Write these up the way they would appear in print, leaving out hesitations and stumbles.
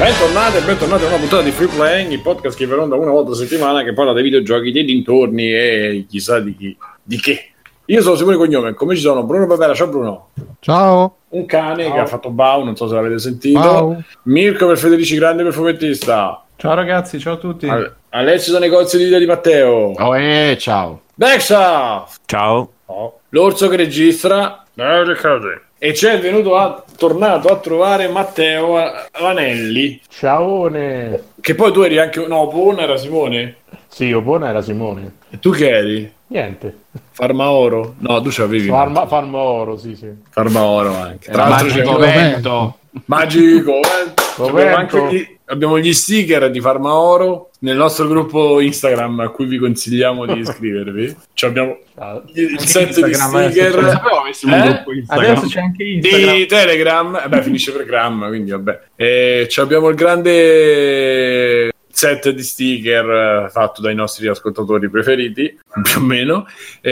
Bentornati e bentornati a una puntata di Free Playing, il podcast che va in onda una volta a settimana che parla dei videogiochi, dei dintorni e chissà di che. Io sono Simone Cognome, come ci sono Bruno Barbera, ciao Bruno. Ciao. Un cane Ciao. che ha fatto Bau, non so se l'avete sentito. Ciao. Mirko per Federici Grande per fumettista. Ciao ragazzi, ciao a tutti. Alessio da Negozio di Vita di Matteo. Ciao. Dexa. Ciao. L'orso che registra. E c'è tornato a trovare Matteo Vanelli. Ciaone. Che poi tu eri anche... No, Opona era Simone? Sì, Opona era Simone. E tu che eri? Niente. Farmaoro? No, tu c'avevi. Farmaoro, sì. Farmaoro anche. Tra l'altro Magico Vento. Magico Vento. Abbiamo gli sticker di Farmaoro nel nostro gruppo Instagram a cui vi consigliamo di iscrivervi. Abbiamo il set di sticker. Adesso c'è anche Instagram. Di Telegram. Beh, finisce per Gram, quindi vabbè. E abbiamo il grande set di sticker fatto dai nostri ascoltatori preferiti, più o meno.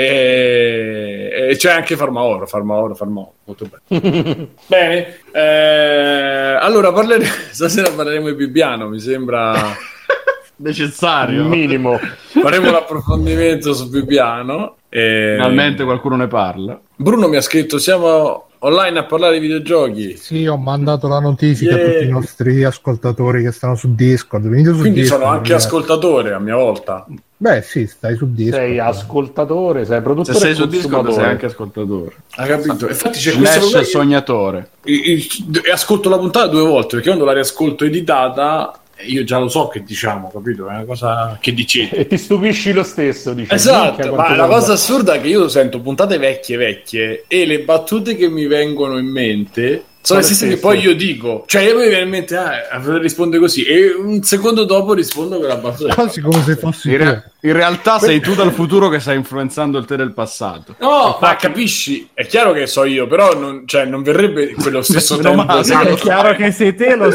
E c'è anche Farmaoro, molto bene. Bene, allora stasera parleremo di Bibbiano, mi sembra necessario, minimo. Faremo l'approfondimento su Bibbiano. Finalmente qualcuno ne parla. Bruno mi ha scritto: siamo online a parlare di videogiochi. Sì, ho mandato la notifica a tutti i nostri ascoltatori che stanno su Discord. Quindi sono anche ascoltatore a mia volta. Beh, sì, stai su Discord. Sei ascoltatore, sei produttore. Se sei su Discord sei anche ascoltatore. Hai capito? Infatti c'è questo sognatore. E ascolto la puntata 2 volte perché quando la riascolto editata io già lo so che diciamo, capito? È una cosa che dicete. E ti stupisci lo stesso, dici. Esatto, ma la cosa assurda è che io sento puntate vecchie e le battute che mi vengono in mente sono le stesse che poi io dico. Cioè io mi viene in mente, risponde così e un secondo dopo rispondo con la battuta. Quasi come se fossi in realtà sei tu dal futuro che stai influenzando il te del passato. No, ma capisci? È chiaro che so io, però non verrebbe quello stesso tempo. È chiaro che sei te lo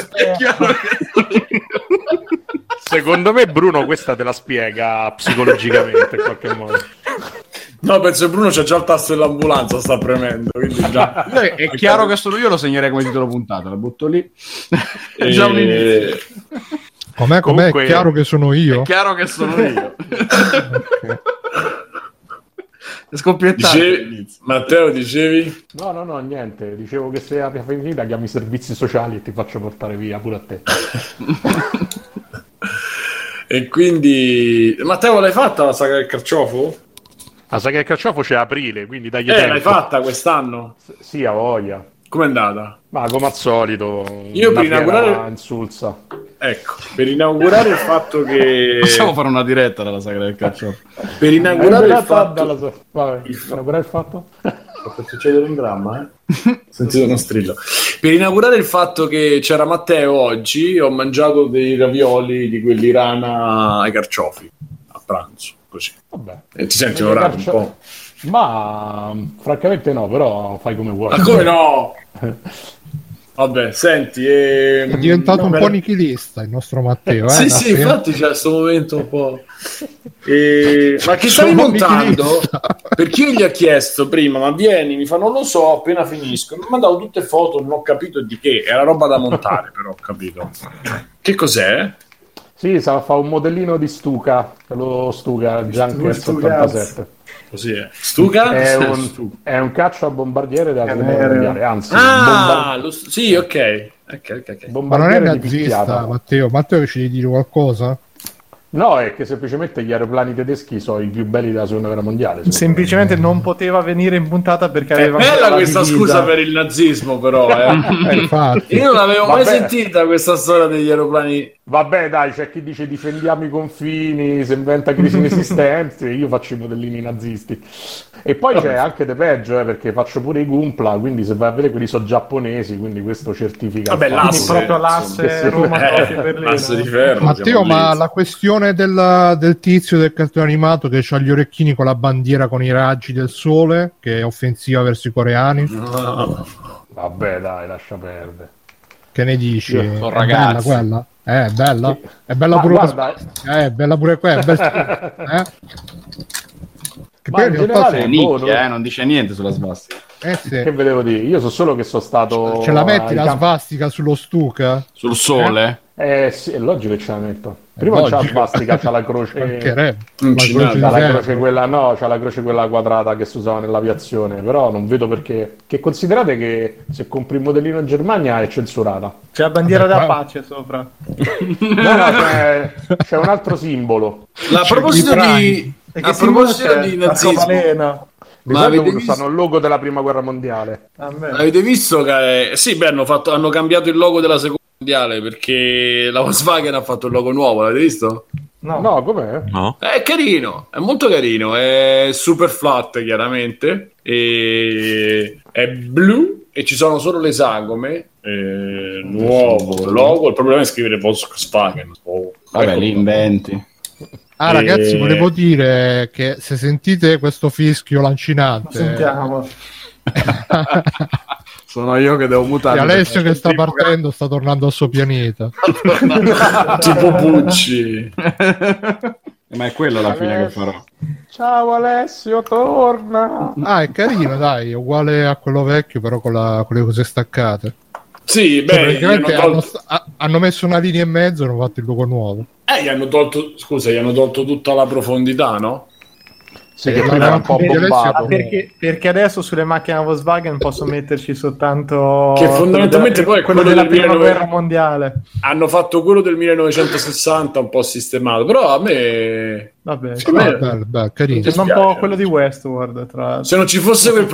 Secondo me Bruno questa te la spiega psicologicamente in qualche modo. No, penso che Bruno c'ha già il tasto dell'ambulanza, sta premendo, quindi già. È chiaro che sono io, lo segnerei come titolo puntata, la butto lì. È già un inizio. Com'è? Comunque, è chiaro che sono io? È chiaro che sono io. Scoppiettare. Matteo, dicevi? No, niente. Dicevo che se è finita chiami i servizi sociali e ti faccio portare via pure a te. E quindi Matteo, l'hai fatta la saga del carciofo? La saga del carciofo c'è aprile, quindi dagli tempo. L'hai fatta quest'anno? Sì, a voglia. Com'è andata? Ma come al solito, io per inaugurare insulsa. Ecco, per inaugurare il fatto che possiamo fare una diretta dalla sagra del carciofo. Per inaugurare il fatto inaugurare il fatto? Può succedere un dramma, sentito uno strillo. Per inaugurare il fatto che c'era Matteo oggi, ho mangiato dei ravioli di quelli rana ai carciofi a pranzo, così. Vabbè. E ti senti onorato un po'? Ma francamente no, però fai come vuoi. Ma come no? Vabbè, senti, è diventato un po' nichilista il nostro Matteo. Sì, infatti c'è questo momento un po'. Ma che stavi montando? Perché io gli ho chiesto prima, ma vieni, mi fa non lo so, appena finisco. Mi ha mandato tutte foto, non ho capito di che. Era roba da montare, però ho capito. Che cos'è? Sì, fa un modellino di Stuka, lo Stuka Junkers 87. Così è. Stuka? È un caccia bombardiere della seconda mondiale, anzi. Sì, ok. Ma non è nazista, Matteo ci devi dire qualcosa? No, è che semplicemente gli aeroplani tedeschi sono i più belli della seconda guerra mondiale. Semplicemente non poteva venire in puntata perché aveva... È bella questa scusa per il nazismo, però. Infatti. Io non avevo mai sentita questa storia degli aeroplani. Vabbè, dai, c'è chi dice difendiamo i confini, se inventa crisi inesistenti, io faccio i modellini nazisti. E poi c'è anche de peggio, perché faccio pure i Gumpla, quindi se vai a vedere quelli sono giapponesi, quindi questo certifica. Vabbè, l'asse, proprio l'asse Roma l'asse di ferro. Matteo, ma la questione del tizio del cartone animato che ha gli orecchini con la bandiera con i raggi del sole, che è offensiva verso i coreani? No. Vabbè, dai, lascia perdere. Che ne dici? È bella quella? È bella? È bella pure è bella pure quella. Che ma in generale non dice niente sulla svastica. Sì. Che vedevo dire? Io so solo che sono stato. Ce la metti la svastica sullo Stuka? Sul sole? Sì, è logico che ce la metto. Prima non c'ha la svastica, c'ha la croce. La croce quella, no, c'ha la croce quella quadrata che si usava nell'aviazione. Però non vedo perché. Che considerate che se compri un modellino in Germania è censurata. C'è la bandiera da pace sopra. No, c'è un altro simbolo. A proposito di nazismo, ma avete visto? Usano il logo della prima guerra mondiale. Avete visto che sì, beh, hanno cambiato il logo della seconda mondiale perché la Volkswagen ha fatto il logo nuovo, l'avete visto? No, com'è? No. È carino, è molto carino, è super flat chiaramente, è blu e ci sono solo le sagome, nuovo logo, il problema è scrivere Volkswagen. Vabbè, li inventi. Ragazzi, volevo dire che se sentite questo fischio lancinante, sentiamo. Sono io che devo mutare. E Alessio che sta partendo, sta tornando al suo pianeta. Tipo Pucci. Ma è quello alla fine che farò. Ciao Alessio, torna. È carino, dai, è uguale a quello vecchio, però con le cose staccate. Sì, beh, hanno messo una linea e mezzo e hanno fatto il logo nuovo. Gli hanno tolto tutta la profondità, no? Sì, che prima era un po' bombato. Perché adesso sulle macchine Volkswagen posso metterci soltanto che fondamentalmente poi è quello della prima guerra mondiale. Hanno fatto quello del 1960 un po' sistemato, però a me bello, carino. Sembra un po' quello di Westworld, tra l'altro. Se non ci fosse quel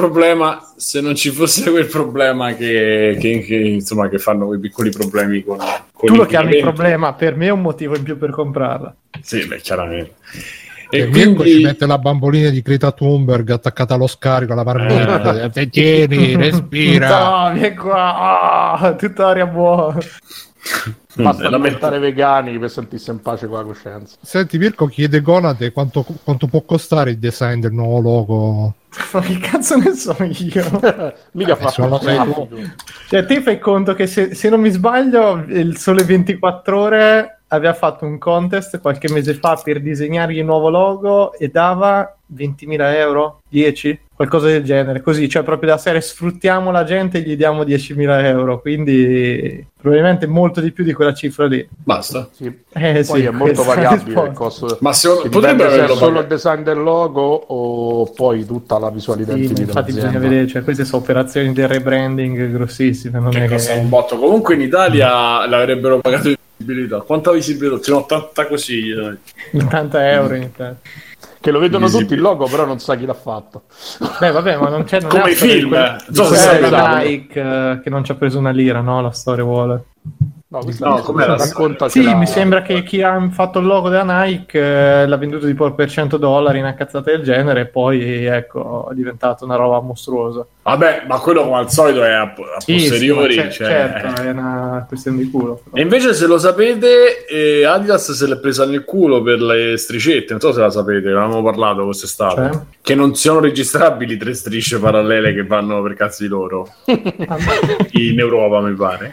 problema che insomma che fanno quei piccoli problemi con tu lo chiami problema, per me è un motivo in più per comprarla. Sì, beh, chiaramente. E quindi ci mette la bambolina di Greta Thunberg attaccata allo scarico alla marmita. Tieni, respira. No, vieni qua, tutta aria buona. Basta lamentare vegani per sentirsi in pace con la coscienza. Senti, Mirko chiede Gonate quanto può costare il design del nuovo logo. Ma che cazzo ne so io? Mica fa cioè, te fai conto che se non mi sbaglio il Sole 24 Ore aveva fatto un contest qualche mese fa per disegnargli il nuovo logo e dava 20.000 euro, 10, qualcosa del genere, così, cioè proprio da serie sfruttiamo la gente e gli diamo 10.000 euro, quindi probabilmente molto di più di quella cifra lì. Basta. Sì. Poi è molto variabile il costo. Ma potrebbe averlo solo il design del logo o poi tutta la visual identity. Sì, infatti bisogna vedere, cioè queste sono operazioni di rebranding grossissime, non che è costa un botto. Comunque in Italia l'avrebbero pagato di visibilità. Quanta visibilità? Sono 80 così. 80 euro in Italia. Che lo vedono tutti il logo, però non sa chi l'ha fatto. Beh, vabbè, ma non c'è come i film. La Nike che non ci ha preso una lira, no? La storia vuole. No, come racconta? Sì, mi sembra che chi ha fatto il logo della Nike l'ha venduto tipo per $100, una cazzata del genere, e poi ecco, è diventato una roba mostruosa. Vabbè, ma quello come al solito è a posteriori. Sì, certo, è una questione di culo. Però. E invece, se lo sapete, Adidas se l'è presa nel culo per le striscette. Non so se la sapete, avevamo parlato quest'estate. Cioè? Che non sono registrabili 3 strisce parallele che vanno per cazzi loro in Europa, mi pare.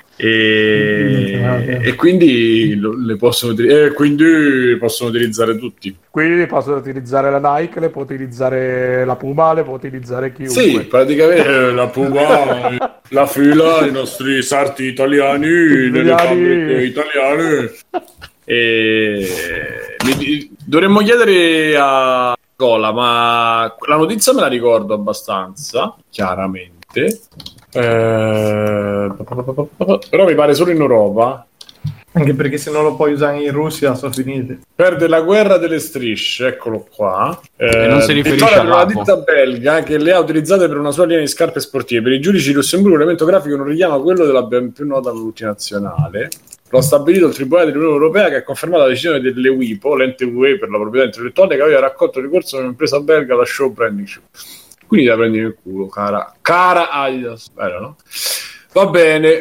E quindi le possono utilizzare tutti. Quindi possono utilizzare la Nike, le può utilizzare la Puma, le può utilizzare chiunque. Sì, praticamente la Puma, la fila, i nostri sarti italiani, nelle fabbriche italiane. Dovremmo chiedere a Cola, ma la notizia me la ricordo abbastanza, chiaramente. Però mi pare solo in Europa. Anche perché se non lo puoi usare in Russia sono finiti. Perde la guerra delle strisce, eccolo qua. E non si riferisce a una ditta belga che le ha utilizzate per una sua linea di scarpe sportive. Per i giudici di Lussemburgo l'elemento grafico non richiama quello della ben più nota multinazionale. Lo ha stabilito il Tribunale dell'Unione Europea, che ha confermato la decisione delle WIPO, l'ente UE per la proprietà intellettuale, che aveva raccolto il ricorso di un'impresa belga, la Show Branding Show. Quindi la prendi nel culo, cara Adidas. Bello, no? Va bene.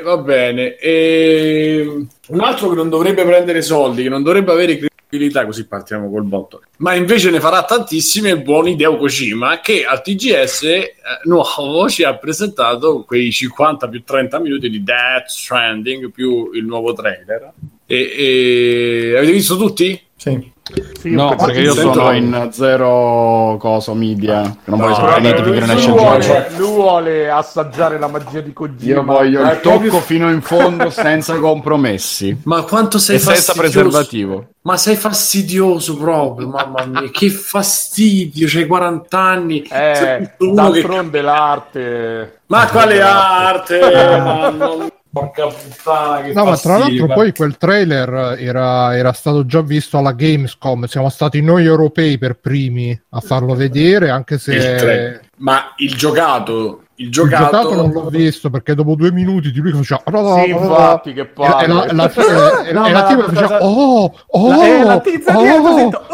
Un altro che non dovrebbe prendere soldi, che non dovrebbe avere credibilità, così partiamo col botto, ma invece ne farà tantissime, il buon Hideo Kojima, che al TGS nuovo ci ha presentato quei 50 più 30 minuti di Death Stranding più il nuovo trailer. E avete visto tutti? Sì. Sì, No, perché io sono in zero coso media. Non voglio sapere niente più che non esce il gioco. Lui vuole assaggiare la magia di Kojima. Io voglio il tocco fino in fondo senza compromessi. Ma quanto sei E senza fastidioso. preservativo. Ma sei fastidioso proprio, mamma mia, che fastidio, c'hai 40 anni. D'altronde l'arte. Ma quale arte? Porca puttana, che No, ma tra fastidio, l'altro poi quel trailer era stato già visto alla Gamescom, siamo stati noi europei per primi a farlo vedere, anche se... Ma il giocato non l'ho visto perché dopo 2 minuti di lui che faceva Sì, infatti, che palle. e la tipa faceva la tizia dietro ha detto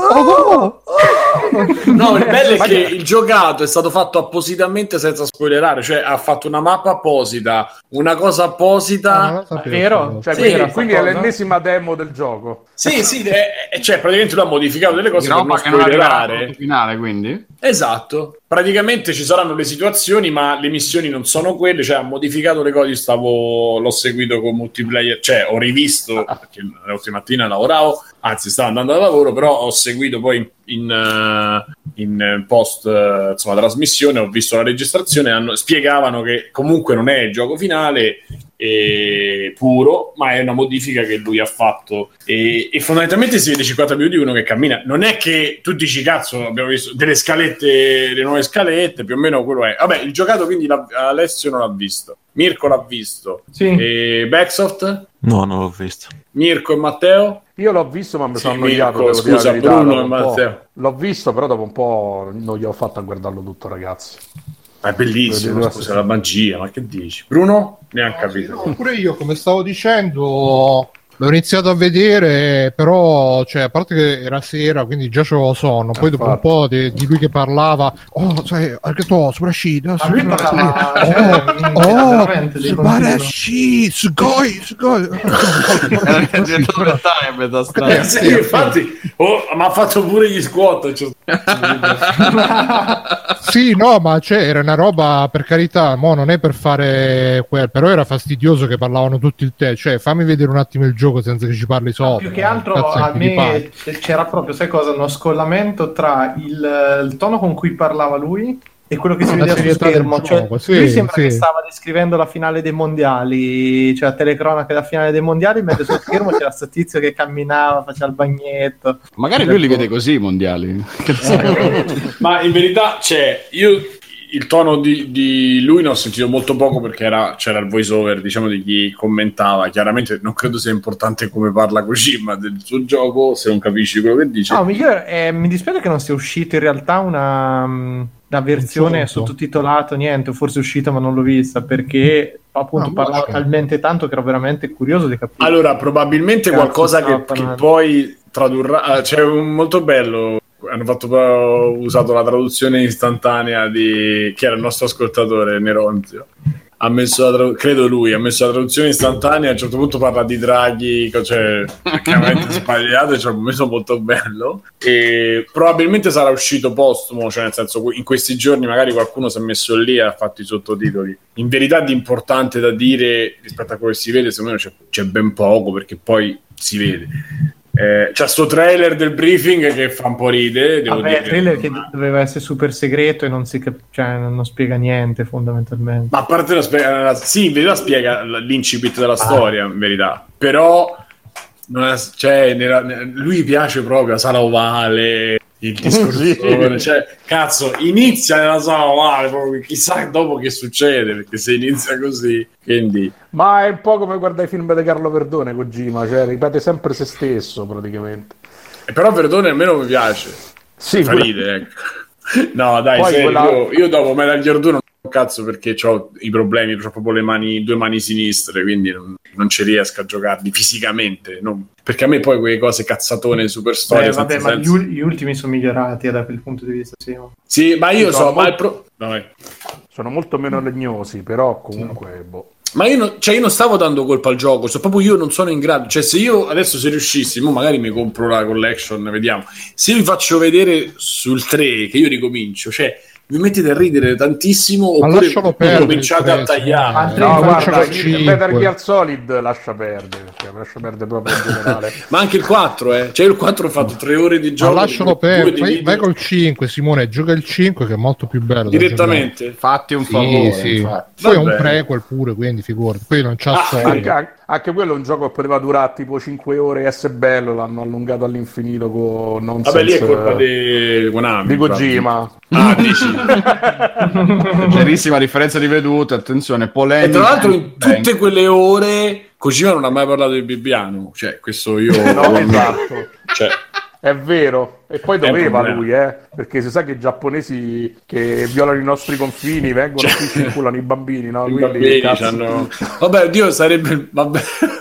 No, il bello è che il giocato è stato fatto appositamente senza spoilerare, cioè ha fatto una mappa apposita, una cosa apposita. vero? Cioè, quindi è l'ennesima demo del gioco. Sì, cioè praticamente lui ha modificato delle cose per non spoilerare. Finale, quindi? Esatto. Praticamente ci saranno le situazioni, ma le missioni non sono quelle, cioè ha modificato le cose. L'ho seguito con multiplayer, cioè ho rivisto perché l'ultima mattina lavoravo, anzi stavo andando al lavoro, però ho seguito poi in post insomma trasmissione, ho visto la registrazione, spiegavano che comunque non è il gioco finale puro, ma è una modifica che lui ha fatto e fondamentalmente si vede 50 minuti di uno che cammina. Non è che tu dici cazzo abbiamo visto delle scalette, le nuove scalette, più o meno quello è. Vabbè, il giocato quindi Alessio non l'ha visto, Mirko l'ha visto, sì. E Backsoft? No, non l'ho visto. Mirko e Matteo? Io l'ho visto, ma mi sono annoiato. Mirko, scusa, Bruno e Matteo. L'ho visto, però dopo un po' non gli ho fatto a guardarlo tutto, ragazzi. Ma è bellissimo, scusa, la magia, ma che dici? Bruno? Neanche capito. No, pure io, come stavo dicendo, l'ho iniziato a vedere, però, cioè, a parte che era sera, quindi già c'avevo sonno. Poi dopo un po' di lui che parlava, sai, anche tu, soprauscita, sì, infatti, mi ha fatto pure gli squat. Sì, no, ma era una roba, per carità, mo non è per fare però era fastidioso che parlavano tutti il te, cioè fammi vedere un attimo il gioco senza che ci parli sopra. Più che altro a me c'era proprio, sai cosa, uno scollamento tra il tono con cui parlava lui e quello che si vedeva sullo schermo, cioè, lui sembra che stava descrivendo la finale dei mondiali, cioè la telecronaca della finale dei mondiali, mentre sul schermo c'era sto tizio che camminava, faceva il bagnetto. Magari lui li vede così i mondiali. Ma in verità io il tono di lui ne ho sentito molto poco perché c'era il voice over, diciamo, di chi commentava. Chiaramente non credo sia importante come parla Kojima del suo gioco se non capisci quello che dice. No, mi dispiace che non sia uscito in realtà una versione sottotitolato, niente, forse è uscita ma non l'ho vista perché appunto parlava talmente tanto che ero veramente curioso di capire. Allora, probabilmente qualcosa che poi tradurrà, c'è un molto bello, hanno usato la traduzione istantanea che era il nostro ascoltatore Neronzio, ha messo credo lui ha messo la traduzione istantanea, a un certo punto parla di draghi, cioè chiaramente sbagliato, cioè un messo molto bello, e probabilmente sarà uscito postumo, cioè nel senso in questi giorni magari qualcuno si è messo lì e ha fatto i sottotitoli. In verità di importante da dire rispetto a quello che si vede secondo me c'è ben poco, perché poi si vede. C'è sto trailer del briefing che fa un po' ridere, devo dire. Trailer che doveva essere super segreto e non non spiega niente fondamentalmente. Ma a parte sì, in verità spiega l'incipit della storia, in verità. Però lui piace proprio la sala ovale, il discorso, cioè, cazzo, inizia nella sala ovale, proprio, chissà dopo che succede, perché se inizia così, quindi... Ma è un po' come guardare i film di Carlo Verdone, Kojima, cioè ripete sempre se stesso praticamente. Però Verdone almeno mi piace, sì, fa ridere, ecco. No dai, io dopo Metal Gear 2 non ho cazzo, perché ho i problemi, ho proprio due mani sinistre, quindi non ci riesco a giocarli fisicamente, perché a me poi quelle cose cazzatone super storie ma gli ultimi sono migliorati da quel punto di vista, sì, ma io sono molto meno legnosi, però comunque ma io non stavo dando colpa al gioco, proprio io non sono in grado, cioè se io adesso se riuscissi, magari mi compro la collection, vediamo, se vi faccio vedere sul 3 che io ricomincio, cioè vi mettete a ridere tantissimo oppure cominciate a tagliare. No, guarda, Metal Gear Solid lascia perdere, cioè, lascia perdere proprio in generale. Ma anche il 4, cioè il 4 ho fatto 3 ore di gioco. Ma lascialo perdere, vai col 5, Simone, gioca il 5 che è molto più bello. Direttamente. Fatti un favore. Sì. Poi è un prequel pure, quindi figurati. Poi non c'ha anche quello è un gioco che poteva durare tipo 5 ore e essere bello, l'hanno allungato all'infinito con nonsense. Vabbè, lì è colpa di Konami, di Kojima. Dici. Leggerissima differenza di vedute, attenzione, polemica. E tra l'altro in tutte quelle ore Kojima non ha mai parlato di Bibbiano, cioè questo io no, esatto. Cioè, è vero, e poi doveva lui, perché si sa che i giapponesi che violano i nostri confini vengono qui e circolano i bambini, no? I bambini c'hanno... Vabbè, Dio sarebbe... Vabbè.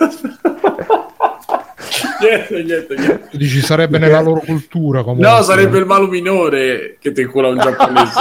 Niente. Tu dici sarebbe nella loro cultura comunque. No, sarebbe il malo minore che ti incula un giapponese.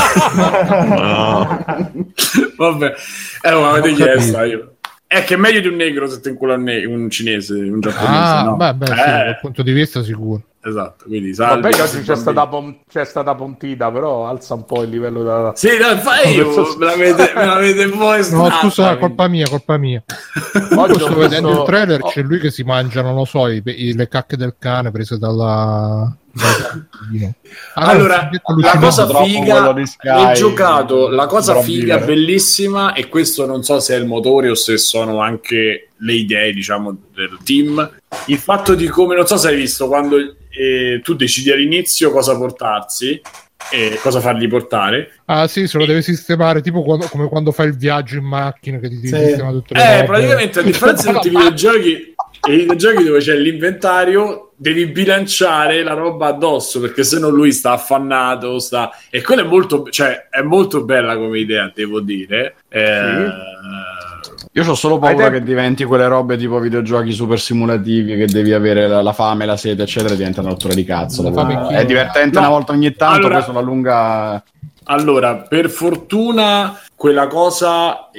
No. Vabbè, ma avete chiesto io. È che è meglio di un negro se ti incula un cinese, un giapponese. No? Beh, sì, dal punto di vista sicuro. Esatto, quindi vabbè che oggi c'è stata Pontida, però alza un po' il livello da... Sì, no, me l'avete poi no, scusa, colpa mia. Oggi sto vedendo il trailer, c'è lui che si mangia, non lo so, le cacche del cane prese dalla... Allora, la cosa figa è giocato, la cosa figa bellissima, e questo non so se è il motore o se sono anche le idee, diciamo, del team, il fatto di come, non so se hai visto quando tu decidi all'inizio cosa portarsi e cosa fargli portare. Ah sì, se lo deve sistemare, tipo come quando fai il viaggio in macchina che ti sistema tutte le robe. Praticamente a differenza di tutti i videogiochi dove c'è l'inventario, devi bilanciare la roba addosso, perché se no lui sta affannato, e quello è molto bella come idea, devo dire. Io ho solo paura che diventi quelle robe tipo videogiochi super simulativi che devi avere la fame, la sete, eccetera, diventa una rottura di cazzo. È divertente una volta ogni tanto, allora, poi sulla lunga... Allora, per fortuna quella cosa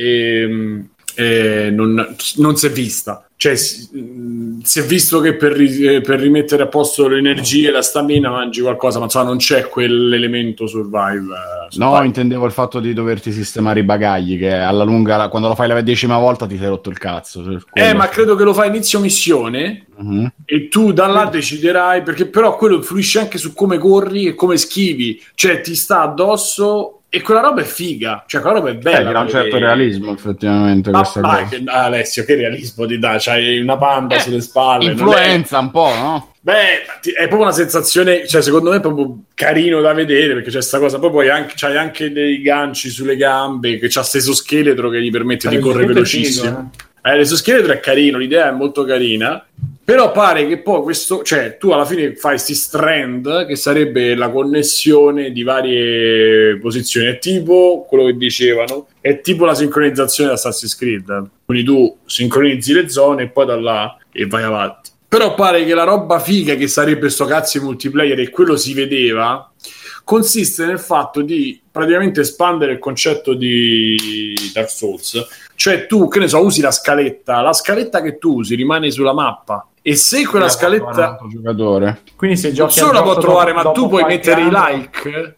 non si è vista. Cioè, si è visto che per rimettere a posto le energie e la stamina mangi qualcosa, ma non c'è quell'elemento survive. No, intendevo il fatto di doverti sistemare i bagagli, che alla lunga, quando lo fai la 10ª volta, ti sei rotto il cazzo. Ma credo che lo fai inizio missione, e tu da là deciderai, perché però quello influisce anche su come corri e come schivi, cioè ti sta addosso. E quella roba è figa, cioè quella roba è bella. Ha un certo realismo, effettivamente. Alessio, che realismo ti dà? C'hai una panda sulle spalle. Influenza un po', no? Beh, è proprio una sensazione, cioè secondo me è proprio carino da vedere, perché c'è sta cosa. Poi c'hai anche dei ganci sulle gambe, che c'ha steso scheletro che gli permette di correre velocissimo. L'esoscheletro è carino, l'idea è molto carina. Però pare che poi questo, cioè tu alla fine fai sti strand, che sarebbe la connessione di varie posizioni, è tipo quello che dicevano, è tipo la sincronizzazione da Assassin's Creed, quindi tu sincronizzi le zone e poi da là e vai avanti. Però pare che la roba figa che sarebbe sto cazzo di multiplayer, e quello si vedeva, consiste nel fatto di praticamente espandere il concetto di Dark Souls. Cioè tu, che ne so, usi la scaletta che tu usi rimane sulla mappa, e se quella scaletta giocatore, quindi se non solo la può trovare, ma tu puoi mettere i like,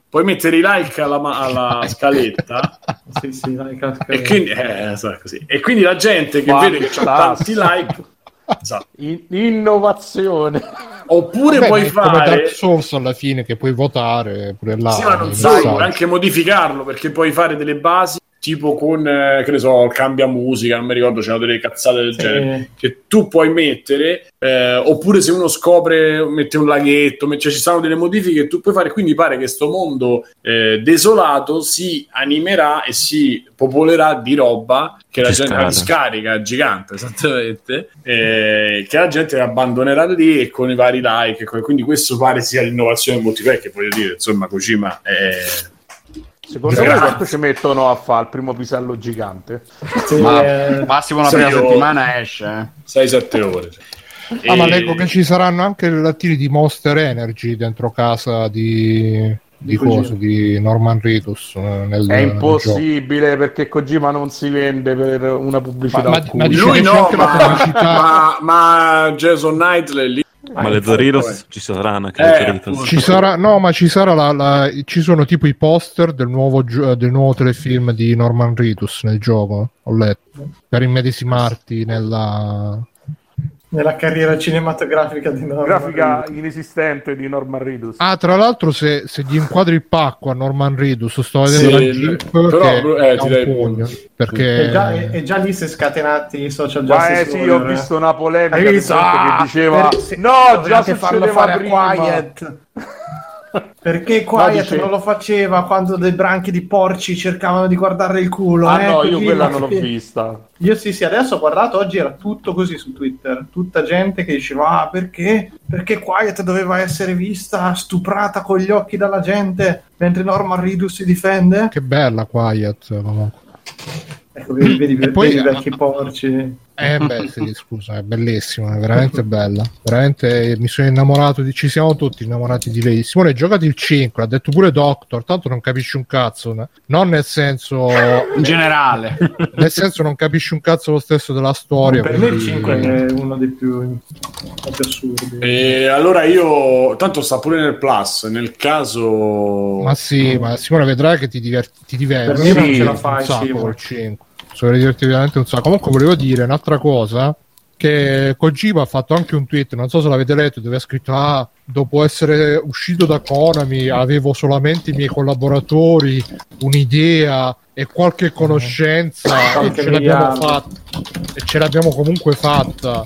alla scaletta. sì, like e quindi così. E quindi la gente che vede che c'ha tanti like, esatto. Innovazione. Oppure puoi fare come Dark Souls alla fine, che puoi votare pure là. Sì, ma non solo, puoi anche modificarlo, perché puoi fare delle basi tipo con, che ne so, cambia musica, non mi ricordo, c'erano delle cazzate del genere, che tu puoi mettere, oppure se uno scopre, mette un laghetto, cioè ci sono delle modifiche che tu puoi fare, quindi pare che sto mondo desolato si animerà e si popolerà di roba che la gente scarica, gigante, esattamente, che la gente abbandonerà lì e con i vari like, quindi questo pare sia l'innovazione del multiplayer, che voglio dire, insomma, Kojima è... Secondo me quanto ci mettono a fare il primo pisello gigante? Massimo una prima settimana esce 6-7 ore. Ma leggo che ci saranno anche relativi di Monster Energy dentro casa di Norman Reedus è impossibile, perché Kojima non si vende per una pubblicità, ma lui no, ma Jason Knightley lì. Ma le Doritos ci saranno ci sarà, ci sono tipo i poster del nuovo telefilm di Norman Reedus nel gioco, ho letto, per immedesimarti nella carriera cinematografica di Norman Grafica Reedus. inesistente di Norman Reedus. Ah, tra l'altro, se gli inquadri il pacco a Norman Reedus, sto vedendo la GIF però, che ti ha dai un pugno, perché E già lì si è scatenati i social Ma justice sì, warrior, ho visto una polemica Hai visto? che diceva no, già dovevate farlo succedeva fare prima. a Quiet. Perché Quiet dice- non lo faceva quando dei branchi di porci cercavano di guardarle il culo? Ah no, Così io quella la- non l'ho vista. Io sì, adesso ho guardato, oggi era tutto così su Twitter, tutta gente che diceva perché Quiet doveva essere vista stuprata con gli occhi dalla gente mentre Norman Reedus si difende? che bella Quiet comunque. Ecco, vedi poi- i vecchi porci. Beh, sì, scusa, è bellissima, è veramente bella. Veramente mi sono innamorato ci siamo tutti innamorati di lei. Simone, giocati il 5, ha detto pure Doctor, tanto non capisci un cazzo, non nel senso In generale. nel senso non capisci un cazzo lo stesso della storia. Per me il quindi- 5 è uno dei più assurdi. E allora io tanto sta pure nel Plus, nel caso Ma sì, ma Simone vedrai che ti diverti. Per me non ce la un fai, sacco sì, col 5. Sono divertito veramente un sacco. Comunque volevo dire un'altra cosa, che Kojima ha fatto anche un tweet, non so se l'avete letto, dove ha scritto dopo essere uscito da Konami avevo solamente i miei collaboratori, un'idea e qualche conoscenza e ce l'abbiamo fatta, e ce l'abbiamo comunque fatta.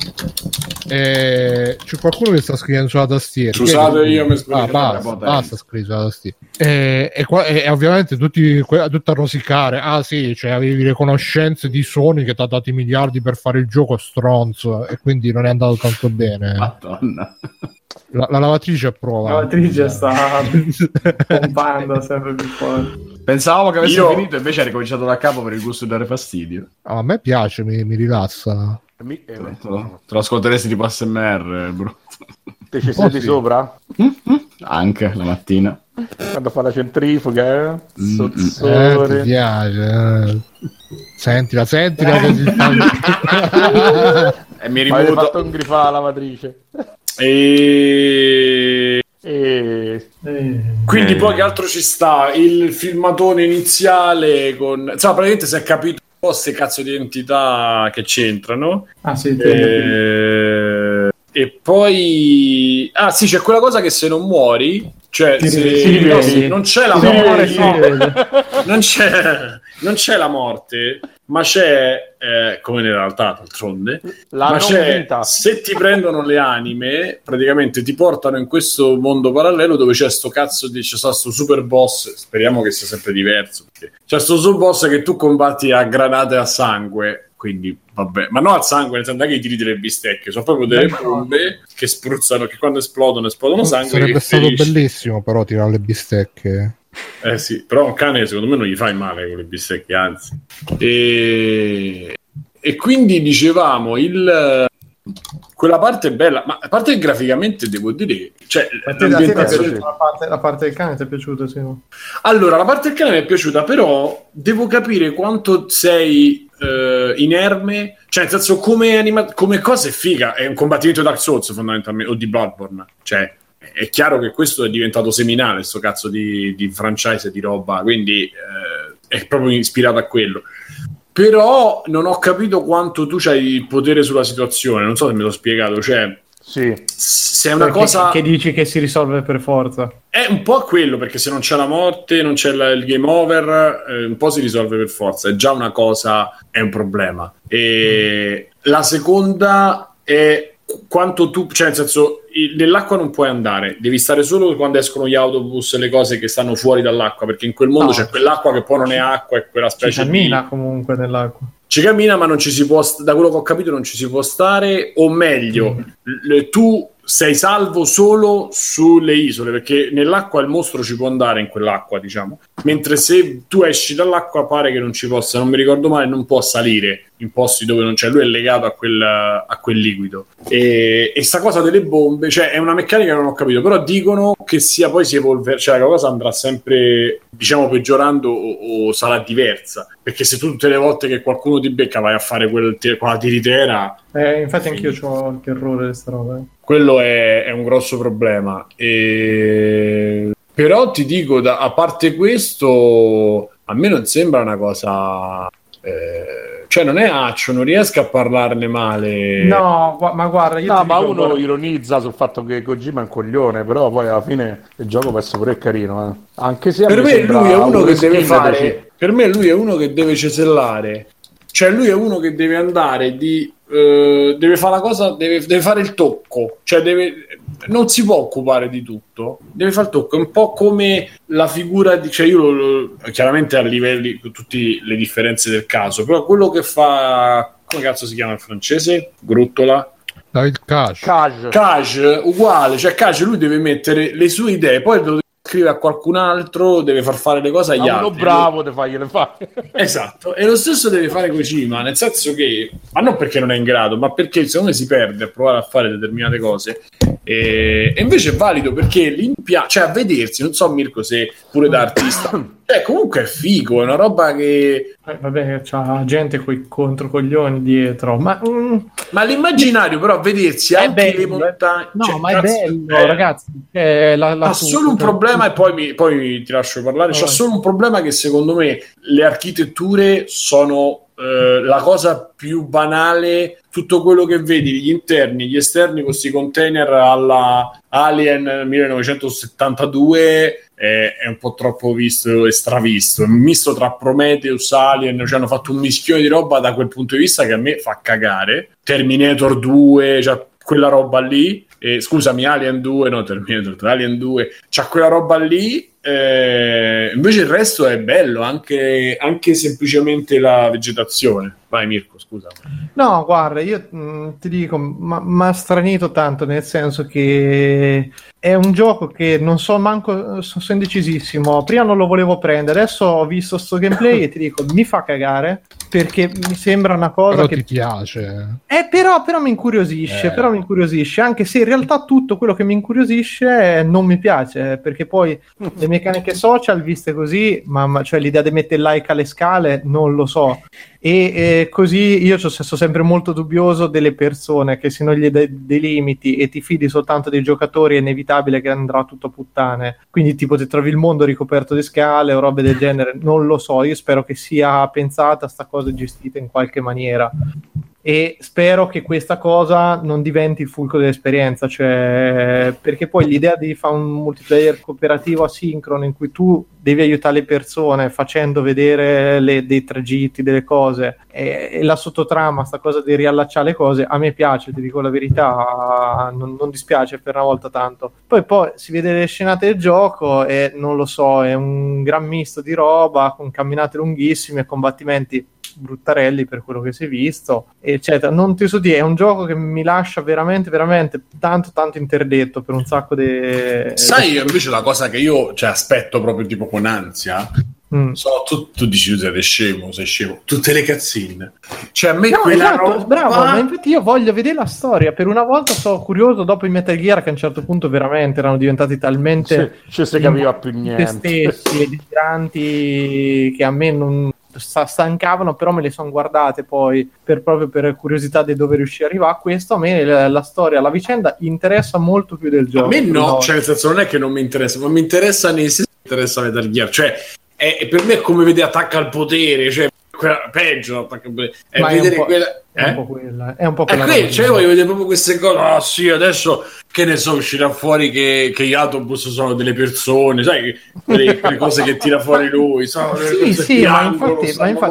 C'è qualcuno che sta scrivendo sulla tastiera. Scusate, io mi sbaglio. Basta scrivere sulla tastiera. E ovviamente tutti a rosicare. Ah sì, cioè avevi le conoscenze di Sony che ti ha dato i miliardi per fare il gioco stronzo e quindi non è andato tanto bene. Madonna. La lavatrice a prova. La lavatrice sta pompando sempre più forte. Pensavo che avesse finito, invece ha ricominciato da capo per il gusto di dare fastidio. A me piace, mi rilassa. Te lo ascolteresti tipo ASMR, brutto. Te ci siedi sopra? Anche la mattina. Quando fa la centrifuga, Ti Sozzore. piace. Sentila che si E mi Ma hai rimuto. fatto un grifà alla lavatrice. Quindi poi che altro ci sta? Il filmatone iniziale con... Insomma, praticamente si è capito un po' queste cazzo di entità che c'entrano. Ah sì, E poi... Ah sì, c'è quella cosa che se non muori... Cioè, non c'è la morte, non c'è la morte, ma c'è, come in realtà d'altronde, ma c'è, vita. se ti prendono le anime, praticamente ti portano in questo mondo parallelo dove c'è sto cazzo di, c'è sto super boss, speriamo che sia sempre diverso, perché c'è sto super boss che tu combatti a granate a sangue, quindi vabbè, ma no al sangue, nel senso che tiri delle bistecche, sono proprio delle bombe che spruzzano, che quando esplodono sangue. Sarebbe stato bellissimo però tirare le bistecche. Sì, però un cane secondo me non gli fai male con le bistecche, anzi. E quindi dicevamo quella parte è bella, ma a parte che graficamente devo dire, cioè la parte del cane ti è piaciuta? Sì. Allora, la parte del cane mi è piaciuta, però devo capire quanto sei inerme, cioè nel senso come cosa è figa, è un combattimento Dark Souls fondamentalmente, o di Bloodborne, cioè è chiaro che questo è diventato seminale, sto cazzo di franchise e di roba, quindi è proprio ispirato a quello. Però non ho capito quanto tu c'hai il potere sulla situazione, non so se me l'ho spiegato, cioè sì. Se è una cosa che dici che si risolve per forza. È un po' quello, perché se non c'è la morte, non c'è il game over, un po' si risolve per forza, è già una cosa, è un problema. E la seconda è quanto tu, cioè nel senso, nell'acqua non puoi andare, devi stare solo quando escono gli autobus, le cose che stanno fuori dall'acqua, perché in quel mondo c'è quell'acqua che poi non è acqua, è quella specie ci cammina comunque nell'acqua. Ci cammina, ma non ci si può, da quello che ho capito non ci si può stare, o meglio, tu sei salvo solo sulle isole, perché nell'acqua il mostro ci può andare, in quell'acqua diciamo, mentre se tu esci dall'acqua pare che non ci possa, non mi ricordo male, non può salire in posti dove non c'è, lui è legato a quel liquido. E sta cosa delle bombe, cioè è una meccanica che non ho capito, però dicono che sia poi si evolve, cioè la cosa andrà sempre diciamo peggiorando o sarà diversa, perché se tu tutte le volte che qualcuno ti becca vai a fare quella tiritera, infatti anch'io ho qualche errore questa roba. Quello è un grosso problema. Però ti dico, a parte questo, a me non sembra una cosa cioè non è accio, non riesco a parlarne male. No, ma guarda, io ma uno ironizza sul fatto che Kojima è un coglione, però poi alla fine il gioco può essere pure carino, anche se per me lui è uno che deve fare, per me lui è uno che deve cesellare, cioè lui è uno che deve andare deve fare la cosa, deve fare il tocco, cioè non si può occupare di tutto, deve fare il tocco. È un po' come la figura di, cioè io chiaramente a livelli con tutte le differenze del caso, però quello che fa, come cazzo si chiama il francese? Gruttola? David Cage, uguale, cioè Cage lui deve mettere le sue idee, poi lo scrive a qualcun altro, deve far fare le cose agli altri. Uno bravo deve fargliele fare. Esatto, e lo stesso deve fare Kojima, nel senso che, ma non perché non è in grado, ma perché secondo me si perde a provare a fare determinate cose. E invece è valido perché cioè a vedersi, non so Mirko se pure da artista, cioè comunque è figo, è una roba che vabbè, c'ha gente coi controcoglioni dietro, ma l'immaginario però a vedersi anche bello, le montagne, no, cioè, ma è bello, ragazzi, ha solo un problema, e poi ti lascio parlare. C'ha solo un problema, che secondo me le architetture sono la cosa più banale. Tutto quello che vedi, gli interni, gli esterni, questi container alla Alien 1972 è un po' troppo visto e stravisto. È un misto tra Prometheus, Alien, cioè hanno fatto un mischione di roba da quel punto di vista che a me fa cagare. Terminator 2, cioè quella roba lì, scusami, Alien 2, no, Terminator, Alien 2, c'ha quella roba lì. Invece il resto è bello, anche semplicemente la vegetazione. Vai Mirko, scusa. No, guarda, io ti dico, ma stranito tanto, nel senso che è un gioco che non so manco, sono indecisissimo. Prima non lo volevo prendere, adesso ho visto sto gameplay e ti dico, mi fa cagare, perché mi sembra una cosa però che ti piace. Però mi incuriosisce, anche se in realtà tutto quello che mi incuriosisce non mi piace, perché poi le meccaniche social viste così, cioè l'idea di mettere like alle scale, non lo so. E così io sono sempre molto dubbioso delle persone che se non gli dai dei limiti e ti fidi soltanto dei giocatori è inevitabile che andrà tutto a puttane. Quindi tipo ti trovi il mondo ricoperto di scale o robe del genere, non lo so, io spero che sia pensata sta cosa gestita in qualche maniera. E spero che questa cosa non diventi il fulcro dell'esperienza, cioè, perché poi l'idea di fare un multiplayer cooperativo asincrono in cui tu devi aiutare le persone facendo vedere dei tragitti, delle cose, e la sottotrama, sta cosa di riallacciare le cose, a me piace, ti dico la verità, non dispiace per una volta tanto. Poi si vede le scenate del gioco e non lo so, è un gran misto di roba, con camminate lunghissime, combattimenti bruttarelli per quello che si è visto, eccetera. Non ti so dire, è un gioco che mi lascia veramente tanto interdetto per un sacco di... Sai, invece la cosa che io aspetto proprio tipo con ansia, tu dici tu sei scemo, tutte le cutscene, cioè a me bravo, ma infatti io voglio vedere la storia, per una volta sono curioso dopo i Metal Gear che a un certo punto veramente erano diventati talmente ci si capiva più niente, stessi e deliranti che a me non stancavano, però me le sono guardate poi proprio per curiosità di dove riuscire a arrivare. Questo a me la storia, la vicenda interessa molto più del gioco. A me no, cioè nel senso non è che non mi interessa, ma mi interessa nei sensi che interessa Metal Gear, cioè per me è come vedere Attacca al potere, cioè peggio Attacca al potere, ma vedere è un po' quella cioè voglio vedere proprio queste cose. Sì, adesso che ne so, uscirà fuori che gli autobus sono delle persone, sai, quelle cose che tira fuori lui, sono ma infatti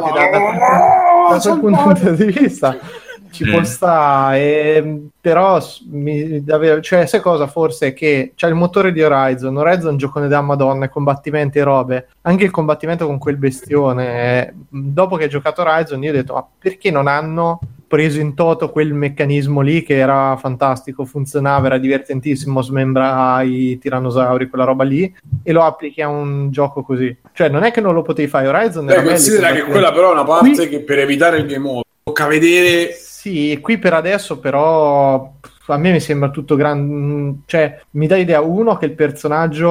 da quel punto di vista ci può stare, però cioè sai cosa, forse è che c'è il motore di Horizon è un giocone da Madonna, combattimenti e robe, anche il combattimento con quel bestione, dopo che ho giocato Horizon io ho detto ma perché non hanno preso in toto quel meccanismo lì che era fantastico, funzionava, era divertentissimo, smembra i tirannosauri, quella roba lì, e lo applichi a un gioco così, cioè non è che non lo potevi fare. Horizon era considera che quella però è una parte che per evitare il game over tocca vedere. Sì, qui per adesso però a me mi sembra tutto grande, cioè mi dà idea uno che il personaggio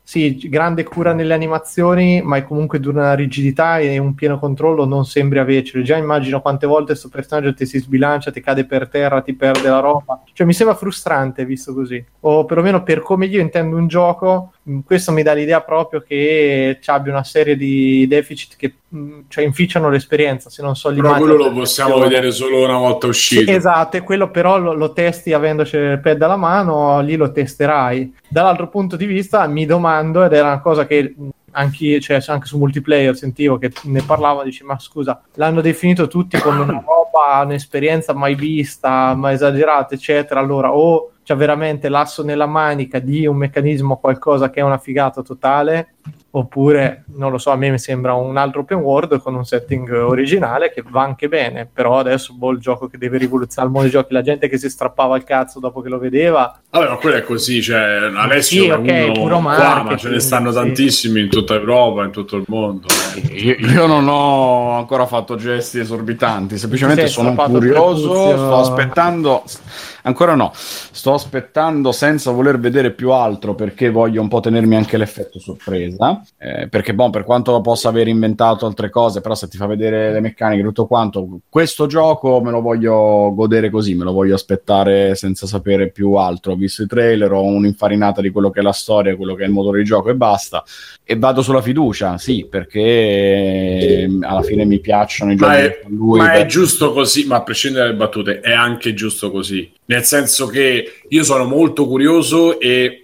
sì, grande cura nelle animazioni, ma è comunque di una rigidità e un pieno controllo non sembri avercelo. Già immagino quante volte questo personaggio ti si sbilancia, ti cade per terra, ti perde la roba. Cioè mi sembra frustrante visto così. O perlomeno per come io intendo un gioco, questo mi dà l'idea proprio che abbia una serie di deficit che cioè inficiano l'esperienza, se non so però quello lo possiamo vedere solo una volta uscito. Sì, esatto, e quello però lo testi avendoci il pad alla mano, lì lo testerai. Dall'altro punto di vista mi domando, ed era una cosa che anche su multiplayer sentivo che ne parlavano, dici ma scusa, l'hanno definito tutti come una roba, un'esperienza mai vista, mai esagerata eccetera, allora o c'è veramente l'asso nella manica di un meccanismo, qualcosa che è una figata totale, oppure non lo so, a me mi sembra un altro open world con un setting originale che va anche bene, però adesso il gioco che deve rivoluzionare il mondo dei giochi, la gente che si strappava il cazzo dopo che lo vedeva. Vabbè, ma quello è così, cioè Alessio sì, ok, puro marketing, ma ce ne stanno tantissimi in tutta Europa, in tutto il mondo. Io non ho ancora fatto gesti esorbitanti, semplicemente sono curioso, sto aspettando, ancora no, sto aspettando senza voler vedere più altro perché voglio un po' tenermi anche l'effetto sorpresa, perché per quanto possa aver inventato altre cose, però se ti fa vedere le meccaniche tutto quanto, questo gioco me lo voglio godere così, me lo voglio aspettare senza sapere più altro. Ho visto i trailer, ho un'infarinata di quello che è la storia, quello che è il motore di gioco e basta, e vado sulla fiducia, sì, perché alla fine mi piacciono i giochi con lui. Ma è giusto così, ma a prescindere dalle battute è anche giusto così, nel senso che io sono molto curioso e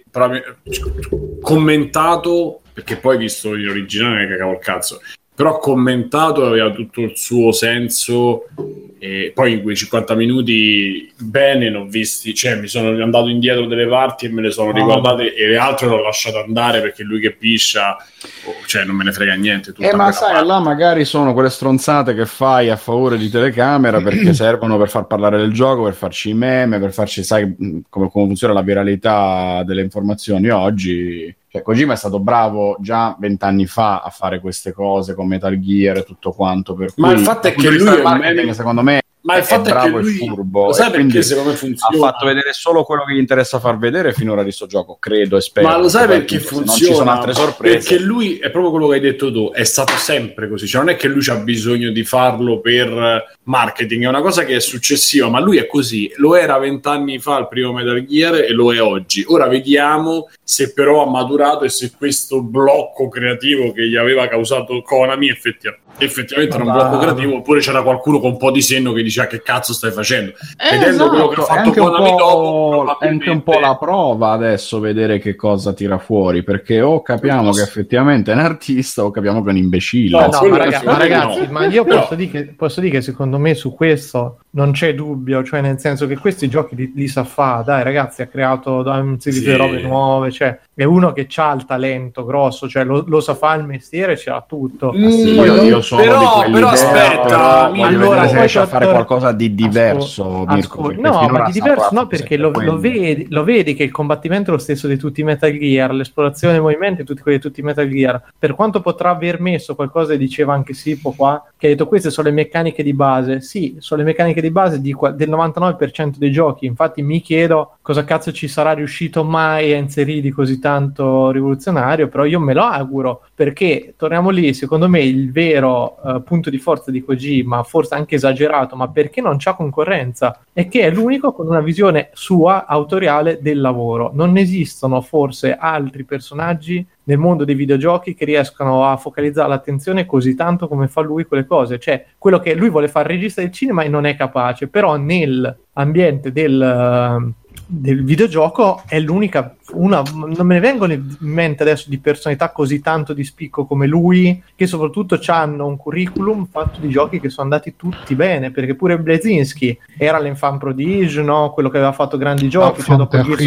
commentato, perché poi visto in originale cagavo il cazzo, però commentato aveva tutto il suo senso, e poi in quei 50 minuti bene ne ho visti, cioè mi sono andato indietro delle parti e me le sono riguardate e le altre l'ho lasciato andare perché lui che piscia, cioè non me ne frega niente. Ma sai, là magari sono quelle stronzate che fai a favore di telecamera perché servono per far parlare del gioco, per farci i meme, per farci, sai come funziona la viralità delle informazioni oggi. Cioè, Kojima è stato bravo già 20 anni fa a fare queste cose con Metal Gear e tutto quanto, per ma cui il fatto è che lui è un meme, secondo me, ma il fatto bravo è che lui, e furbo, lo sai perché secondo me funziona? Ha fatto vedere solo quello che gli interessa far vedere finora di sto gioco, credo e spero. Ma lo sai perché funziona? Non ci sono altre sorprese. Perché lui è proprio quello che hai detto tu, è stato sempre così, cioè non è che lui c'ha bisogno di farlo per marketing, è una cosa che è successiva, ma lui è così, lo era 20 anni fa il primo Metal Gear e lo è oggi. Ora vediamo se però ha maturato e se questo blocco creativo che gli aveva causato Konami effettivamente era un blocco creativo, oppure c'era qualcuno con un po' di senno che diceva che cazzo stai facendo, vedendo quello che ha fatto Konami dopo. È anche un po' la prova adesso vedere che cosa tira fuori, perché o capiamo che effettivamente è un artista o capiamo che è un imbecille. Ma ragazzi, ma io posso dire che secondo me su questo non c'è dubbio, cioè nel senso che questi giochi li sa fa, dai ragazzi, ha creato delle robe nuove, cioè è uno che ha il talento grosso, cioè lo sa fare il mestiere, c'ha tutto. Io sono però aspetta, allora se riesce a fare qualcosa di diverso, Mirko, no, ma di diverso no, perché lo vedi che il combattimento è lo stesso di tutti i Metal Gear, l'esplorazione dei movimenti tutti quelli di tutti i Metal Gear, per quanto potrà aver messo qualcosa, diceva anche Sippo qua, che ha detto queste sono le meccaniche di base, sì, sono le meccaniche di base del 99% dei giochi, infatti mi chiedo cosa cazzo ci sarà riuscito mai a inserire di così tanto rivoluzionario, però io me lo auguro, perché torniamo lì, secondo me il vero punto di forza di Kojima, forse anche esagerato, ma perché non c'ha concorrenza, è che è l'unico con una visione sua autoriale del lavoro. Non esistono forse altri personaggi nel mondo dei videogiochi che riescano a focalizzare l'attenzione così tanto come fa lui quelle cose, cioè quello che lui vuole fare regista del cinema e non è capace, però nell'ambiente del videogioco è l'unica, non me ne vengono in mente adesso di personalità così tanto di spicco come lui, che soprattutto hanno un curriculum fatto di giochi che sono andati tutti bene, perché pure Blazinski era l'enfant prodige, no? Quello che aveva fatto grandi giochi, cioè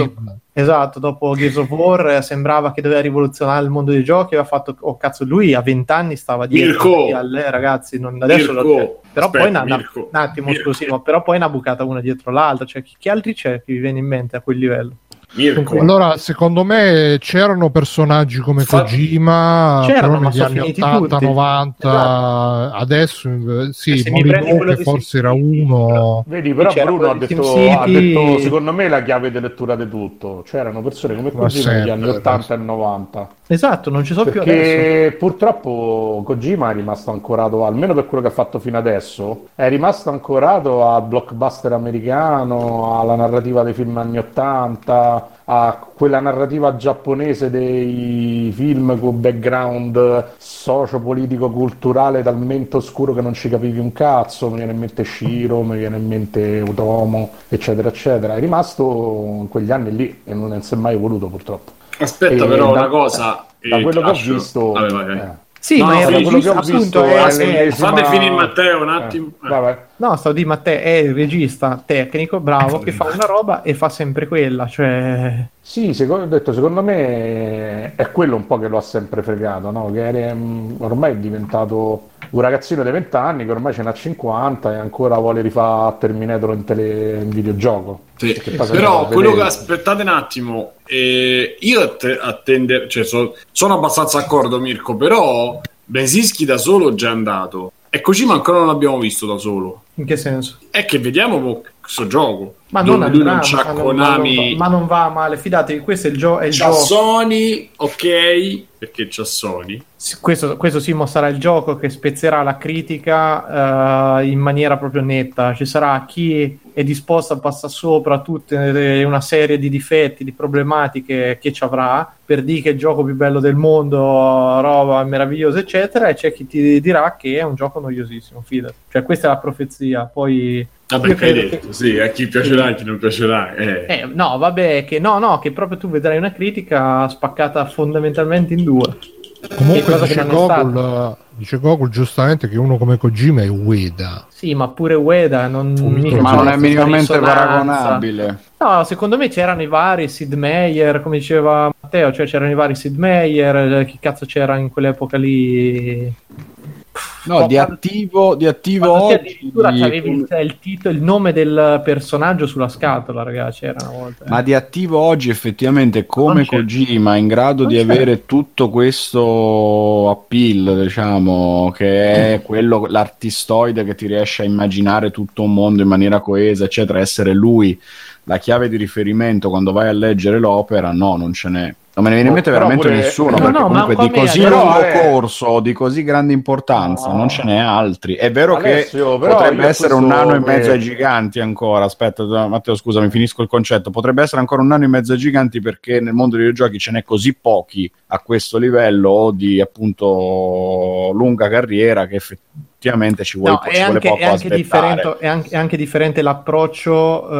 dopo Gears of War sembrava che doveva rivoluzionare il mondo dei giochi, aveva fatto, cazzo, lui a 20 anni stava dietro ragazzi, adesso però poi un attimo, scusi, però poi una bucata una dietro l'altra, cioè chi altri c'è che vi viene in mente a quel livello? Mirko. Allora, secondo me c'erano personaggi come Kojima, però negli anni 80, 90, esatto. Adesso sì, Molino che forse era uno. Vedi, però Bruno ha detto secondo me la chiave di lettura di tutto. C'erano persone come Kojima negli anni 80 e 90. Esatto, non ci sono più adesso. Perché purtroppo Kojima è rimasto ancorato, almeno per quello che ha fatto fino adesso, è rimasto ancorato al blockbuster americano, alla narrativa dei film anni 80, a quella narrativa giapponese dei film con background socio-politico-culturale talmente oscuro che non ci capivi un cazzo. Mi viene in mente Shiro, mi viene in mente Otomo, eccetera eccetera. È rimasto in quegli anni lì e non si è mai evoluto, purtroppo. Aspetta, però una cosa da quello che ho visto sì, ma era quello che ho appunto fate finire Matteo un attimo. No, stavo di Matteo è il regista tecnico bravo che fa una roba e fa sempre quella, cioè sì, secondo me è quello un po' che lo ha sempre fregato, no? Che ormai è diventato un ragazzino di 20 anni che ormai ce n'ha 50 e ancora vuole rifare Terminator in videogioco. Sì. Però quello che aspettate un attimo, io sono abbastanza d'accordo, Mirko, però Besinski da solo è già andato e Kojima ancora non l'abbiamo visto da solo. In che senso? È che vediamo questo gioco. Ma non c'ha Konami, ma non va male, fidatevi, questo è il gioco. C'ha Sony, ok, perché c'ha Sony. Questo sì mostrerà il gioco che spezzerà la critica in maniera proprio netta. Ci sarà chi è disposto a passare sopra tutta una serie di difetti, di problematiche che ci avrà, per dire che è il gioco più bello del mondo, roba meravigliosa, eccetera, e c'è chi ti dirà che è un gioco noiosissimo, fidati. Cioè questa è la profezia, poi... Vabbè, che hai detto, sì, a chi piacerà e a chi non piacerà. No, vabbè, che proprio tu vedrai una critica spaccata fondamentalmente in due. Comunque dice Gogol giustamente che uno come Kojima è Ueda. Sì, ma pure Ueda non è minimamente paragonabile. No, secondo me c'erano i vari Sid Meier, come diceva Matteo, cioè c'erano i vari Sid Meier, chi cazzo c'era in quell'epoca lì? No, di attivo oggi addirittura c'avevi il nome del personaggio sulla scatola, ragazzi, c'era una volta. Ma di attivo oggi effettivamente come Kojima in grado di avere tutto questo appeal, diciamo, che è quello, l'artistoide che ti riesce a immaginare tutto un mondo in maniera coesa, eccetera, essere lui la chiave di riferimento quando vai a leggere l'opera, no, non ce n'è. Non me ne viene in mente veramente nessuno, perché comunque di così lungo corso, di così grande importanza, non ce n'è altri. È vero Alessio, che potrebbe essere un anno e mezzo ai giganti ancora. Aspetta, Matteo, scusami, finisco il concetto. Potrebbe essere ancora un anno e mezzo ai giganti perché nel mondo dei videogiochi ce n'è così pochi a questo livello di appunto lunga carriera che effettivamente ci vuole poco aspettare. È anche differente l'approccio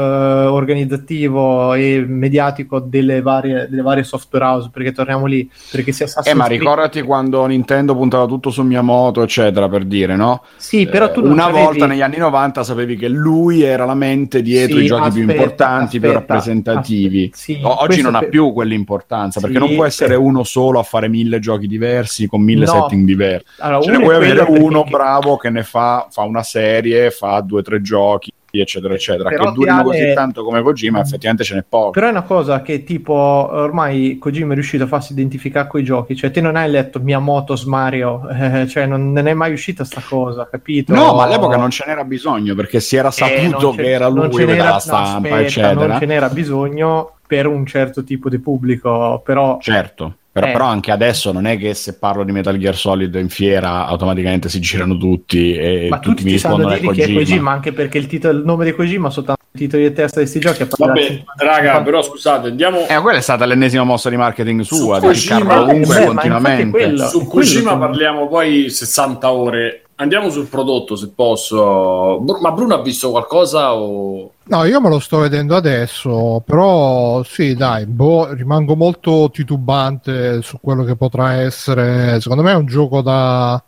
organizzativo e mediatico delle varie software house, perché torniamo lì, perché si ma ricordati quando Nintendo puntava tutto su Miyamoto, eccetera, per dire, no? Sì, però tu una volta negli anni 90 sapevi che lui era la mente dietro i giochi più importanti, più rappresentativi. Oggi non ha più quell'importanza, perché non può essere uno solo a fare 1000 giochi diversi con 1000 setting diversi. Allora, ce ne puoi avere uno bravo che ne fa una serie, fa 2 o 3 giochi, eccetera eccetera. Però che durino così tanto come Kojima effettivamente ce n'è poco. Però è una cosa che tipo ormai Kojima è riuscito a farsi identificare coi giochi, cioè te non hai letto Miyamoto's Mario, cioè non è mai uscita sta cosa, capito? No, ma all'epoca non ce n'era bisogno, perché si era saputo che era lui dalla stampa, eccetera. Non ce n'era bisogno per un certo tipo di pubblico, però certo. Però anche adesso non è che se parlo di Metal Gear Solid in fiera automaticamente si girano tutti e ma tutti mi rispondono che è Kojima, anche perché il nome di Kojima soltanto il titolo di testa di questi giochi. Vabbè, raga, però scusate, andiamo. Quella è stata l'ennesima mossa di marketing sua, di cliccarlo ovunque continuamente. Su Kojima parliamo poi 60 ore. Andiamo sul prodotto, se posso. Ma Bruno ha visto qualcosa o... No, io me lo sto vedendo adesso, però sì, dai, rimango molto titubante su quello che potrà essere. Secondo me è un gioco da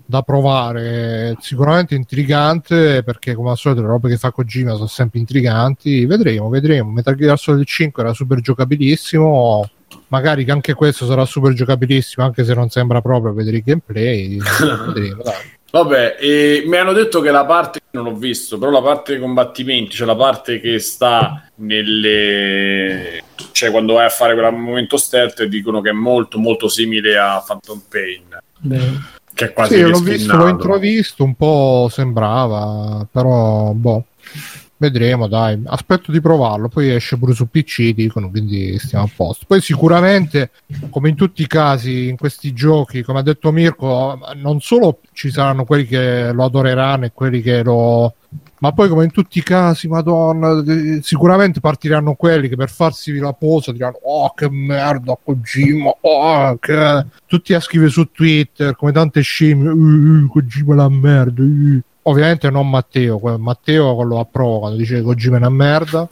provare, sicuramente intrigante, perché come al solito le robe che fa Kojima sono sempre intriganti. Vedremo. Metal Gear Solid 5 era super giocabilissimo, magari che anche questo sarà super giocabilissimo, anche se non sembra proprio vedere i gameplay. Vedremo, dai. Vabbè, mi hanno detto che la parte, non ho visto, però la parte dei combattimenti, cioè la parte che sta cioè quando vai a fare quel momento stealth dicono che è molto molto simile a Phantom Pain. Che è quasi l'ho intravisto, un po' sembrava, però vedremo, dai, aspetto di provarlo, poi esce pure su PC, dicono, quindi stiamo a posto. Poi sicuramente, come in tutti i casi in questi giochi, come ha detto Mirko, non solo ci saranno quelli che lo adoreranno e quelli che ma poi come in tutti i casi, madonna, sicuramente partiranno quelli che per farsi la posa diranno che merda Kojima, tutti a scrivere su Twitter come tante scimmie, Kojima la merda. Ovviamente non Matteo quello approva quando dice che Kojima è una merda.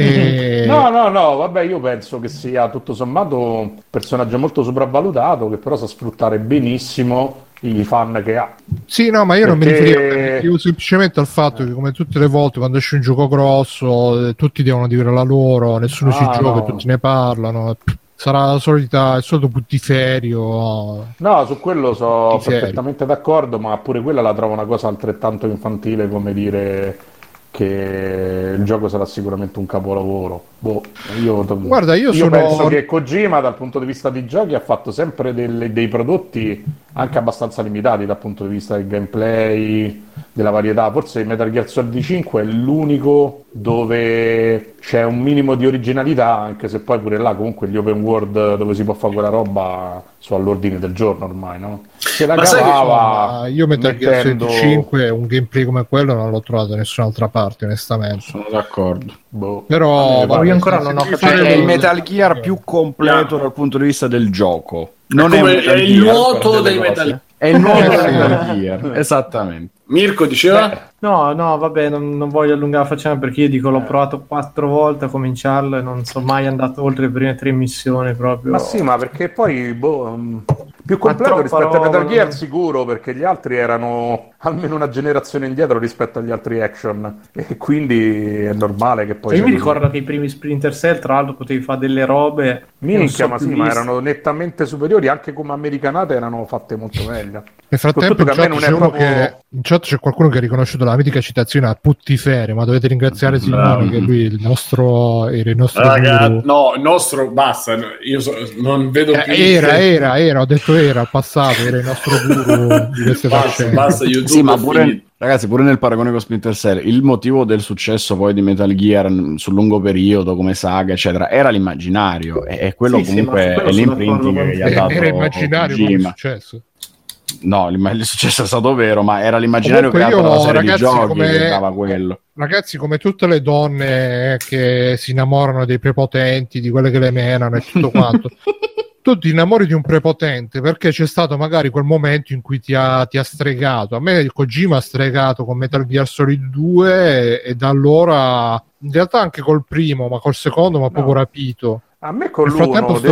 No, vabbè, io penso che sia tutto sommato un personaggio molto sopravvalutato che però sa sfruttare benissimo i fan che ha. Sì, no, ma io non mi riferivo semplicemente al fatto che come tutte le volte quando esce un gioco grosso tutti devono dire la loro, nessuno si gioca, tutti ne parlano. Sarà il solito puttiferio. No, su quello sono perfettamente d'accordo, ma pure quella la trovo una cosa altrettanto infantile come dire che il gioco sarà sicuramente un capolavoro. Guarda, io penso che Kojima dal punto di vista dei giochi ha fatto sempre dei prodotti anche abbastanza limitati dal punto di vista del gameplay, della varietà. Forse Metal Gear Solid 5 è l'unico dove c'è un minimo di originalità, anche se poi pure là comunque gli open world dove si può fare quella roba sono all'ordine del giorno ormai, no? Se la cavava, io Metal Gear Solid 5 un gameplay come quello non l'ho trovato da nessun'altra parte, onestamente. Sono d'accordo. Però io ancora non ho capito. È il Metal Gear più completo dal punto di vista del gioco. Non è il nuoto dei Metal. È il nuoto dei Metal Gear, esattamente. Mirko diceva? No, vabbè, non voglio allungare la faccenda perché io dico l'ho provato 4 volte a cominciarlo e non sono mai andato oltre le prime 3 missioni proprio. Ma sì, ma perché poi più completo rispetto a Metal Gear sicuro, perché gli altri erano almeno una generazione indietro rispetto agli altri action e quindi è normale che poi... Io mi ricordo che i primi Splinter Cell tra l'altro potevi fare delle robe ma erano nettamente superiori, anche come americanate erano fatte molto meglio. Nel frattempo in chat c'è qualcuno che ha riconosciuto la mitica citazione a Puttiferio, ma dovete ringraziare Simone che lui era il nostro guru. No, il nostro basta, io non vedo più era, ho detto era al passato, era il nostro guru di queste faccende. Basta YouTube. Sì, ma ragazzi, pure nel paragone con Splinter Cell, il motivo del successo poi di Metal Gear sul lungo periodo come saga eccetera era l'immaginario e quello comunque è l'imprinting che gli ha dato era immaginario come il successo. No, il successo è stato vero, ma era l'immaginario comunque creato dalla serie di giochi che dava quello. Ragazzi, come tutte le donne che si innamorano dei prepotenti, di quelle che le menano e tutto quanto, tu ti innamori di un prepotente perché c'è stato magari quel momento in cui ti ha stregato. A me il Kojima ha stregato con Metal Gear Solid 2 e da allora, in realtà anche col primo, ma col secondo mi ha proprio rapito. A me con nel frattempo sto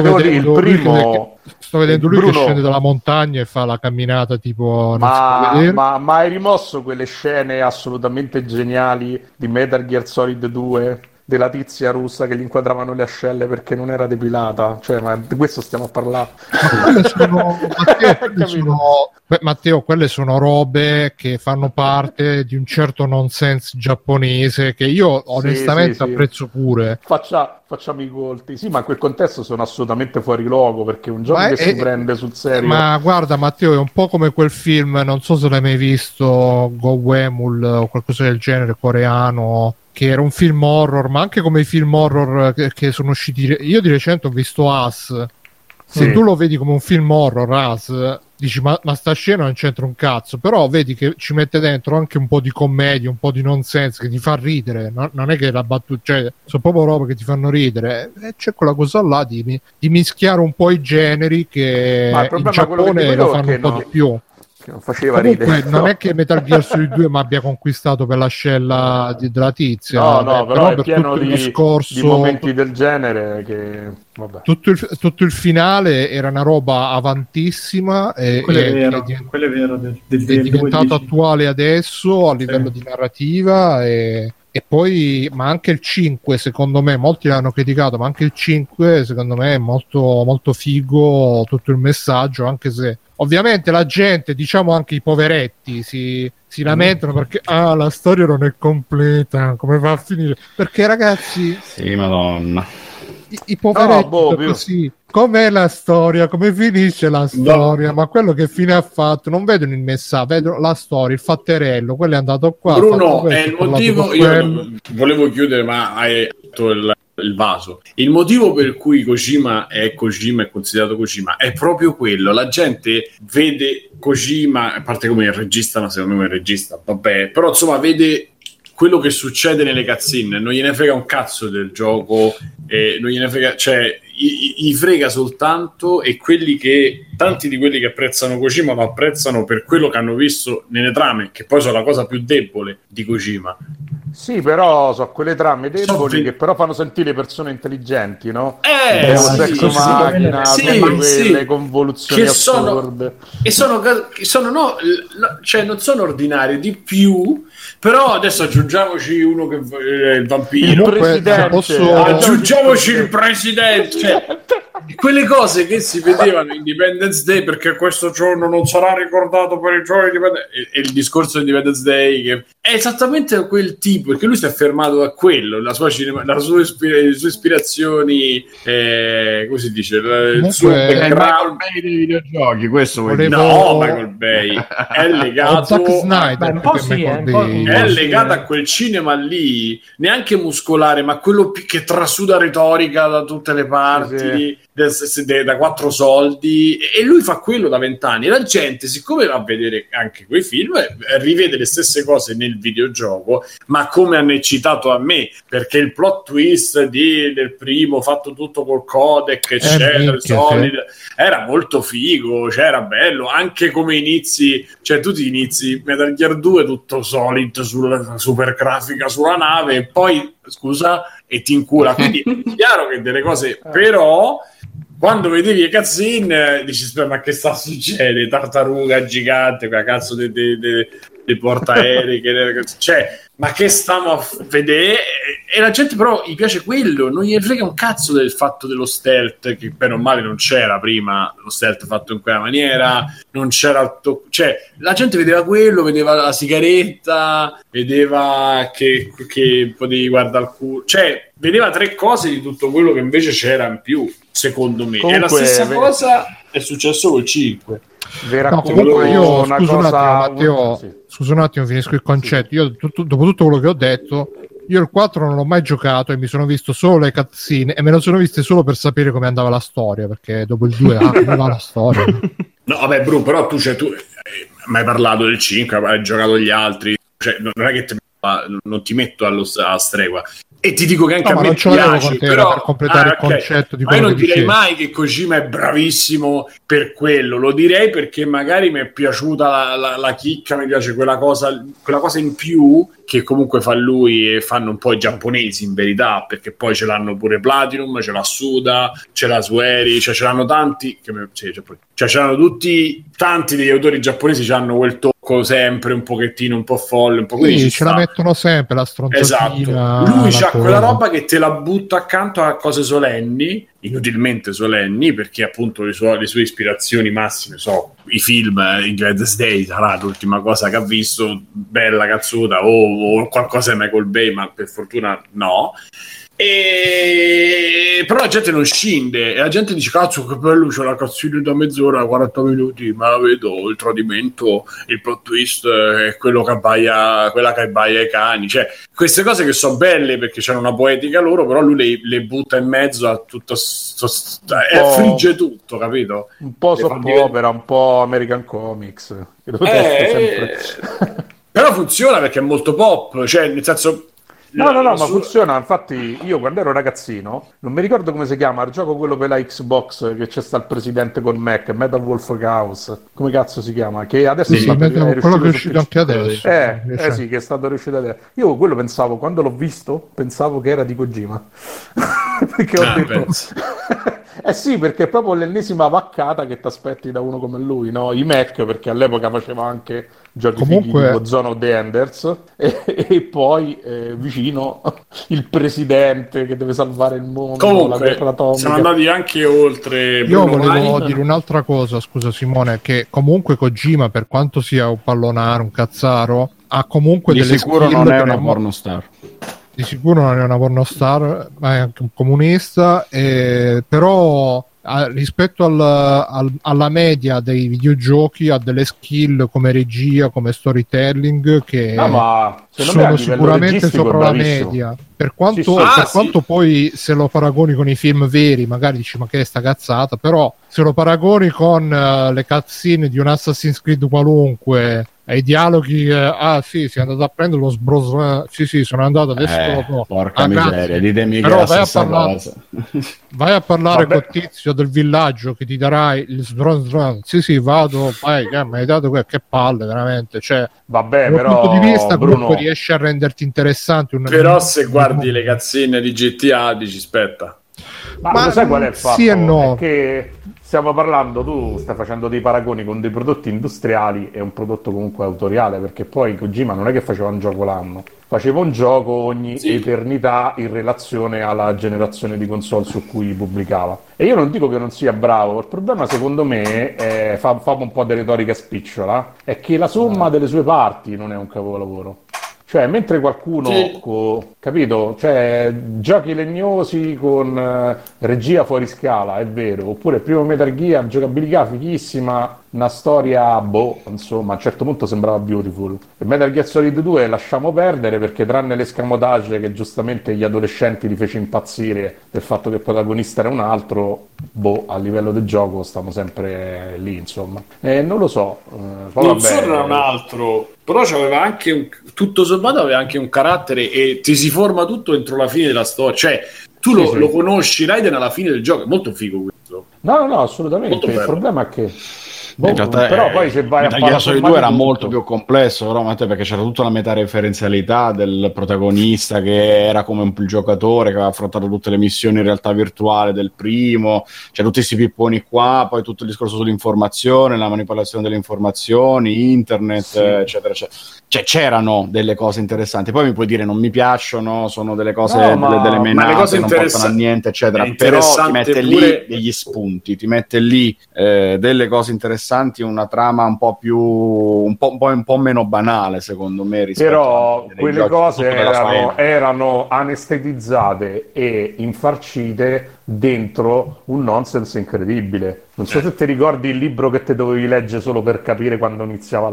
vedendo lui che scende dalla montagna e fa la camminata tipo ma hai rimosso quelle scene assolutamente geniali di Metal Gear Solid 2 della tizia russa che gli inquadravano le ascelle perché non era depilata? Cioè, ma di questo stiamo a parlare. Matteo, quelle sono robe che fanno parte di un certo nonsense giapponese che io onestamente apprezzo pure. Facciamo i colti. Sì, ma in quel contesto sono assolutamente fuori luogo perché un gioco che si prende sul serio. Ma guarda Matteo, è un po' come quel film, non so se l'hai mai visto, Go Wemul o qualcosa del genere, coreano, che era un film horror, ma anche come i film horror che sono usciti. Io di recente ho visto Us. Se tu lo vedi come un film horror, Us, dici ma sta scena non c'entra un cazzo, però vedi che ci mette dentro anche un po' di commedia, un po' di nonsense che ti fa ridere, non è che la battuta, cioè sono proprio robe che ti fanno ridere, e c'è quella cosa là di mischiare un po' i generi che in Giappone lo fanno un po' di più. Non faceva ridere. Non è che Metal Gear Solid 2 mi abbia conquistato per l'ascella della tizia, però è pieno di momenti del genere che vabbè. Tutto il finale era una roba avantissima e quello è vero è diventato attuale adesso a livello di narrativa e poi, ma anche il 5 secondo me, molti l'hanno criticato, ma anche il 5 secondo me è molto, molto figo tutto il messaggio, anche se ovviamente la gente, diciamo anche i poveretti, si lamentano perché la storia non è completa, come va a finire? Perché ragazzi... Sì, madonna. i poveretti così. Com'è la storia? Come finisce la storia? Ma quello che fine ha fatto? Non vedono il messaggio, vedono la storia, il fatterello. Quello è andato qua. Bruno, è il motivo. Io volevo chiudere, ma hai detto il vaso. Il motivo per cui Kojima è considerato Kojima è proprio quello. La gente vede Kojima, a parte come il regista, ma secondo me è il regista, vabbè, però insomma vede quello che succede nelle cutscene, non gliene frega un cazzo del gioco, non gliene frega, cioè gli frega soltanto, e tanti di quelli che apprezzano Kojima lo apprezzano per quello che hanno visto nelle trame, che poi sono la cosa più debole di Kojima. Sì, però sono quelle trame deboli che però fanno sentire persone intelligenti, no? Quelle convoluzioni assurde. Non sono ordinari, di più. Però adesso aggiungiamoci uno che è il vampiro. Aggiungiamoci il presidente. Cioè, quelle cose che si vedevano in Independence Day, perché questo giorno non sarà ricordato per il giorno di Independence Day, e il discorso di Independence Day che è esattamente quel tipo, perché lui si è fermato a quello, le sue ispirazioni, come si dice, il suo background dei videogiochi. Questo no, Michael Bay è legato è legato a quel cinema lì, neanche muscolare, ma quello che trasuda retorica da tutte le parti, da 4 soldi, e lui fa quello da 20 anni. La gente, siccome va a vedere anche quei film, rivede le stesse cose nel videogioco, ma come hanno eccitato a me, perché il plot twist del primo, fatto tutto col codec eccetera, era molto figo, cioè era bello, anche come inizi, cioè tu ti inizi Metal Gear 2 tutto solid sulla super grafica sulla nave, e poi e ti incula, quindi è chiaro che delle cose, però quando vedevi le cutscene dici ma che sta succedendo? Tartaruga gigante, quella cazzo dei portaerei cioè, ma che stiamo a vedere? E la gente però gli piace quello, non gli frega un cazzo del fatto dello stealth, che per o male non c'era prima lo stealth fatto in quella maniera, non c'era cioè la gente vedeva quello, vedeva la sigaretta, vedeva che potevi guardare il culo, cioè vedeva 3 cose di tutto quello che invece c'era in più, secondo me. E la stessa cosa è successo col 5. Comunque io scusa un attimo, finisco il concetto. Io dopo tutto quello che ho detto, io il 4 non l'ho mai giocato e mi sono visto solo le cutscene, e me lo sono viste solo per sapere come andava la storia, perché dopo il 2 come va la storia. No vabbè Bru, però tu mi hai parlato del 5, hai giocato gli altri, cioè non è che non ti metto a stregua. E ti dico che anche a me piace, però per completare il concetto di quello ma io non che direi dicevi. mai che Kojima è bravissimo per quello, lo direi perché magari mi è piaciuta la chicca, mi piace quella cosa in più che comunque fa lui e fanno un po' i giapponesi in verità, perché poi ce l'hanno pure Platinum, ce l'ha Suda, ce l'ha Sueri, cioè ce l'hanno tanti cioè ce l'hanno tanti degli autori giapponesi, hanno quel tocco sempre un pochettino un po' folle, un po' così, ce la mettono sempre la stronzatina. Esatto, lui c'ha quella roba che te la butta accanto a cose solenni, inutilmente solenni, perché appunto le sue ispirazioni massime i film. Independence Day sarà l'ultima cosa che ha visto, bella cazzuta, o qualcosa di Michael Bay, ma per fortuna no. Però la gente non scinde e la gente dice cazzo che bello, c'è la cazzina da mezz'ora, 40 minuti, ma la vedo, il tradimento, il plot twist è quello che abbaia, quella che abbaia ai cani, cioè queste cose che sono belle perché c'hanno una poetica loro, però lui le butta in mezzo a tutto frigge tutto, capito? Un po' soppopera, un po' American Comics sempre. Però funziona perché è molto pop, cioè nel senso No, ma funziona. Infatti io quando ero ragazzino, non mi ricordo come si chiama il gioco, quello per la Xbox, che c'è sta il presidente con Mac, Metal Wolf Chaos, come cazzo si chiama? Che adesso è quello che è uscito anche adesso. Sì, che è stato riuscito adesso. Io quello pensavo, quando l'ho visto, pensavo che era di Kojima. Perché ho detto... sì, perché è proprio l'ennesima vaccata che ti aspetti da uno come lui, no? I Mac, perché all'epoca faceva anche giochi fighi tipo Zone of the Enders, e poi vicino il presidente che deve salvare il mondo. Comunque siamo andati anche oltre. Io volevo dire un'altra cosa, scusa Simone, che comunque Kojima, per quanto sia un pallonaro, un cazzaro, ha comunque di delle sicuro non è una pornostar. di sicuro non è una pornostar, ma è anche un comunista, però rispetto alla media dei videogiochi ha delle skill come regia, come storytelling che sono sicuramente sopra la media. Per quanto poi se lo paragoni con i film veri magari dici ma che è sta cazzata, però se lo paragoni con le cutscene di un Assassin's Creed qualunque, ai dialoghi, sì, sei andato a prendere lo sbros, sì, sono andato adesso. Porca miseria, ditemi che è però la stessa cosa. Vai a parlare col tizio del villaggio che ti darai il sbros, sì, vado, vai, che mi hai dato che palle, veramente. Cioè, vabbè, dal però, punto di vista Bruno, comunque riesci a renderti interessante. Però se guardi le cazzine di GTA dici aspetta. Ma lo sai qual è il fatto? Sì e no. È che stiamo parlando, tu stai facendo dei paragoni con dei prodotti industriali e un prodotto comunque autoriale, perché poi Kojima non è che faceva un gioco l'anno, faceva un gioco ogni eternità in relazione alla generazione di console su cui pubblicava. E io non dico che non sia bravo, il problema secondo me è, fa un po' di retorica spicciola, è che la somma delle sue parti non è un capolavoro. Cioè, mentre qualcuno, capito? Cioè, giochi legnosi con regia fuori scala, è vero. Oppure il primo Metal Gear, giocabilità fighissima, una storia, insomma, a un certo punto sembrava Beautiful. E Metal Gear Solid 2 lasciamo perdere perché tranne l'escamotage che giustamente gli adolescenti li fece impazzire del fatto che il protagonista era un altro, a livello del gioco stiamo sempre lì, insomma. Non lo so. Non solo era un altro, però c'aveva anche tutto sommato aveva anche un carattere e ti si forma tutto entro la fine della storia. Cioè, tu lo conosci Raiden alla fine del gioco, è molto figo questo. No, assolutamente. Il problema è che in realtà però poi se vai a Metal Gear Solid 2 era molto più complesso, però Matteo, perché c'era tutta la metareferenzialità del protagonista che era come il giocatore che aveva affrontato tutte le missioni in realtà virtuale del primo, c'è tutti questi pipponi qua, poi tutto il discorso sull'informazione, la manipolazione delle informazioni, internet, eccetera. Cioè c'erano delle cose interessanti, poi mi puoi dire non mi piacciono, sono delle cose, delle menate che non portano a niente, eccetera, però ti mette lì degli spunti, ti mette lì delle cose interessanti, una trama un po' più un po' meno banale secondo me rispetto però quelle cose erano anestetizzate e infarcite dentro un nonsense incredibile. Non so se ti ricordi il libro che te dovevi leggere solo per capire quando iniziava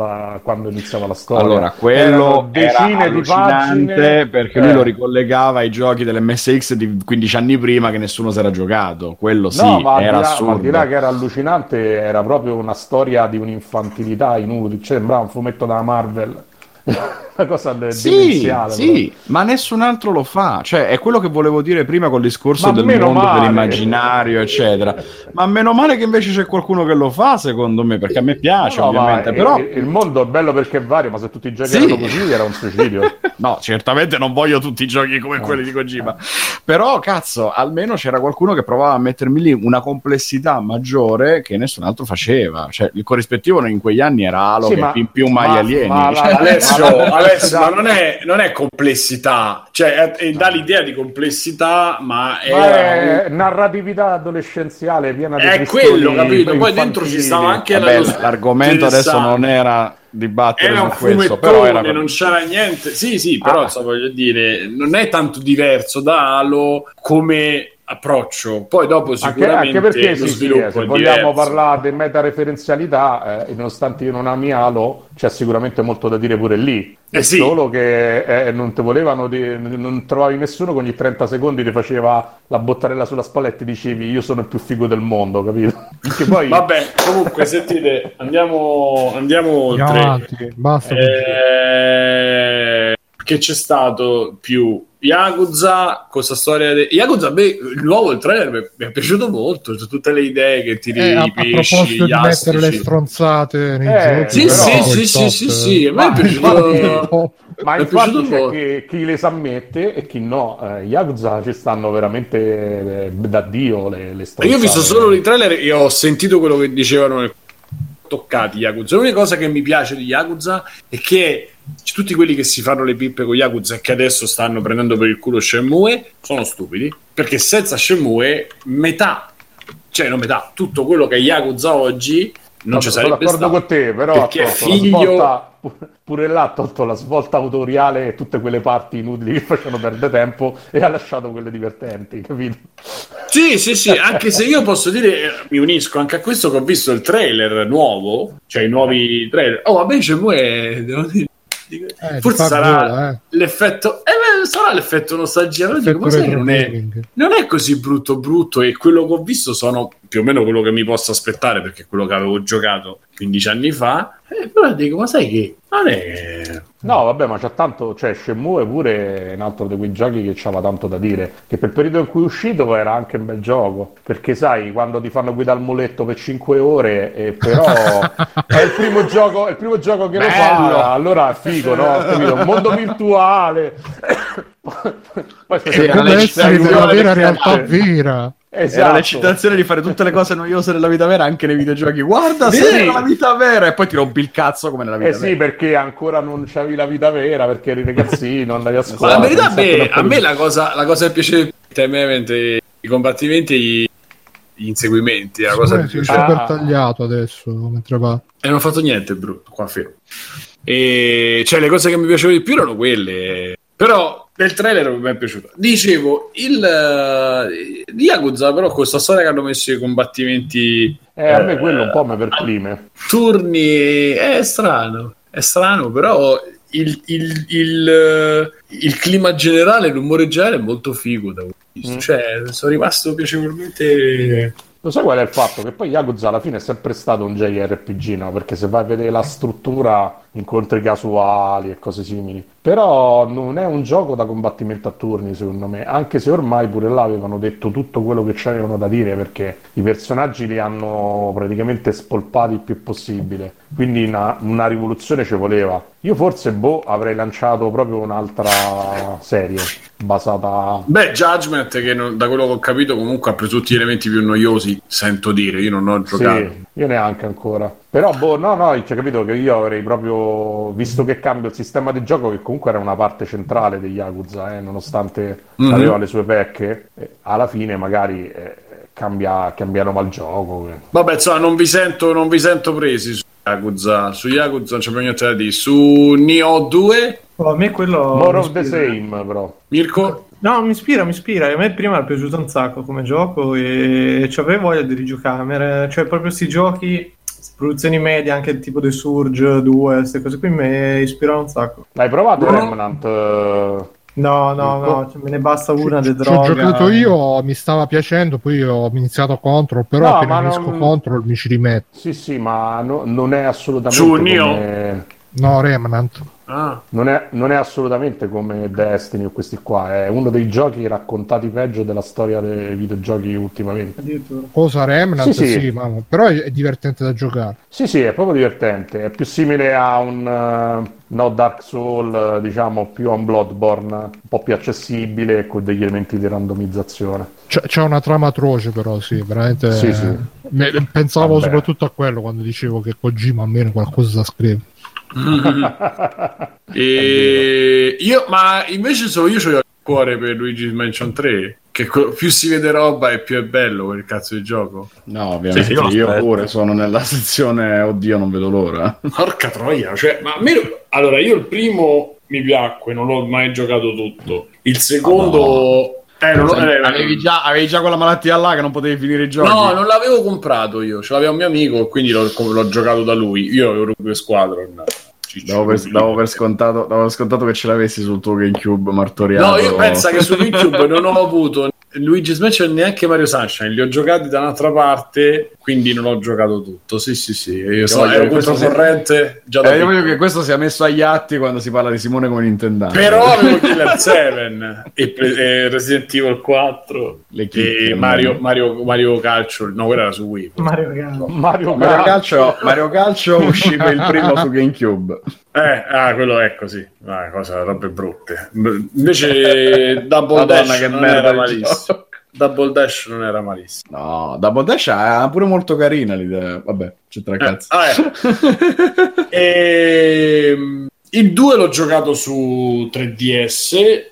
la storia. Allora, quello decine di pagine perché lui lo ricollegava ai giochi dell'MSX di 15 anni prima che nessuno si era giocato. Quello era assurdo. Ma al di là che era allucinante, era proprio una storia di un'infantilità inutile, cioè sembrava un fumetto della Marvel. Una cosa demenziale. Sì, ma nessun altro lo fa, cioè è quello che volevo dire prima col discorso del mondo dell'immaginario eccetera, ma meno male che invece c'è qualcuno che lo fa secondo me, perché a me piace ovviamente, però il mondo è bello perché è vario, ma se tutti i giochi erano così era un suicidio. No, certamente non voglio tutti i giochi come quelli di Kojima, però cazzo, almeno c'era qualcuno che provava a mettermi lì una complessità maggiore che nessun altro faceva, cioè il corrispettivo in quegli anni era Halo che più mai alieni, Alessio, ma non è complessità, cioè dà l'idea di complessità, ma è narratività adolescenziale piena di è quello, capito? Poi dentro ci stava anche l'argomento adesso non era dibattere su questo, però non c'era niente. Sì, però voglio dire, non è tanto diverso da Halo come approccio, poi dopo sicuramente anche perché lo sviluppo se vogliamo parlare di metareferenzialità, nonostante io non ami Halo, c'è sicuramente molto da dire pure lì. Solo che non te volevano non trovavi nessuno che ogni 30 secondi ti faceva la bottarella sulla spalla e ti dicevi io sono il più figo del mondo, capito? Perché poi vabbè, comunque sentite, andiamo oltre. Avanti, basta. Che c'è stato più Yakuza, questa storia Yakuza, il nuovo il trailer mi è piaciuto molto, tutte le idee che ti ripisci, a proposito di mettere le stronzate nei giochi, sì, a me è piaciuto. Ma infatti c'è chi le sa mette e chi no. Yakuza ci stanno veramente da Dio le stronzate. Io ho visto solo i trailer e ho sentito quello che dicevano toccati Yakuza. L'unica cosa che mi piace di Yakuza è che tutti quelli che si fanno le pippe con Yakuza e che adesso stanno prendendo per il culo Shenmue sono stupidi, perché senza Shenmue tutto quello che è Yakuza oggi non ci sarebbe d'accordo stato, con te, però perché è figlio pure là ha tolto la svolta autoriale e tutte quelle parti inutili che facevano perdere tempo e ha lasciato quelle divertenti, capito? Sì, anche se io posso dire, mi unisco anche a questo, che ho visto il trailer nuovo, cioè i nuovi trailer. Oh, vabbè, devo dire, forse sarà l'effetto, sarà l'effetto nostalgia, però dico, ma sai che non è così brutto, e quello che ho visto sono più o meno quello che mi posso aspettare, perché è quello che avevo giocato 15 anni fa, però dico, ma sai che non è... No, vabbè, ma c'ha tanto, cioè Shenmue pure è un altro di quei giochi che c'aveva tanto da dire, che per il periodo in cui è uscito era anche un bel gioco, perché sai, quando ti fanno guidare il muletto per 5 ore, però è il primo gioco che bello. Lo fa, allora è figo, no? Capito? Un mondo virtuale. Poi come essere nella vera realtà vera. Esatto. Era l'eccitazione di fare tutte le cose noiose nella vita vera anche nei videogiochi. Guarda, sei nella vita vera, e poi ti rompi il cazzo come nella vita vera. Sì, perché ancora non c'avevi la vita vera, perché eri ragazzino, andavi a scuola. Ma la verità, a me la cosa che piace i combattimenti, gli inseguimenti, la cosa più super tagliato adesso mentre va. E non ho fatto niente brutto qua, fermo. E cioè le cose che mi piacevano di più erano quelle, però nel trailer mi è piaciuto. Dicevo, di Yakuza, però con questa storia che hanno messo i combattimenti, a me quello un po' mi perplime. Turni è strano, però il clima generale, l'umore generale è molto figo da visto. Cioè sono rimasto piacevolmente. Lo sai qual è il fatto? Che poi Yakuza alla fine è sempre stato un JRPG, no? Perché se vai a vedere la struttura, incontri casuali e cose simili. Però non è un gioco da combattimento a turni, secondo me, anche se ormai pure là avevano detto tutto quello che c'avevano da dire, perché i personaggi li hanno praticamente spolpati il più possibile. Quindi una rivoluzione ci voleva. Io forse avrei lanciato proprio un'altra serie basata... Judgment, che da quello che ho capito comunque ha preso tutti gli elementi più noiosi, sento dire, io non ho giocato. Sì, io neanche ancora. Però c'è capito che io avrei proprio, visto che cambia il sistema di gioco, che comunque era una parte centrale degli Yakuza, nonostante aveva le sue pecche, alla fine magari cambiano mal gioco. Vabbè, insomma, non vi sento presi su Yakuza non c'è più niente da dire. Su Nioh 2? A me quello... More of the same, però. Mirko? No, mi ispira. A me prima era piaciuto un sacco come gioco e c'avevo voglia di rigiocare. Cioè, proprio questi giochi, produzioni medie, anche tipo The Surge 2, queste cose qui mi ispirano un sacco. L'hai provato Remnant? No, me ne basta una di droga. Ci ho giocato io, mi stava piacendo, poi ho iniziato Control, però appena finisco Control mi ci rimetto. Sì, ma non è assolutamente su Nioh? No, Remnant. Non è assolutamente come Destiny o questi qua, è uno dei giochi raccontati peggio della storia dei videogiochi ultimamente. Cosa Remnant? Sì, mamma, però è divertente da giocare. Sì, è proprio divertente, è più simile a un Dark Soul, diciamo, più a un Bloodborne, un po' più accessibile con degli elementi di randomizzazione. C'è una trama atroce, però sì, veramente. Sì. Pensavo soprattutto a quello quando dicevo che Kojima almeno qualcosa da scrivere. Ma invece solo io c'ho il cuore per Luigi's Mansion 3, che più si vede roba e più è bello quel cazzo di gioco. No, ovviamente io pure sono nella sezione oddio, non vedo l'ora. Porca troia, cioè, ma almeno allora io il primo mi piacque, non l'ho mai giocato tutto. Il secondo avevi già quella malattia là che non potevi finire i giochi. No, non l'avevo comprato io, ce l'aveva un mio amico, quindi l'ho giocato da lui. Io avevo due Squadron. Davo per scontato che ce l'avessi sul tuo GameCube martoriato. No, io penso che su GameCube non ho avuto Luigi's Mansion neanche Mario Sunshine, li ho giocati da un'altra parte, quindi non ho giocato tutto. Sì, io ero controcorrente già da io voglio che questo sia messo agli atti quando si parla di Simone come Nintendano. Però avevo Killer 7 e Resident Evil 4 e Mario Calcio, no, quella era su Wii. Mario Calcio usciva il primo su GameCube. Quello è così, robe brutte. Invece Double Dash che non era malissimo. Double Dash non era malissimo. No, Double Dash è pure molto carina l'idea. Vabbè, c'entra cazzo. Il 2 l'ho giocato su 3DS,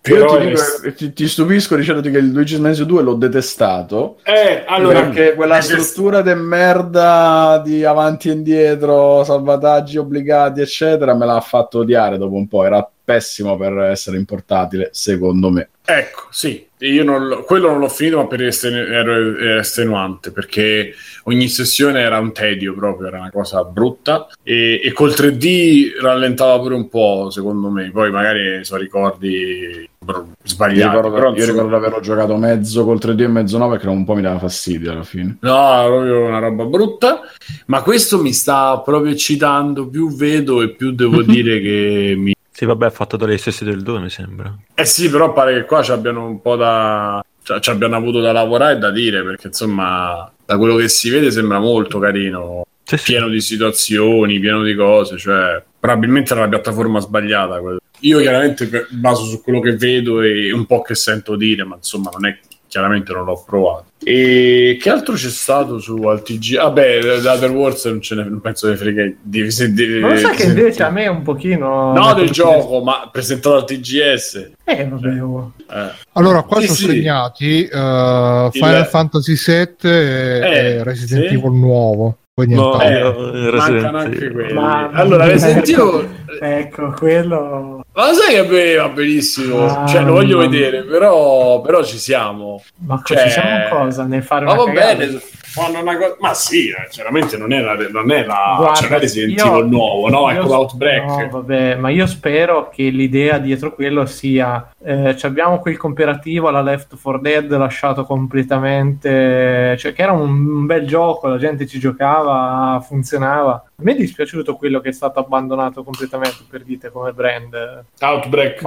Ti stupisco dicendoti che il Luigi's Mansion 2 l'ho detestato. Allora, perché quella struttura de merda di avanti e indietro, salvataggi obbligati, eccetera, me l'ha fatto odiare dopo un po'. Era pessimo per essere in portatile, secondo me. Ecco, sì, io quello non l'ho finito, ma per era estenuante, perché ogni sessione era un tedio proprio, era una cosa brutta, e col 3D rallentava pure un po', secondo me. Poi magari sono ricordi sbagliati. Io ricordo di averlo giocato mezzo col 3D e mezzo no, perché un po' mi dava fastidio alla fine. No, era proprio una roba brutta, ma questo mi sta proprio eccitando, più vedo e più devo dire che mi... Sì, vabbè, ha fatto dagli stessi del 2, mi sembra. Sì, però pare che qua ci abbiano un po' ci abbiano avuto da lavorare e da dire, perché insomma, da quello che si vede sembra molto carino, pieno di situazioni, pieno di cose, cioè probabilmente era la piattaforma sbagliata. Io chiaramente baso su quello che vedo e un po' che sento dire, ma insomma chiaramente non l'ho provato. E che altro c'è stato su al TG? Vabbè, da Other Wars non penso che frega non lo sai che invece a me è un pochino del gioco, ma presentato al TGS. Vabbè. Allora qua sono segnati Final Fantasy VII e Resident Evil nuovo. Mancano anche quelli. Allora Resident Evil, ecco quello. Ma sai che va benissimo, cioè lo voglio vedere, però ci siamo. Ma ci siamo cosa? Ne fare una va bene, fanno una cosa, ma sì, chiaramente non è la Guarda, cioè Resident Evil nuovo, no? Ecco l'Outbreak. No, vabbè, ma io spero che l'idea dietro quello sia abbiamo quel cooperativo alla Left 4 Dead lasciato completamente, cioè che era un bel gioco, la gente ci giocava, funzionava. A me è dispiaciuto quello che è stato abbandonato completamente, per dite, come brand. Outbreak?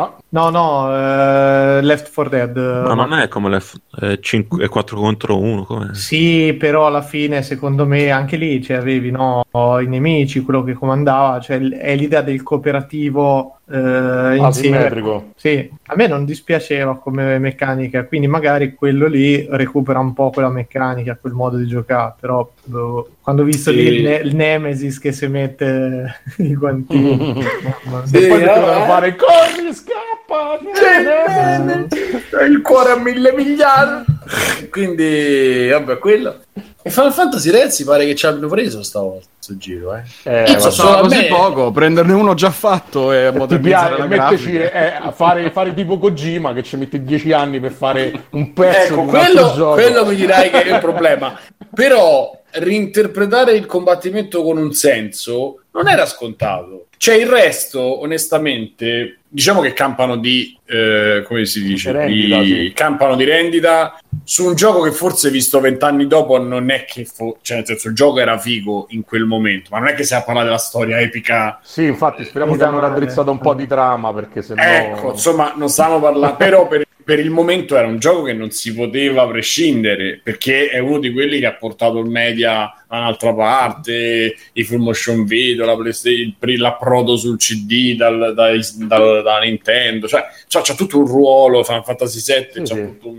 Left 4 Dead. Ma non è come Left 5 e 4 contro 1, come? Sì, però alla fine secondo me anche lì avevi i nemici, quello che comandava, cioè è l'idea del cooperativo asimmetrico. Sì, a me non dispiaceva come meccanica, quindi magari quello lì recupera un po' quella meccanica, quel modo di giocare, però quando ho visto lì il Nemesis che si mette i guantini e poi devono fare corri, scappa, il cuore a 1.000 miliardi, quindi vabbè, quello. E Final Fantasy Rezzi pare che ci abbiano preso stavolta questo giro, bastava così poco, prenderne uno già fatto e modernizzare la grafica. Fare tipo Kojima che ci mette 10 anni per fare un pezzo di un quello mi dirai che è il problema. Però reinterpretare il combattimento con un senso non era scontato. Cioè il resto, onestamente, diciamo che campano di come si dice? Rendita, campano di rendita su un gioco che forse visto 20 anni dopo non è che cioè nel senso il gioco era figo in quel momento, ma non è che si parla della storia epica. Sì, infatti speriamo che hanno raddrizzato un po' di trama, perché sennò... Ecco, insomma, non stiamo parlando, però per il momento era un gioco che non si poteva prescindere, perché è uno di quelli che ha portato il media da un'altra parte, i full motion video, la PlayStation, l'approdo sul CD da Nintendo, cioè c'ha tutto un ruolo. Final Fantasy VII c'ha tutto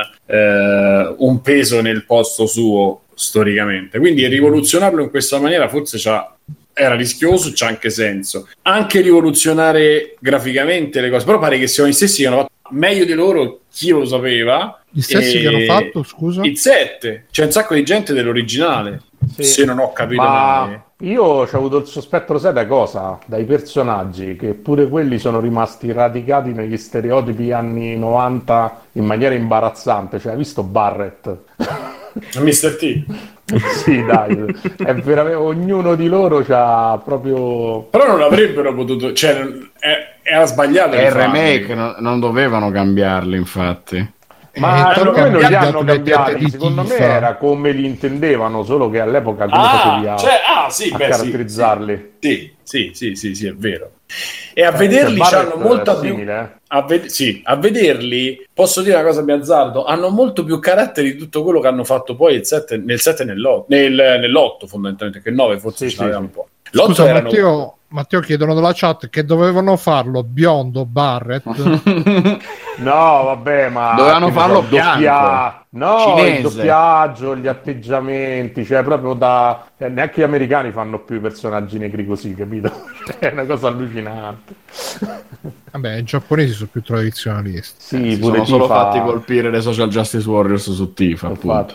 un peso nel posto suo storicamente, quindi rivoluzionarlo in questa maniera forse era rischioso, c'ha anche senso, anche rivoluzionare graficamente le cose, però pare che siano gli stessi che hanno fatto meglio di loro, chi lo sapeva. Gli stessi che hanno fatto, scusa? Il 7, c'è un sacco di gente dell'originale, se non ho capito male. Io ho avuto il sospetto, lo sai da cosa? Dai personaggi, che pure quelli sono rimasti radicati negli stereotipi anni 90 in maniera imbarazzante. Cioè, hai visto Barrett? Mr. T? Sì, dai, è veramente, ognuno di loro c'ha proprio... Però non avrebbero potuto, cioè era sbagliato. È il remake, non dovevano cambiarli, infatti. Ma secondo me non li hanno cambiati, secondo me era come li intendevano, solo che all'epoca come facevi a caratterizzarli. Sì, è vero. E a vederli hanno molta più a vederli, posso dire una cosa biazzardo, hanno molto più carattere di tutto quello che hanno fatto poi nel 7 e nell'8 fondamentalmente, che il 9 forse ce l'aveva un po'. Scusa Matteo, Matteo chiedono dalla chat che dovevano farlo biondo Barrett. No, vabbè, ma dovevano farlo bianco. No, cinese. Il doppiaggio, gli atteggiamenti, cioè proprio neanche gli americani fanno più i personaggi negri così, capito? È una cosa allucinante. Vabbè, i giapponesi sono più tradizionalisti. Sì, si pure sono solo Tifa... fatti colpire le Social Justice Warriors su Tifa, appunto.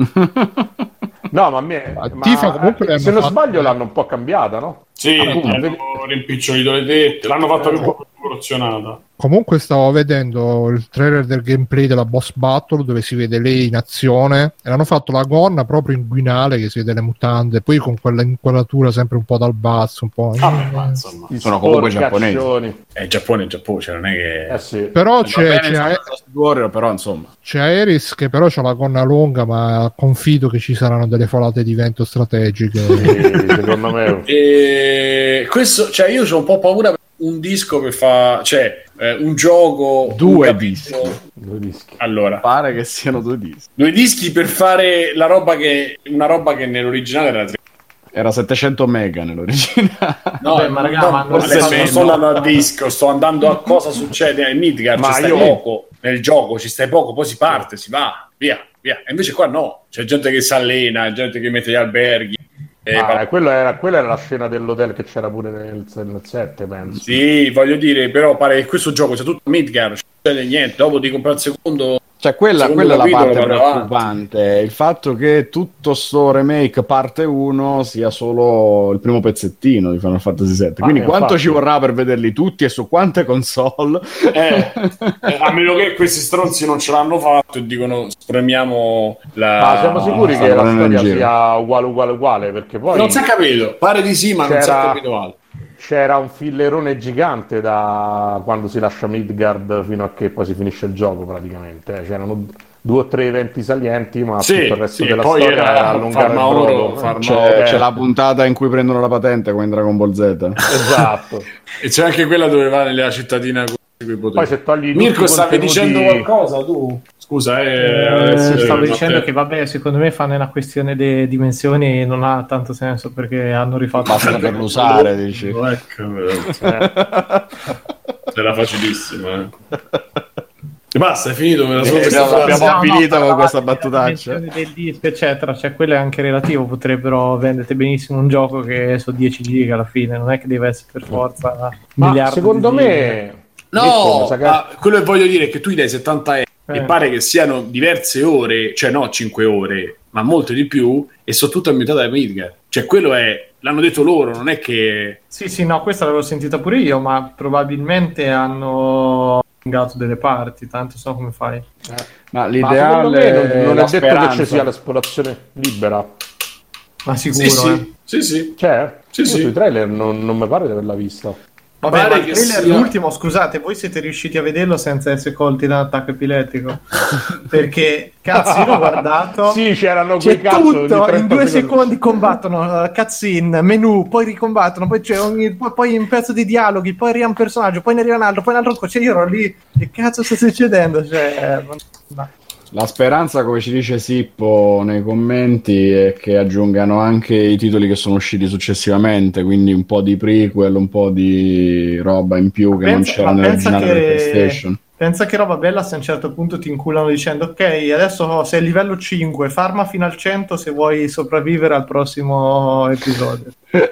No, ma Tifa comunque se non sbaglio l'hanno un po' cambiata, no? Sì, hanno rimpicciolito le tette, l'hanno fatta più proporzionata. Comunque stavo vedendo il trailer del gameplay della boss battle dove si vede lei in azione e hanno fatto la gonna proprio inguinale che si vede le mutande, poi con quella inquadratura sempre un po' dal basso, un po'... ma insomma, sono comunque giapponesi. Giappone, cioè non è che... sì. Però c'è Warrior, però insomma. C'è Aeris che però c'ha la gonna lunga, ma confido che ci saranno delle folate di vento strategiche. Secondo me. Questo, cioè io ho un po' paura per un disco per fare, cioè un gioco, Due dischi. Allora, pare che siano 2 dischi. 2 dischi per fare una roba che nell'originale era 700 mega nell'originale. No, vabbè, ma raga, non sto andando a disco, sto andando a cosa succede a Midgard. Ci stai poco nel gioco, ci stai poco, poi si parte, si va, via. E invece qua no, c'è gente che si allena, gente che mette gli alberghi. Quella era la scena dell'hotel che c'era pure nel 7, penso. Sì, voglio dire, però pare che questo gioco sia tutto Midgard, non succede niente, dopo di comprare il secondo... Cioè quella è la parte preoccupante, il fatto che tutto sto remake parte 1 sia solo il primo pezzettino di Final Fantasy VII, quindi quanto ci vorrà per vederli tutti e su quante console? A meno che questi stronzi non ce l'hanno fatto e dicono spremiamo la... Ma siamo sicuri che la storia sia uguale, perché poi... Non si è capito, pare di sì, ma non si è capito altro. C'era un fillerone gigante da quando si lascia Midgard fino a che poi si finisce il gioco praticamente. C'erano 2 o 3 eventi salienti, ma tutto il resto della storia era allungare il brodo. C'è la puntata in cui prendono la patente come in Dragon Ball Z. Esatto. E c'è anche quella dove va nella cittadina con quei poteri. Poi se togli Mirko, stavi dicendo qualcosa tu? Scusa, stavo dicendo che vabbè, secondo me fanno una questione di dimensioni, non ha tanto senso perché hanno rifatto. Basta saperlo usare, dici. Era facilissima. Basta, è finito. Abbiamo finito con questa battutaccia. Del disco, eccetera, cioè quello è anche relativo. Potrebbero vendete benissimo un gioco che so 10 giga alla fine, non è che deve essere per forza miliardi. Secondo me, no, quello che voglio dire è che tu gli dai 70 euro e pare che siano diverse ore, cioè no 5 ore, ma molte di più, e sono tutte ambientate da Midgard. Cioè quello l'hanno detto loro, non è che... Sì, no, questa l'avevo sentita pure io, ma probabilmente hanno allungato delle parti, tanto so come fai. Ma l'ideale non è detto che ci sia l'esplorazione libera. Ma sicuro, sì. C'è? Sì. Sui trailer non mi pare di averla vista. Vabbè, ma il trailer l'ultimo, scusate, voi siete riusciti a vederlo senza essere colti da un attacco epilettico? Perché cazzo, io l'ho guardato. Sì, c'erano quei cazzo tutto in 2 secondi combattono, cutscene, menu, poi ricombattono, poi c'è poi un pezzo di dialoghi, poi arriva un personaggio, poi ne arriva un altro, poi un altro. Cioè io ero lì, che cazzo sta succedendo? Cioè, la speranza, come ci dice Sippo nei commenti, è che aggiungano anche i titoli che sono usciti successivamente, quindi un po' di prequel, un po' di roba in più che non c'era nell'originale del PlayStation. Pensa che roba bella se a un certo punto ti inculano dicendo ok, adesso sei a livello 5, farma fino al 100 se vuoi sopravvivere al prossimo episodio.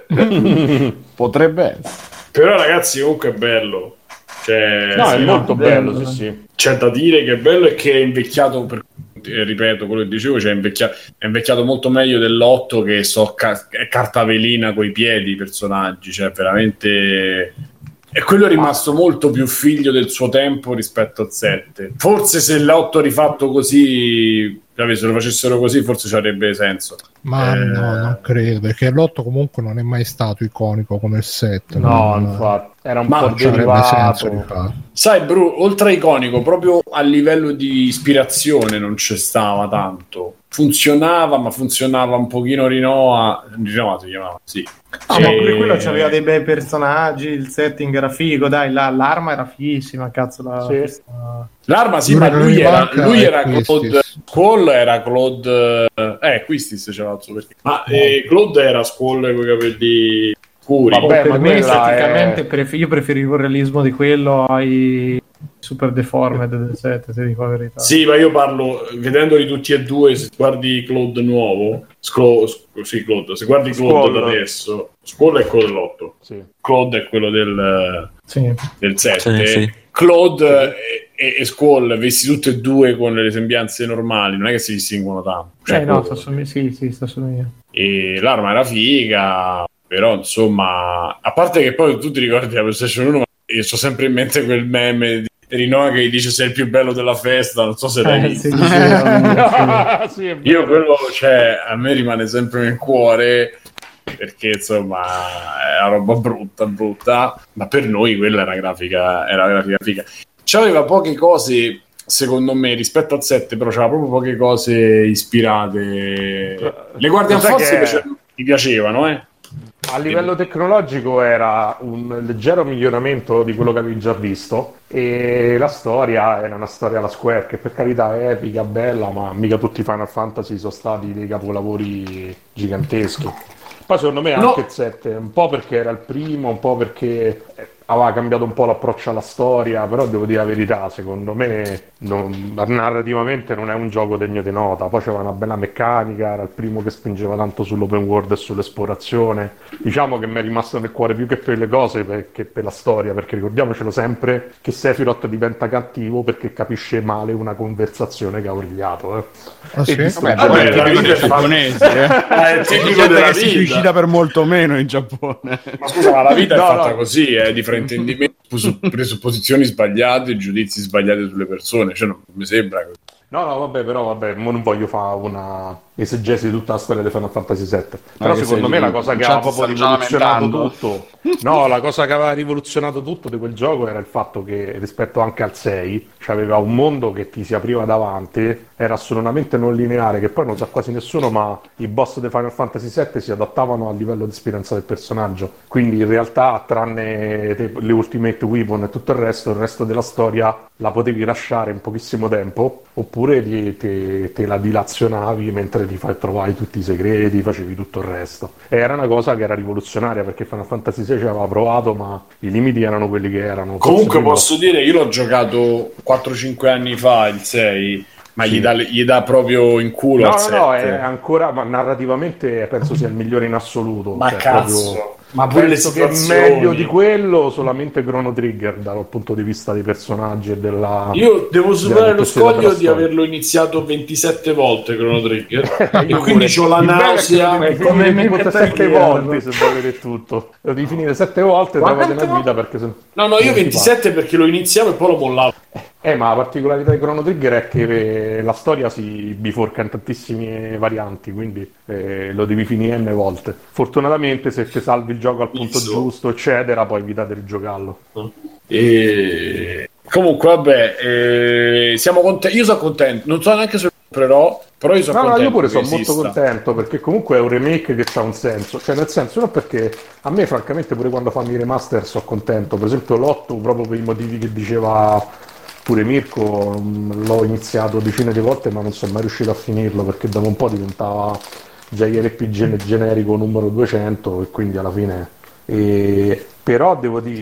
Potrebbe essere. Però ragazzi comunque è bello. No, è molto bello, sì. C'è da dire che è bello e che è invecchiato, ripeto quello che dicevo, cioè è invecchiato molto meglio dell'8 che è carta velina coi piedi i personaggi, cioè veramente... E quello è rimasto molto più figlio del suo tempo rispetto al 7. Forse se l'8 rifatto così, se lo facessero così, forse ci avrebbe senso. Ma no, non credo, perché l'8 comunque non è mai stato iconico come il 7. No, infatti, era un po' derivato. Sai, Bru, oltre a iconico, proprio a livello di ispirazione non c'è stava tanto. Funzionava, ma funzionava un pochino Rinoa si chiamava, sì. Ma pure quello c'aveva dei bei personaggi, il setting era figo, dai, l'arma era fighissima, cazzo. L'arma sì, ma lui era Claude Squall, era Claude Quistis c'era il suo perché. Ma Claude era Squall con i capelli scuri. Vabbè, per ma me esteticamente è... io preferivo il realismo di quello ai super deformed del 7, se dico la verità. Sì, ma io parlo, vedendoli tutti e due, se guardi Claude nuovo, Claude, se guardi Claude da adesso, Squall è quello dell'8, sì. Claude è quello del 7. Sì. Claude e Squall visti tutti e due con le sembianze normali, non è che si distinguono tanto. Cioè, no, sta assomigliando. E l'arma era figa, però insomma, a parte che poi tu ti ricordi la PlayStation 1, ma io ho sempre in mente quel meme di Rinoa che dice sei il più bello della festa, non so se l'hai visto. Sì, io quello, cioè, a me rimane sempre nel cuore, perché insomma è una roba brutta, ma per noi quella era grafica figa. C'aveva poche cose, secondo me, rispetto al 7, però c'aveva proprio poche cose ispirate. Le Guardian Force mi piacevano, A livello tecnologico era un leggero miglioramento di quello che avevi già visto, e la storia era una storia alla Square che per carità è epica, bella, ma mica tutti i Final Fantasy sono stati dei capolavori giganteschi. Poi secondo me anche il 7, un po' perché era il primo, un po' perché aveva cambiato un po' l'approccio alla storia, però devo dire la verità, secondo me narrativamente non è un gioco degno di nota. Poi c'era una bella meccanica, era il primo che spingeva tanto sull'open world e sull'esplorazione. Diciamo che mi è rimasto nel cuore più che per le cose che per la storia, perché ricordiamocelo sempre che Sephiroth diventa cattivo perché capisce male una conversazione che ha origliato. Sì? È tipico del giapponese, è tipico della vita. Si suicida per molto meno in Giappone. Ma scusa, ma la vita è fatta così, di fraintendimenti, su presupposizioni sbagliate, giudizi sbagliati sulle persone, cioè non mi sembra così. No, vabbè, non voglio fare una esegesi di tutta la storia di Final Fantasy VII, però secondo me la cosa che aveva proprio rivoluzionato tutto, la cosa che aveva rivoluzionato tutto di quel gioco era il fatto che rispetto anche al 6 c'aveva un mondo che ti si apriva davanti, era assolutamente non lineare, che poi non sa quasi nessuno, ma i boss di Final Fantasy VII si adattavano al livello di esperienza del personaggio, quindi in realtà tranne le Ultimate Weapon e tutto il resto della storia la potevi lasciare in pochissimo tempo, oppure te la dilazionavi mentre ti trovavi tutti i segreti, facevi tutto il resto. E era una cosa che era rivoluzionaria, perché Final Fantasy VI ci aveva provato, ma i limiti erano quelli che erano. Comunque posso dire, io l'ho giocato 4-5 anni fa, il 6, ma sì, gli dà proprio in culo al 7. No, è ancora, ma narrativamente penso sia il migliore in assoluto. Ma cioè, cazzo! Proprio... Ma penso che meglio di quello solamente Chrono Trigger dal punto di vista dei personaggi e della... Io devo superare lo scoglio di averlo iniziato 27 volte Chrono Trigger e quindi c'ho la nausea come 7 volte se vuoi vedere tutto, lo devi finire 7 volte e trovate una guida perché no io 27 perché lo iniziavo e poi lo mollavo. Ma la particolarità di Chrono Trigger è che la storia si biforca in tantissime varianti, quindi lo devi finire n volte. Fortunatamente se ti salvi il gioco al punto giusto, eccetera, poi evitate di giocarlo. Comunque, vabbè, siamo contenti. Io sono contento, non so neanche se lo comprerò, però io sono contento. Io pure sono molto contento perché comunque è un remake che ha un senso, cioè nel senso, non perché a me francamente pure quando fanno i remaster sono contento, per esempio l'8 proprio per i motivi che diceva pure Mirko, l'ho iniziato decine di volte ma non sono mai riuscito a finirlo perché dopo un po' diventava JRPG generico numero 200 e quindi alla fine però devo dire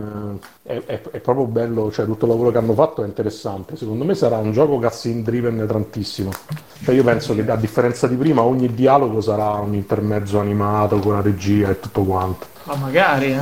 è proprio bello, cioè tutto il lavoro che hanno fatto è interessante, secondo me sarà un gioco cutscene driven tantissimo, cioè io penso che a differenza di prima ogni dialogo sarà un intermezzo animato con la regia e tutto quanto, ma magari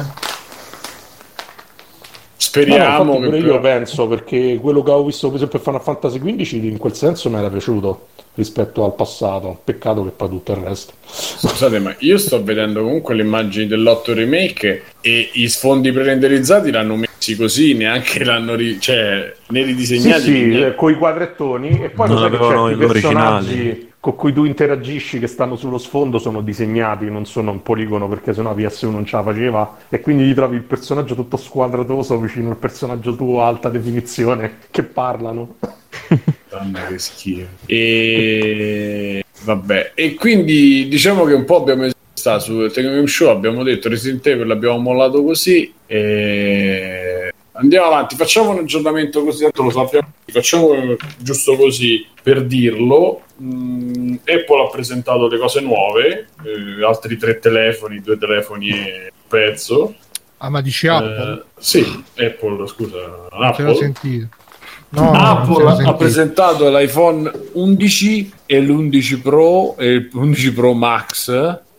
speriamo. Pure io penso, perché quello che avevo visto per esempio Final Fantasy XV in quel senso mi era piaciuto rispetto al passato, peccato che poi tutto il resto. Scusate, ma io sto vedendo comunque le immagini dell'8 remake e i sfondi pre-renderizzati l'hanno messi così, neanche l'hanno ne ridisegnati. Sì, con i quadrettoni, e poi certi personaggi con cui tu interagisci che stanno sullo sfondo sono disegnati, non sono un poligono, perché sennò PS1 non ce la faceva, e quindi gli trovi il personaggio tutto squadratoso vicino al personaggio tuo a alta definizione che parlano. Mamma che schifo. E vabbè, e quindi diciamo che un po' abbiamo sta sul Tecno Show, abbiamo detto Resident Evil l'abbiamo mollato così e andiamo avanti, facciamo un aggiornamento così, tanto lo sappiamo, facciamo giusto così per dirlo. Apple ha presentato le cose nuove, altri 3 telefoni, 2 telefoni pezzo. Ah, ma dici Apple? Sì, Apple, scusa. Non te l'ho sentito. No, Apple ha presentato l'iPhone 11 e l'11 Pro e l'11 Pro Max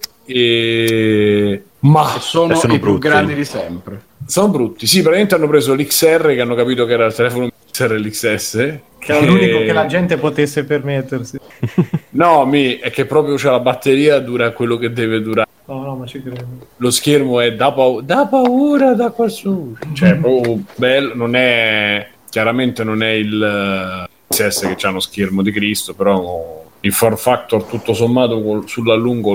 ma sono i brutti. più grandi di sempre. Sono brutti. Sì, praticamente hanno preso l'XR, che hanno capito che era il telefono XR e l'XS, che era l'unico che la gente potesse permettersi. No, è che proprio c'è la batteria, dura quello che deve durare. No, ma ci credo. Lo schermo è da paura da qualcuno. Cioè, proprio bello. Non è, chiaramente non è il XS che c'ha uno schermo di Cristo, però il form factor tutto sommato sull'allungo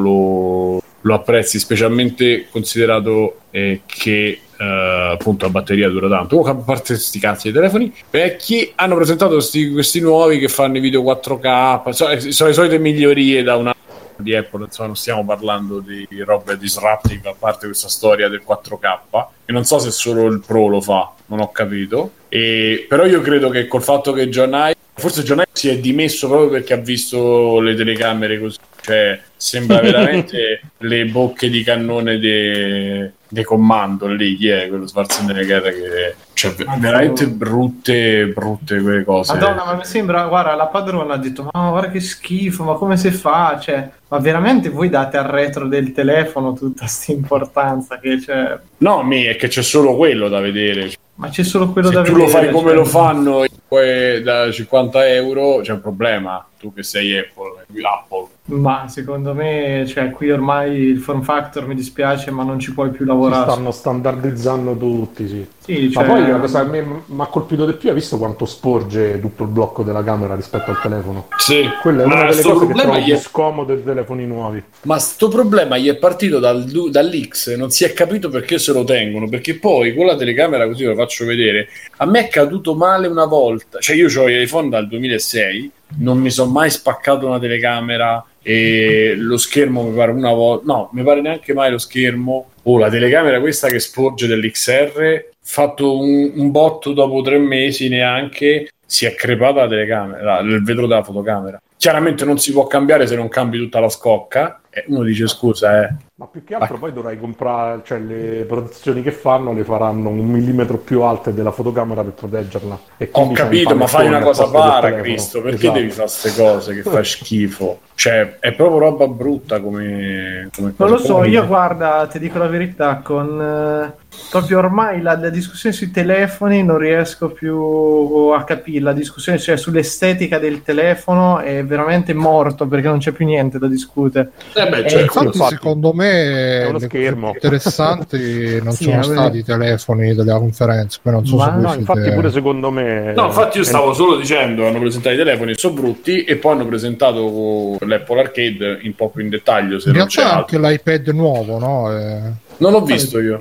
lo apprezzi, specialmente considerato che appunto la batteria dura tanto. A parte sti cazzi di telefoni vecchi, hanno presentato questi nuovi che fanno i video 4K, sono le solite migliorie da una di Apple, insomma non stiamo parlando di robe disruptive, a parte questa storia del 4K, e non so se solo il Pro lo fa, non ho capito, però io credo che col fatto che John Ive si è dimesso proprio perché ha visto le telecamere così, cioè sembra veramente le bocche di cannone de comando lì, chi è quello Schwarzenegger, che cioè veramente brutte quelle cose. Madonna, ma mi sembra, guarda, la padrona ha detto ma guarda che schifo, ma come si fa, cioè, ma veramente voi date al retro del telefono tutta sta importanza che c'è? No, è che c'è solo quello da vedere. Ma c'è solo quello se da vedere. Se tu lo fai come cioè... lo fanno poi da 50 euro c'è un problema, tu che sei Apple. Ma secondo me, cioè, qui ormai il form factor, mi dispiace, ma non ci puoi più lavorare. Si stanno standardizzando tutti, sì. Sì, ma cioè... poi la cosa che mi ha colpito di più, hai visto quanto sporge tutto il blocco della camera rispetto al telefono? Sì. Quella è una delle cose che trovo più scomode dei telefoni nuovi. Ma sto problema gli è partito dall'X, non si è capito perché se lo tengono, perché poi con la telecamera, così lo faccio vedere, a me è caduto male una volta, cioè io ho iPhone dal 2006, non mi sono mai spaccato una telecamera e lo schermo mi pare una volta, no, mi pare neanche mai lo schermo, la telecamera questa che sporge dell'XR, fatto un botto dopo 3 mesi neanche, si è crepata la telecamera, il vetro della fotocamera. Chiaramente non si può cambiare se non cambi tutta la scocca, e uno dice scusa ma più che altro poi dovrai comprare, cioè le protezioni che fanno le faranno 1 millimetro più alte della fotocamera per proteggerla, e ho capito, ma fai una cosa para, Cristo, perché esatto. Devi fare queste cose che fa schifo, cioè è proprio roba brutta come non lo so, io guarda, ti dico la verità, con proprio ormai la discussione sui telefoni non riesco più a capire, la discussione cioè sull'estetica del telefono è veramente morto perché non c'è più niente da discutere. Infatti secondo me è uno schermo interessanti non sono stati i telefoni delle conferenze, poi non so se no, infatti pure secondo me no, infatti io stavo solo dicendo, hanno presentato i telefoni, sono brutti, e poi hanno presentato l'Apple Arcade un po' più in dettaglio, se in non realtà c'è anche l'iPad nuovo, no? Non l'ho visto io,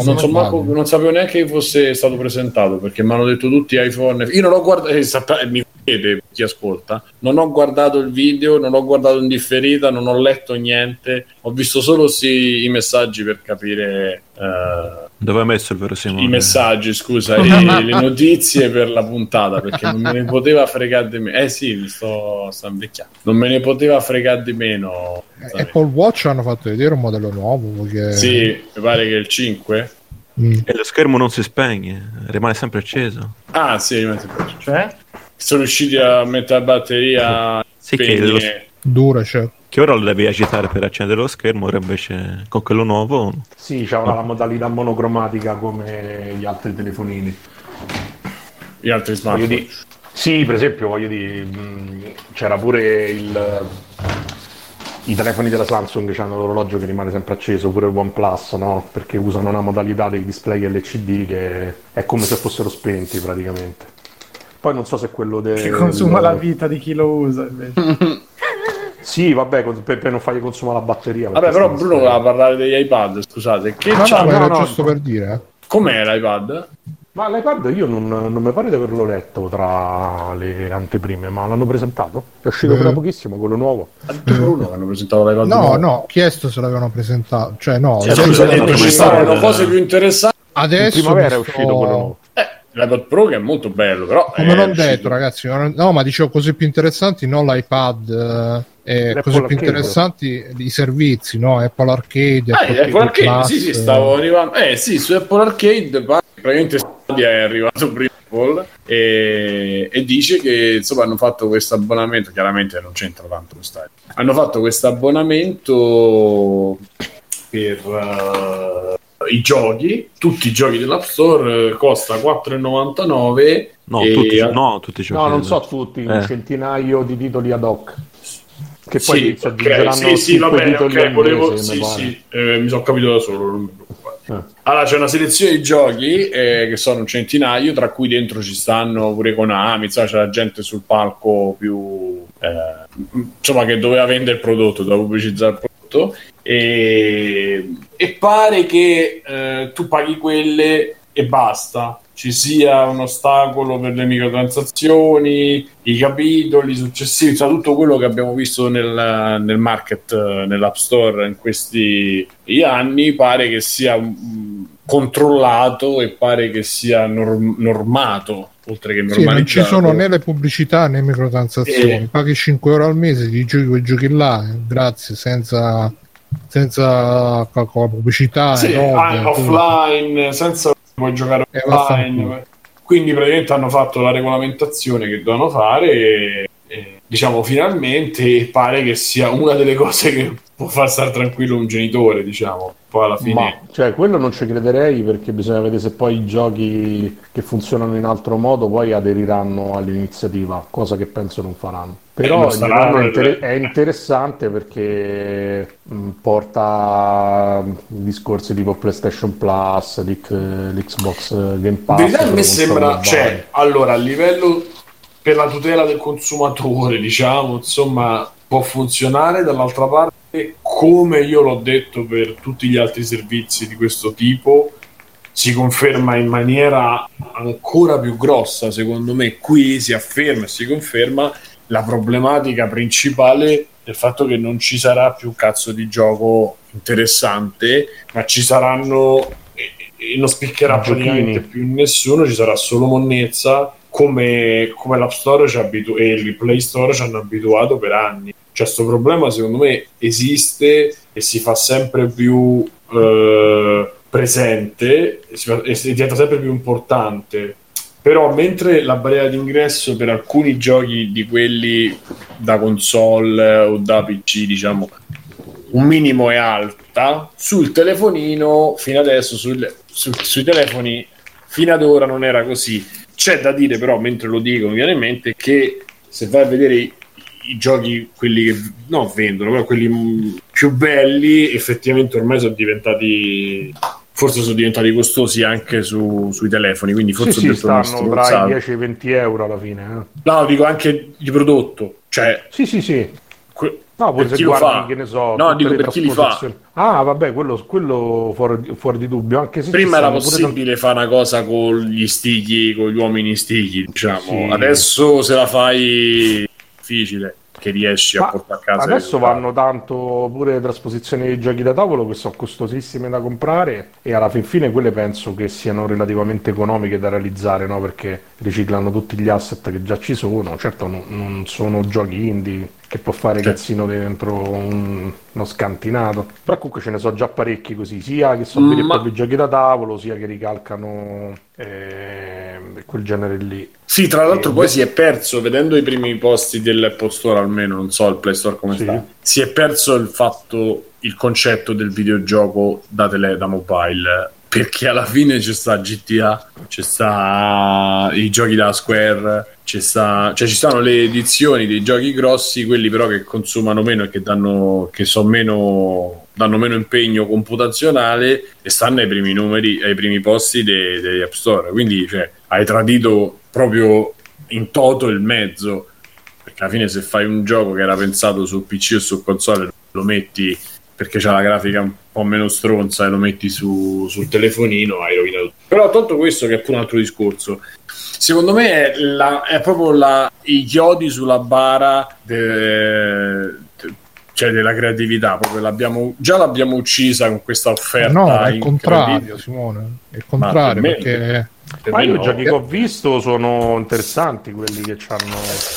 non sapevo neanche che fosse stato presentato, perché mi hanno detto tutti iPhone, io non ho guardato, mi vede chi ascolta, non ho guardato il video, non ho guardato in differita, non ho letto niente, ho visto solo i messaggi per capire dove hai messo il vero Simone? I messaggi, scusa, le notizie per la puntata, perché non me ne poteva fregare di meno. Sì, mi sto invecchiando. Non me ne poteva fregare di meno. Apple Watch hanno fatto vedere un modello nuovo che... Sì, mi pare che è il 5. E lo schermo non si spegne, rimane sempre acceso. Ah, sì, rimane sempre acceso. Cioè? Sono riusciti a mettere la batteria sì, che dura, cioè. Che ora lo devi agitare per accendere lo schermo, ora invece con quello nuovo sì, c'è la modalità monocromatica come gli altri telefonini, gli altri smartphone. Sì, per esempio c'era pure i telefoni della Samsung che hanno l'orologio che rimane sempre acceso, pure il OnePlus, no? Perché usano una modalità del display LCD che è come se fossero spenti praticamente. Poi non so se quello che consuma la vita di chi lo usa invece. Sì, vabbè, per non fargli consumare la batteria. Vabbè, però Bruno voleva parlare degli iPad, scusate. Che era giusto per dire. Com'è l'iPad? Ma l'iPad io non mi pare di averlo letto tra le anteprime, ma l'hanno presentato. È uscito da pochissimo quello nuovo. Bruno hanno presentato l'iPad nuovo. No, chiesto se l'avevano presentato. Cioè no, ci saranno cose più interessanti. Adesso in primavera è uscito quello nuovo. L'iPad Pro che è molto bello, però come non detto, ragazzi, no, ma dicevo cose più interessanti, non l'iPad cose più interessanti i servizi, no? Apple Arcade, Apple Arcade, sì, stavo arrivando. Sì, su Apple Arcade praticamente Stadia è arrivato prima e dice che insomma hanno fatto questo abbonamento, chiaramente non c'entra tanto con Stadia. Hanno fatto questo abbonamento per i giochi, tutti i giochi dell'App Store, costa 4,99. Tutti i giochi. No, non so tutti, un centinaio di titoli ad hoc. Che poi sì, si aggiungeranno va bene, ok, volevo mi sono capito da solo, non mi preoccupare. Allora c'è una selezione di giochi che sono un centinaio, tra cui dentro ci stanno pure Konami, insomma c'è la gente sul palco più insomma che doveva vendere il prodotto, doveva pubblicizzare il prodotto e pare che tu paghi quelle e basta, ci sia un ostacolo per le microtransazioni, i capitoli successivi, cioè tutto quello che abbiamo visto nel market, nell'App Store in questi anni, pare che sia controllato e pare che sia normato, oltre che normalizzato. Non ci sono né le pubblicità né microtransazioni, paghi 5 euro al mese, ti giochi quei giochi là, grazie, senza pubblicità, offline, senza puoi giocare online, quindi praticamente hanno fatto la regolamentazione che dovevano fare e diciamo finalmente pare che sia una delle cose che può far stare tranquillo un genitore, diciamo. Poi alla fine quello non ci crederei, perché bisogna vedere se poi i giochi che funzionano in altro modo poi aderiranno all'iniziativa, cosa che penso non faranno. Però è interessante perché porta discorsi tipo PlayStation Plus, l'Xbox Game Pass. A me sembra, allora a livello per la tutela del consumatore, diciamo, insomma, può funzionare. Dall'altra parte, come io l'ho detto per tutti gli altri servizi di questo tipo, si conferma in maniera ancora più grossa, secondo me. Qui si afferma e si conferma la problematica principale del fatto che non ci sarà più un cazzo di gioco interessante, ma ci saranno e non spiccherà praticamente più nessuno, ci sarà solo monnezza, come l'App Store e il Play Store ci hanno abituato per anni. Cioè, questo problema secondo me esiste e si fa sempre più presente e diventa sempre più importante. Però mentre la barriera d'ingresso per alcuni giochi di quelli da console o da PC, diciamo, un minimo è alta, sul telefonino fino adesso sui telefoni fino ad ora non era così. C'è da dire però, mentre lo dico mi viene in mente, che se vai a vedere i giochi, quelli che non vendono, però quelli più belli, effettivamente ormai sono diventati costosi anche sui telefoni, quindi forse stanno tra i 10 e i 20 euro alla fine. No, dico anche di prodotto, cioè sì. No, per chi lo fa, che ne so, no, dico per chi li fa. Ah, vabbè, quello fuori di dubbio. Anche se prima era possibile fare una cosa con gli stichi, con gli uomini stichi, diciamo. Sì. Adesso se la fai difficile che riesci a portare a casa. Adesso vanno tanto pure le trasposizioni di giochi da tavolo che sono costosissime da comprare, e alla fin fine quelle penso che siano relativamente economiche da realizzare, no? Perché riciclano tutti gli asset che già ci sono. Certo non sono giochi indie che può fare cazzino dentro uno scantinato, però comunque ce ne so già parecchi così, sia che sono veri e propri giochi da tavolo, sia che ricalcano quel genere lì. Sì, tra l'altro poi si è perso, vedendo i primi posti dell'Apple Store, almeno non so il Play Store come sta, si è perso il concetto del videogioco da mobile, perché alla fine c'è sta GTA, c'è sta i giochi da Square, ci stanno le edizioni dei giochi grossi, quelli però che consumano meno e che danno meno impegno computazionale, e stanno ai primi posti degli App Store. Quindi hai tradito proprio in toto il mezzo, perché alla fine se fai un gioco che era pensato sul PC o su console, lo metti perché c'ha la grafica un po' meno stronza e lo metti sul telefonino, hai rovinato tutto. Però tolto questo, che è pure un altro discorso, secondo me è proprio i chiodi sulla bara della creatività, proprio l'abbiamo uccisa con questa offerta. No, è il contrario, Simone, è il contrario, perché io i giochi che ho visto sono interessanti, quelli che hanno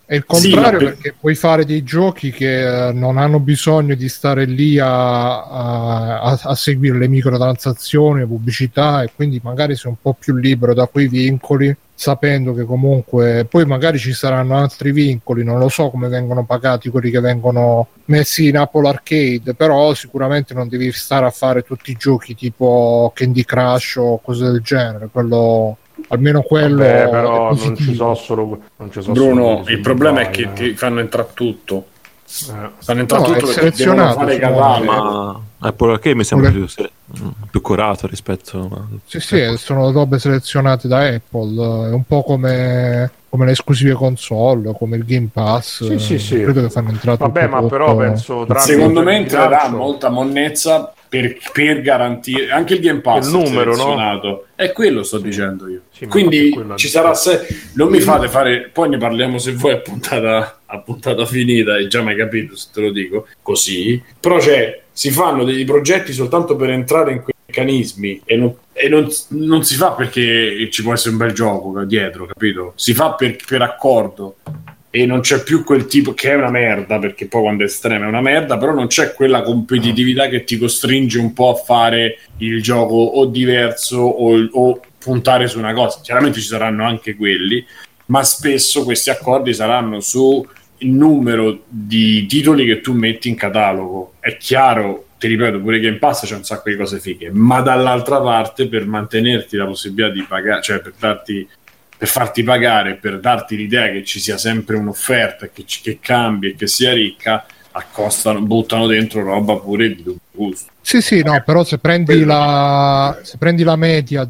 È il contrario, sì, perché puoi fare dei giochi che non hanno bisogno di stare lì a seguire le microtransazioni, le pubblicità, e quindi magari sei un po' più libero da quei vincoli, sapendo che comunque poi magari ci saranno altri vincoli. Non lo so come vengono pagati quelli che vengono messi in Apple Arcade, però sicuramente non devi stare a fare tutti i giochi tipo Candy Crush o cose del genere. Quello, almeno quello. Vabbè, però non ci so solo Bruno, il problema è che ti ti fanno entrare tutto. Fanno entrare tutto perché devono fare catalogo. Ma Apple Arcade mi sembra più curato rispetto a... Sì, sono robe selezionate da Apple, è un po' come le esclusive console, come il Game Pass. Sì. Credo che fanno entrare vabbè, tutto, ma però penso secondo me entrerà molta monnezza per garantire anche il Game Pass, il numero, selezionato, no? È quello sto dicendo io. Sì, quindi ci sarà non mi fate fare, poi ne parliamo se vuoi a puntata finita, e già mi hai capito se te lo dico così, però si fanno dei progetti soltanto per entrare in quei meccanismi e non si fa perché ci può essere un bel gioco dietro, capito? Si fa per accordo, e non c'è più quel tipo, che è una merda, perché poi quando è estrema è una merda, però non c'è quella competitività che ti costringe un po' a fare il gioco o diverso o puntare su una cosa. Chiaramente ci saranno anche quelli, ma spesso questi accordi saranno su il numero di titoli che tu metti in catalogo. È chiaro, ti ripeto, pure Game Pass c'è un sacco di cose fighe, ma dall'altra parte, per mantenerti la possibilità di pagare, cioè per farti pagare, per darti l'idea che ci sia sempre un'offerta, che cambi e che sia ricca, buttano dentro roba pure di dubbio gusto. Sì, no, però se prendi la media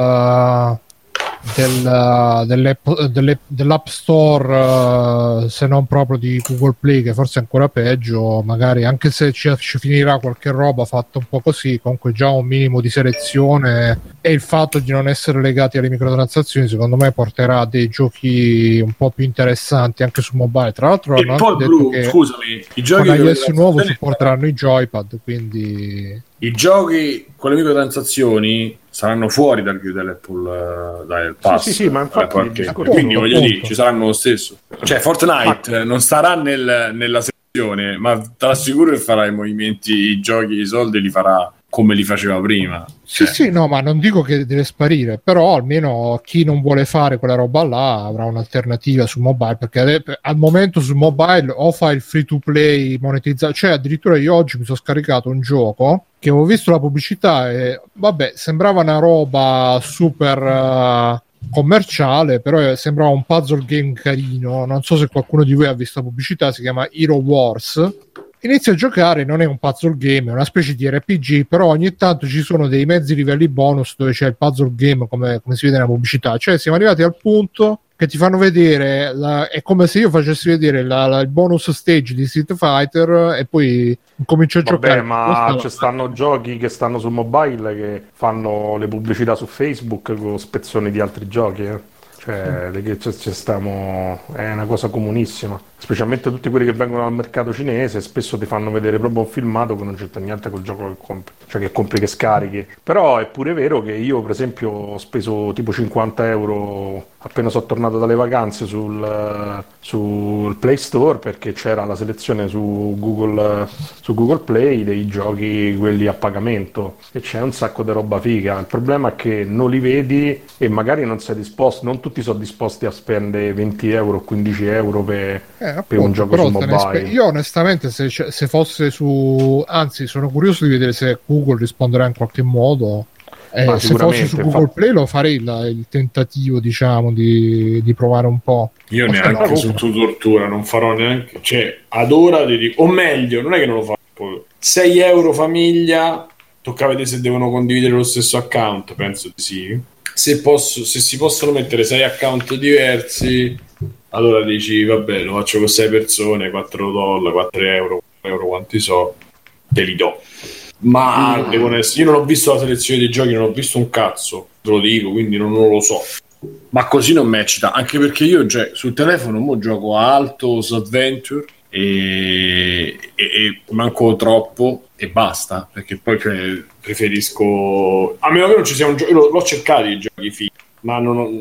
dell'App Store, se non proprio di Google Play, che forse è ancora peggio, magari anche se ci finirà qualche roba fatta un po' così, comunque già un minimo di selezione, e il fatto di non essere legati alle microtransazioni secondo me porterà a dei giochi un po' più interessanti anche su mobile. Tra l'altro hanno anche detto che scusami, i giochi con iOS nuovo supporteranno i joypad, quindi i giochi con le microtransazioni saranno fuori dal Apple dal Pass. Sì, ma infatti quindi voglio dire, ci saranno lo stesso. Cioè Fortnite non starà nella sezione, ma te l'assicuro che farà i movimenti, i giochi, i soldi li farà come li faceva prima. Sì, no, ma non dico che deve sparire, però almeno chi non vuole fare quella roba là avrà un'alternativa su mobile, perché al momento su mobile o fa il free to play monetizzato, cioè addirittura io oggi mi sono scaricato un gioco che avevo visto la pubblicità e vabbè, sembrava una roba super commerciale, però sembrava un puzzle game carino. Non so se qualcuno di voi ha visto la pubblicità, si chiama Hero Wars. Inizio a giocare, non è un puzzle game, è una specie di RPG, però ogni tanto ci sono dei mezzi livelli bonus dove c'è il puzzle game come si vede nella pubblicità. Cioè siamo arrivati al punto che ti fanno vedere è come se io facessi vedere il bonus stage di Street Fighter e poi comincio a giocare. Ma ci stanno giochi che stanno su mobile che fanno le pubblicità su Facebook con spezzoni di altri giochi, Cioè, è una cosa comunissima, specialmente tutti quelli che vengono dal mercato cinese, spesso ti fanno vedere proprio un filmato che non c'entra niente col gioco che compri, cioè che compri, che scarichi. Però è pure vero che io per esempio ho speso tipo 50 euro appena sono tornato dalle vacanze sul Play Store, perché c'era la selezione su Google Play dei giochi quelli a pagamento, e c'è un sacco di roba figa. Il problema è che non li vedi e magari non sei disposto, non tutti sono disposti a spendere 20 euro o 15 euro per un gioco su mobile. Io onestamente se fosse anzi sono curioso di vedere se Google risponderà in qualche modo. Se fosse su Google Play lo farei il tentativo, diciamo, di provare un po'. Io neanche sotto tortura non farò neanche, cioè ad ora o meglio, non è che non lo faccio, 6 euro famiglia, tocca vedere se devono condividere lo stesso account, penso di sì. Se si possono mettere 6 account diversi, allora dici vabbè, lo faccio con 6 persone, $4, 4 euro quanti so, te li do. Ma devono essere, io non ho visto la selezione dei giochi, non ho visto un cazzo, te lo dico, quindi non lo so, ma così non mi eccita, anche perché io sul telefono mo gioco a Altos Adventure e manco troppo e basta, perché poi preferisco, a meno che non ci sia un gioco, l'ho cercato i giochi fighi, ma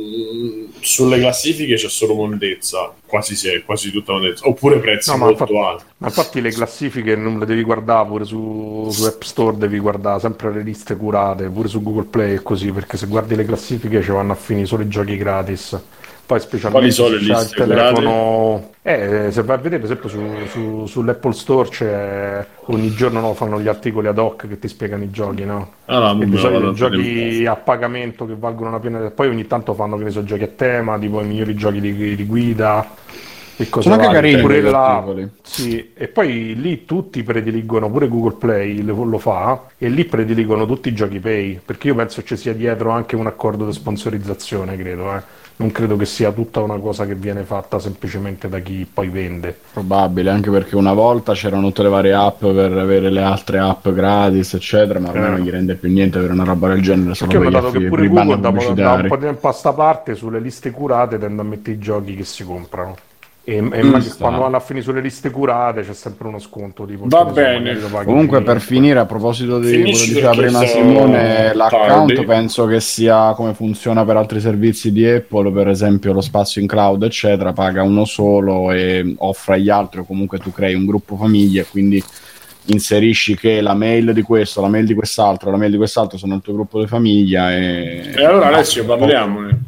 sulle classifiche c'è solo Mondezza, quasi tutta Mondezza, oppure prezzi molto alti. Ma infatti le classifiche non le devi guardare pure su App Store, devi guardare sempre le liste curate, pure su Google Play e così, perché se guardi le classifiche ci vanno a finire solo i giochi gratis. Poi specialmente se c'è il telefono, se vai a vedere per esempio sull'Apple Store ogni giorno fanno gli articoli ad hoc che ti spiegano i giochi, no? E di solito giochi a pagamento che valgono una pena, poi ogni tanto fanno, che ne so, giochi a tema, tipo i migliori giochi di guida e cose sono anche carini pure là. Sì, e poi lì tutti prediligono, pure Google Play lo fa, e lì prediligono tutti i giochi pay, perché io penso ci sia dietro anche un accordo di sponsorizzazione, credo, Non credo che sia tutta una cosa che viene fatta semplicemente da chi poi vende. Probabile, anche perché una volta c'erano tutte le varie app per avere le altre app gratis, eccetera, ma ormai non gli rende più niente avere una roba del genere. Perché ho notato che pure Google da un po' di tempo a sta parte sulle liste curate tende a mettere i giochi che si comprano. E quando vanno a finire sulle liste curate c'è sempre uno sconto tipo, va bene. Comunque per finire, a proposito di quello che diceva prima Simone, l'account penso che sia come funziona per altri servizi di Apple, per esempio lo spazio in cloud eccetera, paga uno solo e offre agli altri, o comunque tu crei un gruppo famiglia e quindi inserisci che la mail di questo, la mail di quest'altro, la mail di quest'altro sono il tuo gruppo di famiglia e allora Alessio parliamone.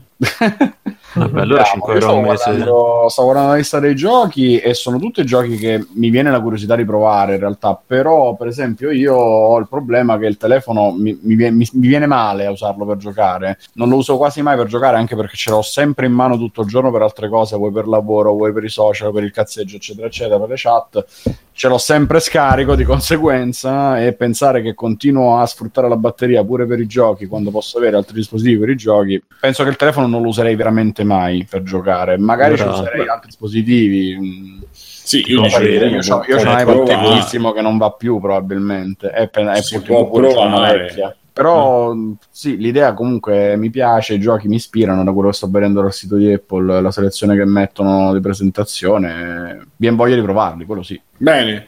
Vabbè, allora 5 euro al mese. Sto guardando la lista dei giochi e sono tutti giochi che mi viene la curiosità di provare in realtà, però per esempio io ho il problema che il telefono mi viene male a usarlo per giocare, non lo uso quasi mai per giocare, anche perché ce l'ho sempre in mano tutto il giorno per altre cose, vuoi per lavoro, vuoi per i social, per il cazzeggio eccetera eccetera, per le chat, ce l'ho sempre scarico di conseguenza, e pensare che continuo a sfruttare la batteria pure per i giochi quando posso avere altri dispositivi per i giochi, penso che il telefono non lo userei veramente mai per giocare, magari ci userei altri dispositivi. Sì, io c'ho un iPad bellissimo che non va più probabilmente, è purtroppo una vecchia. Però sì, l'idea comunque mi piace, i giochi mi ispirano, da quello che sto vedendo dal sito di Apple, la selezione che mettono di presentazione, bien voglia di provarli, quello sì. Bene,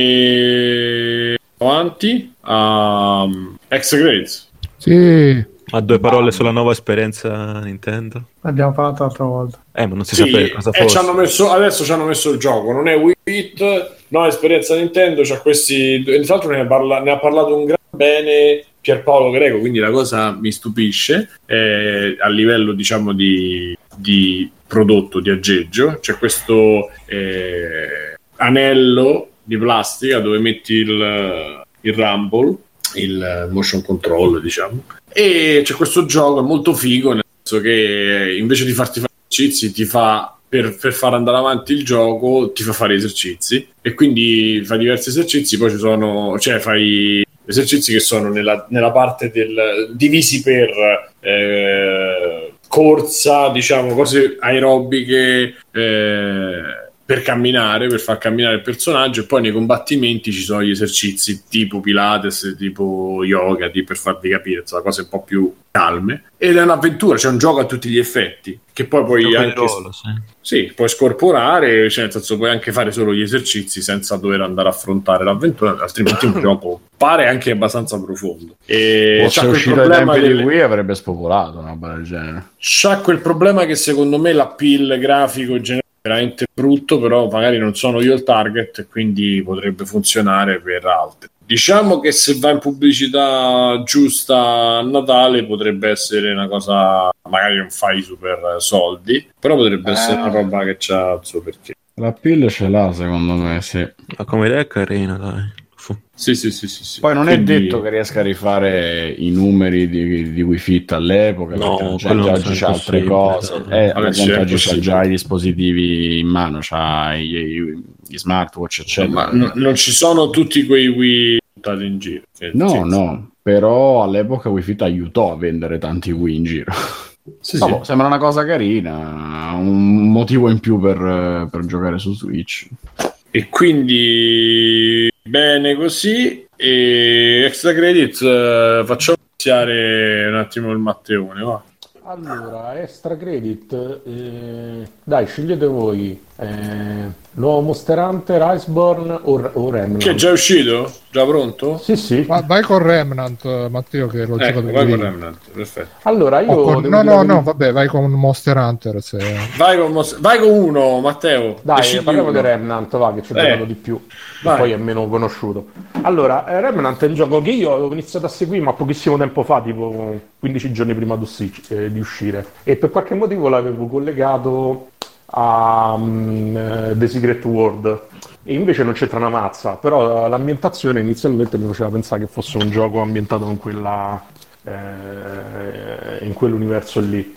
e avanti a Extra Credits. Sì. Ma 2 parole sulla nuova esperienza Nintendo? Abbiamo parlato l'altra volta. Ma non si sapeva cosa fosse. Adesso ci hanno messo il gioco, non è Wii Fit, nuova esperienza Nintendo, c'ha questi, tra l'altro ne ha parlato un gran bene Pierpaolo Greco, quindi la cosa mi stupisce, a livello diciamo di prodotto, di aggeggio. C'è questo anello di plastica dove metti il rumble, il motion control diciamo, e c'è questo gioco, è molto figo, nel senso che invece di farti fare esercizi ti fa per far andare avanti il gioco, ti fa fare esercizi, e quindi fai diversi esercizi, poi fai esercizi che sono nella parte divisi per corsa, diciamo, cose aerobiche, per camminare, per far camminare il personaggio, e poi nei combattimenti ci sono gli esercizi tipo Pilates, tipo yoga, per farvi capire, insomma, cose un po' più calme. Ed è un'avventura, c'è un gioco a tutti gli effetti, che poi puoi anche sì, puoi scorporare, cioè nel senso puoi anche fare solo gli esercizi senza dover andare a affrontare l'avventura, altrimenti un gioco pare anche abbastanza profondo. E se uscito ai tempi di Wii avrebbe spopolato una roba del genere. C'ha quel problema che secondo me l'appeal grafico generale veramente brutto, però magari non sono io il target e quindi potrebbe funzionare per altri. Diciamo che se va in pubblicità giusta a Natale potrebbe essere una cosa, magari non fai super soldi, però potrebbe essere una roba che c'ha il suo perché. La pill ce l'ha secondo me, sì. Ma come idea è carina, dai. Sì. Poi non è detto che riesca a rifare i numeri di Wii Fit all'epoca, no, perché la gente oggi c'ha altre cose, la gente oggi c'ha già i dispositivi in mano, c'ha gli smartwatch eccetera. Ma non ci sono tutti quei Wii buttati in giro. No, però all'epoca Wii Fit aiutò a vendere tanti Wii in giro. Sì. Sembra una cosa carina, un motivo in più per giocare su Switch. E quindi bene così. E Extra Credits, facciamo iniziare un attimo il Matteone, va. Allora, Extra Credit, dai, scegliete voi. Nuovo Monster Hunter, Iceborne o Remnant? Che è già uscito? Già pronto? Sì, sì. Vai con Remnant, Matteo, che l'ho giocato vai io. con Remnant, perfetto. Allora, io... No, vabbè, vai con Monster Hunter. Vai con uno, Matteo. Dai, parliamo di Remnant, va, che ci ho giocato di più. E poi è meno conosciuto. Allora, Remnant è un gioco che io avevo iniziato a seguire ma pochissimo tempo fa, tipo 15 giorni prima di uscire. E per qualche motivo l'avevo collegato a The Secret World. E invece non c'entra una mazza, però l'ambientazione inizialmente mi faceva pensare che fosse un gioco ambientato in quell'universo lì.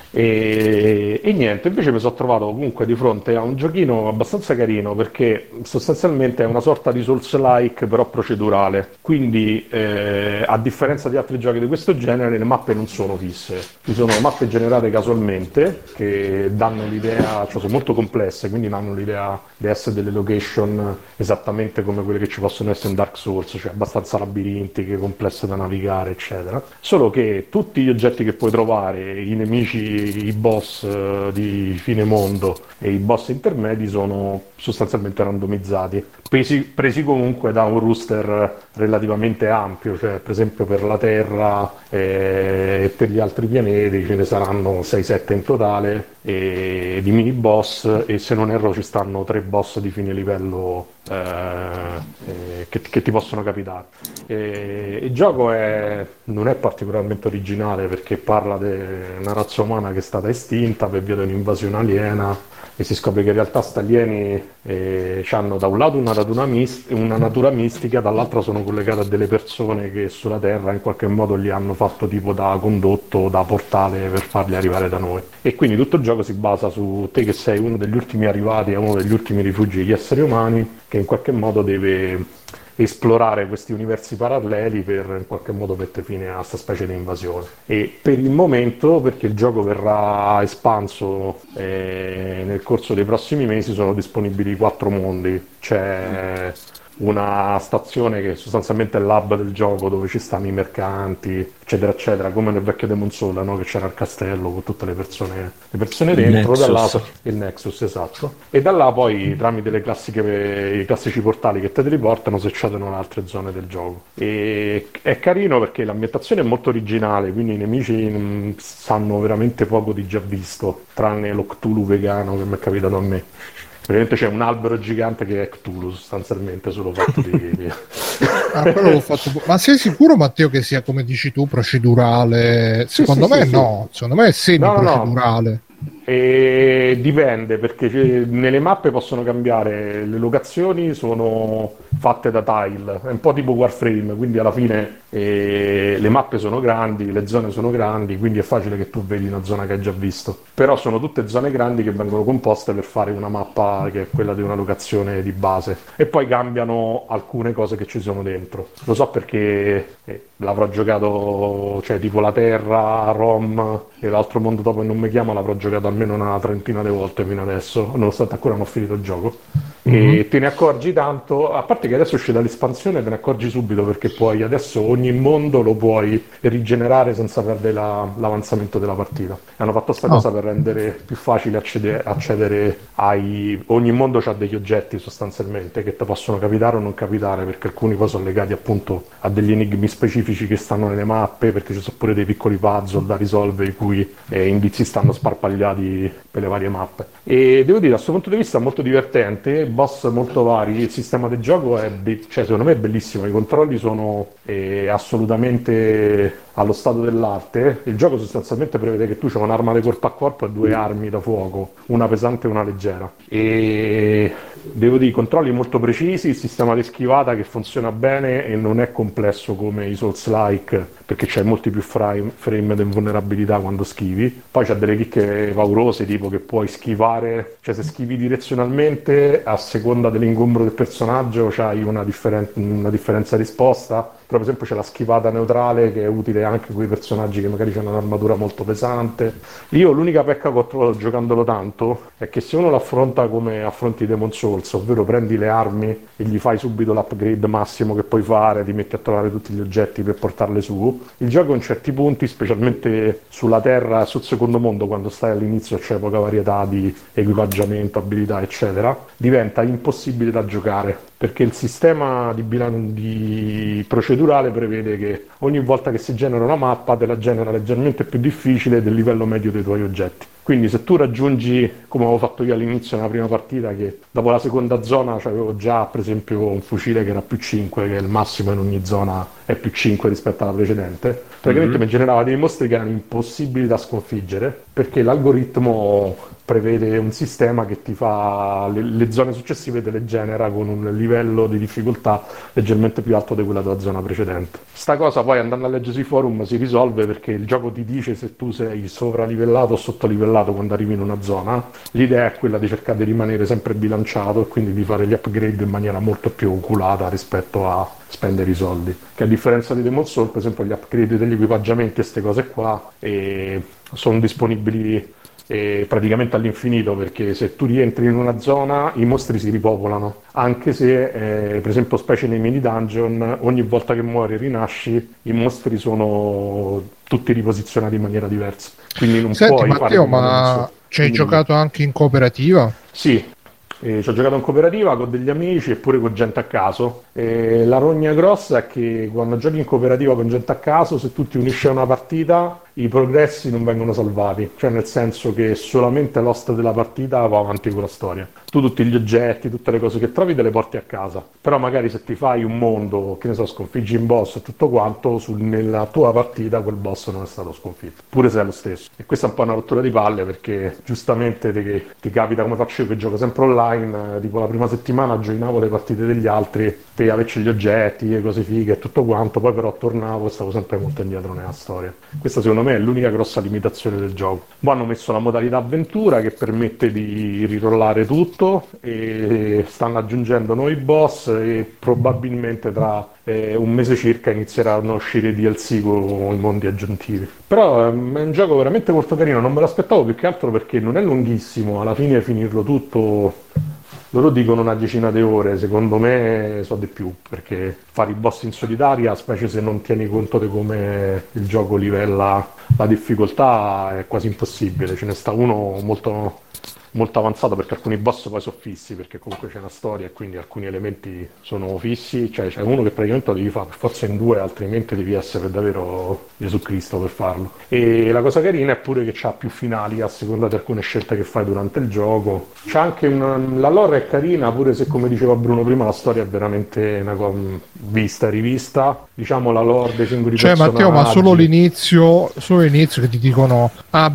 E niente, invece mi sono trovato comunque di fronte a un giochino abbastanza carino, perché sostanzialmente è una sorta di Souls-like però procedurale, quindi a differenza di altri giochi di questo genere le mappe non sono fisse, ci sono mappe generate casualmente che danno l'idea, cioè sono molto complesse, quindi danno l'idea di essere delle location esattamente come quelle che ci possono essere in Dark Souls, cioè abbastanza labirintiche, complesse da navigare eccetera, solo che tutti gli oggetti che puoi trovare, i nemici, i boss di fine mondo e i boss intermedi sono sostanzialmente randomizzati, presi comunque da un roster relativamente ampio, cioè per esempio per la Terra e per gli altri pianeti ce ne saranno 6-7 in totale di mini boss, e se non erro ci stanno 3 boss di fine livello che ti possono capitare. Il gioco non è particolarmente originale, perché parla di una razza umana che è stata estinta per via di un'invasione aliena, e si scopre che in realtà sti alieni hanno da un lato una natura mistica, dall'altro sono collegate a delle persone che sulla Terra in qualche modo li hanno fatto tipo da condotto, da portale per farli arrivare da noi. E quindi tutto il gioco si basa su te che sei uno degli ultimi arrivati a uno degli ultimi rifugi degli esseri umani, che in qualche modo deve esplorare questi universi paralleli per in qualche modo mettere fine a questa specie di invasione. E per il momento, perché il gioco verrà espanso nel corso dei prossimi mesi, sono disponibili 4 mondi. C'è una stazione che sostanzialmente è l'hub del gioco, dove ci stanno i mercanti eccetera eccetera, come nel vecchio Demon Soul, no? Che c'era il castello con tutte le persone dentro, da là il Nexus, esatto, e da là poi tramite i classici portali che te li portano si accedono in altre zone del gioco. E è carino perché l'ambientazione è molto originale, quindi i nemici sanno veramente poco di già visto, tranne lo Cthulhu vegano che mi è capitato a me. Praticamente c'è un albero gigante che è Cthulhu, sostanzialmente, solo fatto di... quello l'ho fatto... Ma sei sicuro, Matteo, che sia, come dici tu, procedurale? Secondo me no, secondo me è semi-procedurale. No. E dipende, perché nelle mappe possono cambiare, le locazioni sono fatte da tile, è un po' tipo Warframe, quindi alla fine le mappe sono grandi, le zone sono grandi, quindi è facile che tu vedi una zona che hai già visto, però sono tutte zone grandi che vengono composte per fare una mappa che è quella di una locazione di base, e poi cambiano alcune cose che ci sono dentro. Lo so perché l'avrò giocato, cioè tipo la Terra, Rom e l'altro mondo dopo, non mi chiama, l'avrò giocato almeno una trentina di volte fino adesso, nonostante ancora non ho finito il gioco. E te ne accorgi tanto, a parte che adesso uscita l'espansione, te ne accorgi subito, perché poi adesso ogni mondo lo puoi rigenerare senza perdere l'avanzamento della partita. Hanno fatto sta cosa per rendere più facile accedere ogni mondo ha degli oggetti sostanzialmente che ti possono capitare o non capitare, perché alcuni poi sono legati appunto a degli enigmi specifici che stanno nelle mappe, perché ci sono pure dei piccoli puzzle da risolvere i cui indizi stanno sparpagliati per le varie mappe. E devo dire, da questo punto di vista è molto divertente, boss molto vari, il sistema del gioco secondo me è bellissimo, i controlli sono assolutamente allo stato dell'arte. Il gioco sostanzialmente prevede che tu c'hai un'arma di corpo a corpo e 2 armi da fuoco, una pesante e una leggera, e devo dire, i controlli molto precisi, il sistema di schivata che funziona bene e non è complesso come i Souls-like, perché c'hai molti più frame di vulnerabilità quando schivi. Poi c'ha delle chicche paurose, tipo che puoi schivare, cioè se schivi direzionalmente a seconda dell'ingombro del personaggio c'hai una differenza risposta, però per esempio c'è la schivata neutrale che è utile anche con quei personaggi che magari hanno un'armatura molto pesante. Io l'unica pecca che ho trovato giocandolo tanto è che se uno l'affronta come affronti Demon's Souls, ovvero prendi le armi e gli fai subito l'upgrade massimo che puoi fare, ti metti a trovare tutti gli oggetti per portarle su, il gioco in certi punti, specialmente sulla terra, sul secondo mondo, quando stai all'inizio c'è poca varietà di equipaggiamento, abilità eccetera, diventa impossibile da giocare, perché il sistema di procedurale prevede che ogni volta che si genera una mappa te la genera leggermente più difficile del livello medio dei tuoi oggetti. Quindi se tu raggiungi, come avevo fatto io all'inizio nella prima partita, che dopo la seconda zona avevo già per esempio un fucile che era più 5, che è il massimo in ogni zona è più 5 rispetto alla precedente, praticamente mi generava dei mostri che erano impossibili da sconfiggere, perché l'algoritmo prevede un sistema che ti fa le zone successive, te le genera con un livello di difficoltà leggermente più alto di quella della zona precedente. Sta cosa poi, andando a leggere sui forum, si risolve perché il gioco ti dice se tu sei sovralivellato o sottolivellato quando arrivi in una zona. L'idea è quella di cercare di rimanere sempre bilanciato e quindi di fare gli upgrade in maniera molto più oculata rispetto a spendere i soldi, che a differenza di Demon's Souls, per esempio, gli upgrade degli equipaggiamenti e queste cose qua sono disponibili praticamente all'infinito, perché se tu rientri in una zona i mostri si ripopolano, anche se per esempio specie nei mini dungeon ogni volta che muori e rinasci i mostri sono tutti riposizionati in maniera diversa, quindi non puoi Matteo, ma ci hai giocato anche in cooperativa? Sì. Ci ho giocato in cooperativa con degli amici e pure con gente a caso. La rogna grossa è che quando giochi in cooperativa con gente a caso, se tu ti unisci a una partita, i progressi non vengono salvati, cioè nel senso che solamente l'host della partita va avanti con la storia. Tu tutti gli oggetti, tutte le cose che trovi te le porti a casa, però magari se ti fai un mondo, che ne so, sconfiggi un boss e tutto quanto, nella tua partita quel boss non è stato sconfitto, pure se è lo stesso. E questa è un po' una rottura di palle, perché giustamente ti capita, come faccio io che gioco sempre online, tipo la prima settimana gioinavo le partite degli altri per averci gli oggetti, le cose fighe e tutto quanto, poi però tornavo e stavo sempre molto indietro nella storia. Questa secondo me è l'unica grossa limitazione del gioco. Poi hanno messo la modalità avventura che permette di rirollare tutto e stanno aggiungendo nuovi boss e probabilmente tra un mese circa inizieranno a uscire DLC con i mondi aggiuntivi. Però è un gioco veramente molto carino, non me l'aspettavo più che altro perché non è lunghissimo, alla fine finirlo tutto loro dicono una decina di ore, secondo me so di più, perché fare i boss in solitaria, specie se non tieni conto di come il gioco livella la difficoltà, è quasi impossibile. Ce ne sta uno molto, molto avanzato, perché alcuni boss poi sono fissi, perché comunque c'è una storia e quindi alcuni elementi sono fissi, cioè c'è uno che praticamente lo devi fare per forza in due, altrimenti devi essere davvero Gesù Cristo per farlo. E la cosa carina è pure che c'ha più finali a seconda di alcune scelte che fai durante il gioco. C'è anche la lore è carina, pure se, come diceva Bruno prima, la storia è veramente una cosa vista e rivista. Diciamo la lore dei singoli personaggi. Matteo, ma solo l'inizio che ti dicono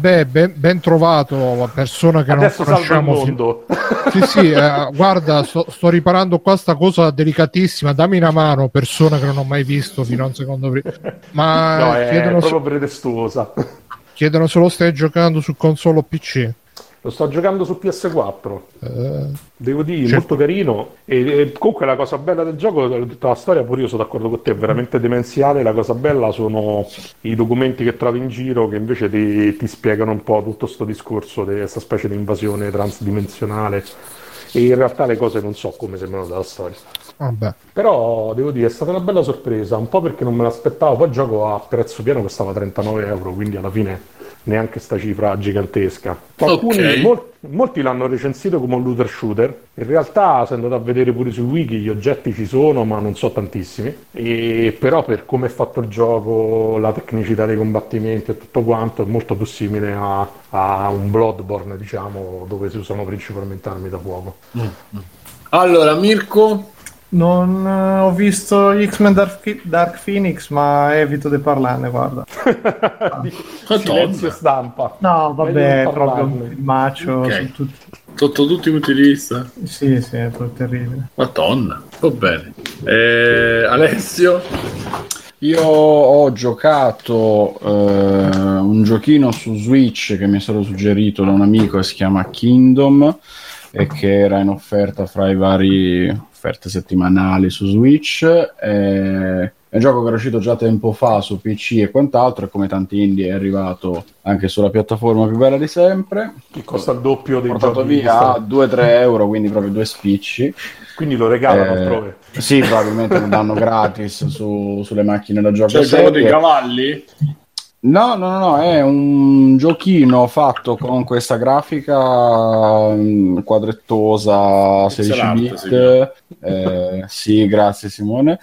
ben trovato, persona che adesso non conosciamo. Salva il mondo. Sì, guarda, sto riparando qua sta cosa delicatissima, dammi una mano, persona che non ho mai visto fino a un secondo prima. Ma no, è proprio pretestuosa. Chiedono se lo stai giocando su console o PC. Lo sto giocando su PS4, devo dire, molto carino. E comunque la cosa bella del gioco, tutta la storia, pure io sono d'accordo con te, è veramente demenziale. La cosa bella sono i documenti che trovi in giro, che invece ti spiegano un po' tutto sto discorso di questa specie di invasione transdimensionale. E in realtà le cose non so come sembrano dalla storia. Vabbè. Però devo dire è stata una bella sorpresa, un po' perché non me l'aspettavo. Poi il gioco a prezzo pieno costava 39 euro, quindi alla fine neanche sta cifra gigantesca. Molti l'hanno recensito come un looter shooter. In realtà, se andate a vedere pure sui wiki, gli oggetti ci sono, ma non so tantissimi. Però per come è fatto il gioco, la tecnicità dei combattimenti e tutto quanto, è molto più simile a un Bloodborne, diciamo, dove si usano principalmente armi da fuoco. Allora, Mirko? Non ho visto X-Men Dark Phoenix, ma evito di parlarne, guarda. Silenzio stampa. No, vabbè, è proprio un filmaccio, okay. Sotto tutti i punti di vista? Sì, è proprio terribile. Madonna, va bene. Alessio? Io ho giocato un giochino su Switch che mi è stato suggerito da un amico che si chiama Kingdom e che era in offerta fra i vari offerte settimanali su Switch, È un gioco che era uscito già tempo fa su PC e quant'altro, e come tanti indie è arrivato anche sulla piattaforma più bella di sempre. Che costa il doppio dei portato giochi via a 2-3 euro, quindi proprio 2 spicci. Quindi lo regalano altrove. Sì, probabilmente lo danno gratis sulle macchine da gioco. C'è il gioco dei cavalli? No, è un giochino fatto con questa grafica quadrettosa 16 bit. Sì, grazie Simone.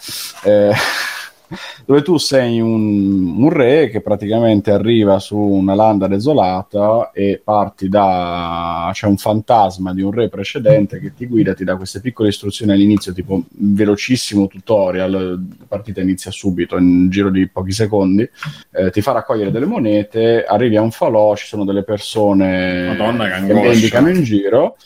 Dove tu sei un re che praticamente arriva su una landa desolata e parti c'è un fantasma di un re precedente che ti guida, ti dà queste piccole istruzioni all'inizio, tipo velocissimo tutorial, la partita inizia subito in giro di pochi secondi, ti fa raccogliere delle monete, arrivi a un falò, ci sono delle persone che vendicano in giro.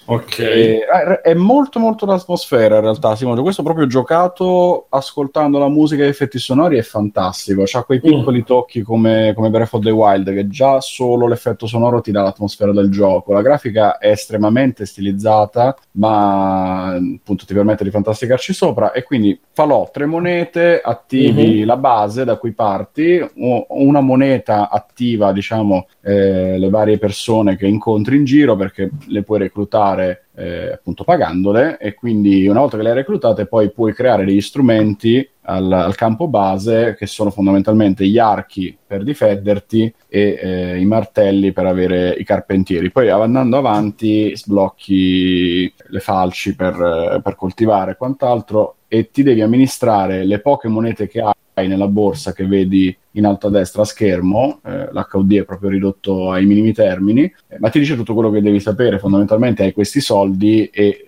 È molto molto l'atmosfera in realtà, Simone. Questo proprio giocato ascoltando la musica e effetti sonori è fantastico, c'ha quei piccoli tocchi come Breath of the Wild, che già solo l'effetto sonoro ti dà l'atmosfera del gioco. La grafica è estremamente stilizzata, ma appunto ti permette di fantasticarci sopra, e quindi falò 3 monete, attivi la base da cui parti, una moneta attiva diciamo le varie persone che incontri in giro, perché le puoi reclutare appunto pagandole, e quindi una volta che le hai reclutate poi puoi creare degli strumenti al campo base, che sono fondamentalmente gli archi per difenderti e i martelli per avere i carpentieri. Poi andando avanti sblocchi le falci per coltivare e quant'altro, e ti devi amministrare le poche monete che hai nella borsa che vedi in alto a destra a schermo. L'HUD è proprio ridotto ai minimi termini, ma ti dice tutto quello che devi sapere. Fondamentalmente hai questi soldi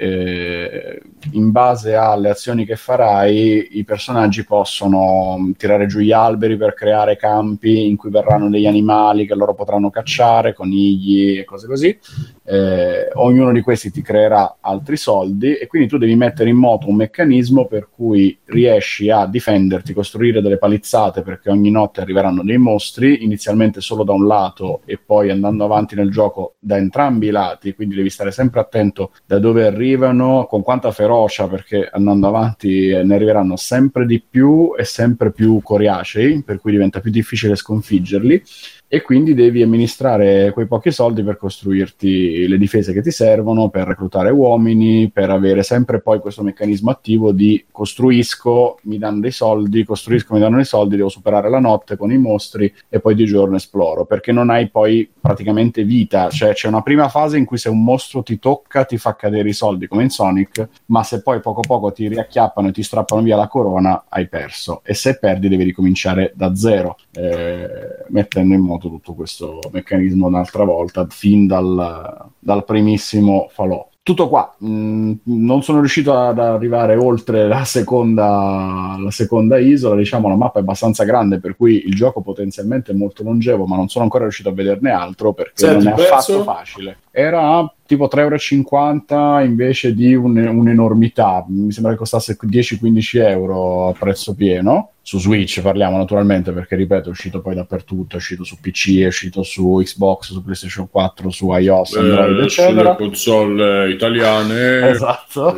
e in base alle azioni che farai i personaggi possono tirare giù gli alberi per creare campi in cui verranno degli animali che loro potranno cacciare, conigli e cose così. Ognuno di questi ti creerà altri soldi, e quindi tu devi mettere in moto un meccanismo per cui riesci a difenderti, costruire delle palizzate, perché ogni notte arriveranno dei mostri, inizialmente solo da un lato e poi andando avanti nel gioco da entrambi i lati, quindi devi stare sempre attento da dove arrivano, con quanta ferocia, perché andando avanti ne arriveranno sempre di più e sempre più coriacei, per cui diventa più difficile sconfiggerli. E quindi devi amministrare quei pochi soldi per costruirti le difese che ti servono, per reclutare uomini, per avere sempre poi questo meccanismo attivo di costruisco, mi danno dei soldi, costruisco, mi danno dei soldi, devo superare la notte con i mostri e poi di giorno esploro, perché non hai poi praticamente vita. Cioè c'è una prima fase in cui se un mostro ti tocca ti fa cadere i soldi come in Sonic, ma se poi poco poco ti riacchiappano e ti strappano via la corona hai perso, e se perdi devi ricominciare da zero, mettendo in moto tutto questo meccanismo un'altra volta fin dal primissimo falò. Tutto qua. Non sono riuscito ad arrivare oltre la seconda isola, diciamo. La mappa è abbastanza grande, per cui il gioco potenzialmente è molto longevo, ma non sono ancora riuscito a vederne altro, perché non è affatto facile. Era tipo 3,50 euro invece di un'enormità. Mi sembra che costasse 10-15 euro a prezzo pieno. Su Switch parliamo naturalmente, perché ripeto è uscito poi dappertutto, è uscito su PC, è uscito su Xbox, su PlayStation 4, su iOS, Android eccetera, sulle console italiane. Esatto.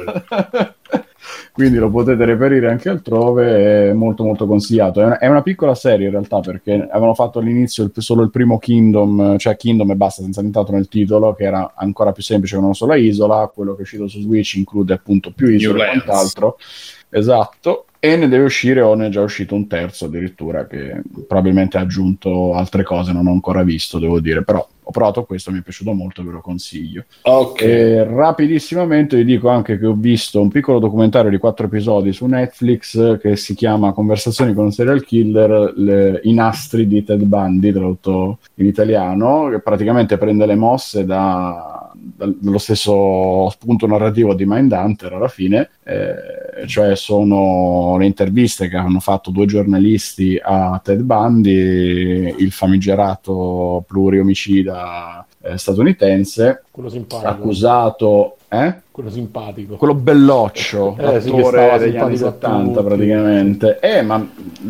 Quindi lo potete reperire anche altrove, è molto molto consigliato. È una piccola serie in realtà, perché avevano fatto all'inizio solo il primo Kingdom, cioè Kingdom e basta, senza nient'altro nel titolo, che era ancora più semplice con una sola isola. Quello che è uscito su Switch include appunto più isole e quant'altro. Esatto. E ne deve uscire, o ne è già uscito un terzo addirittura, che probabilmente ha aggiunto altre cose, non ho ancora visto, devo dire, però ho provato questo, mi è piaciuto molto, ve lo consiglio. E rapidissimamente vi dico anche che ho visto un piccolo documentario di 4 episodi su Netflix che si chiama Conversazioni con un serial killer, i nastri di Ted Bundy, tradotto in italiano, che praticamente prende le mosse dallo stesso spunto narrativo di Mindhunter alla fine, cioè sono le interviste che hanno fatto 2 giornalisti a Ted Bundy, il famigerato pluriomicida statunitense, quello simpatico, accusato, quello simpatico, quello belloccio, attore degli anni 70 praticamente. Ma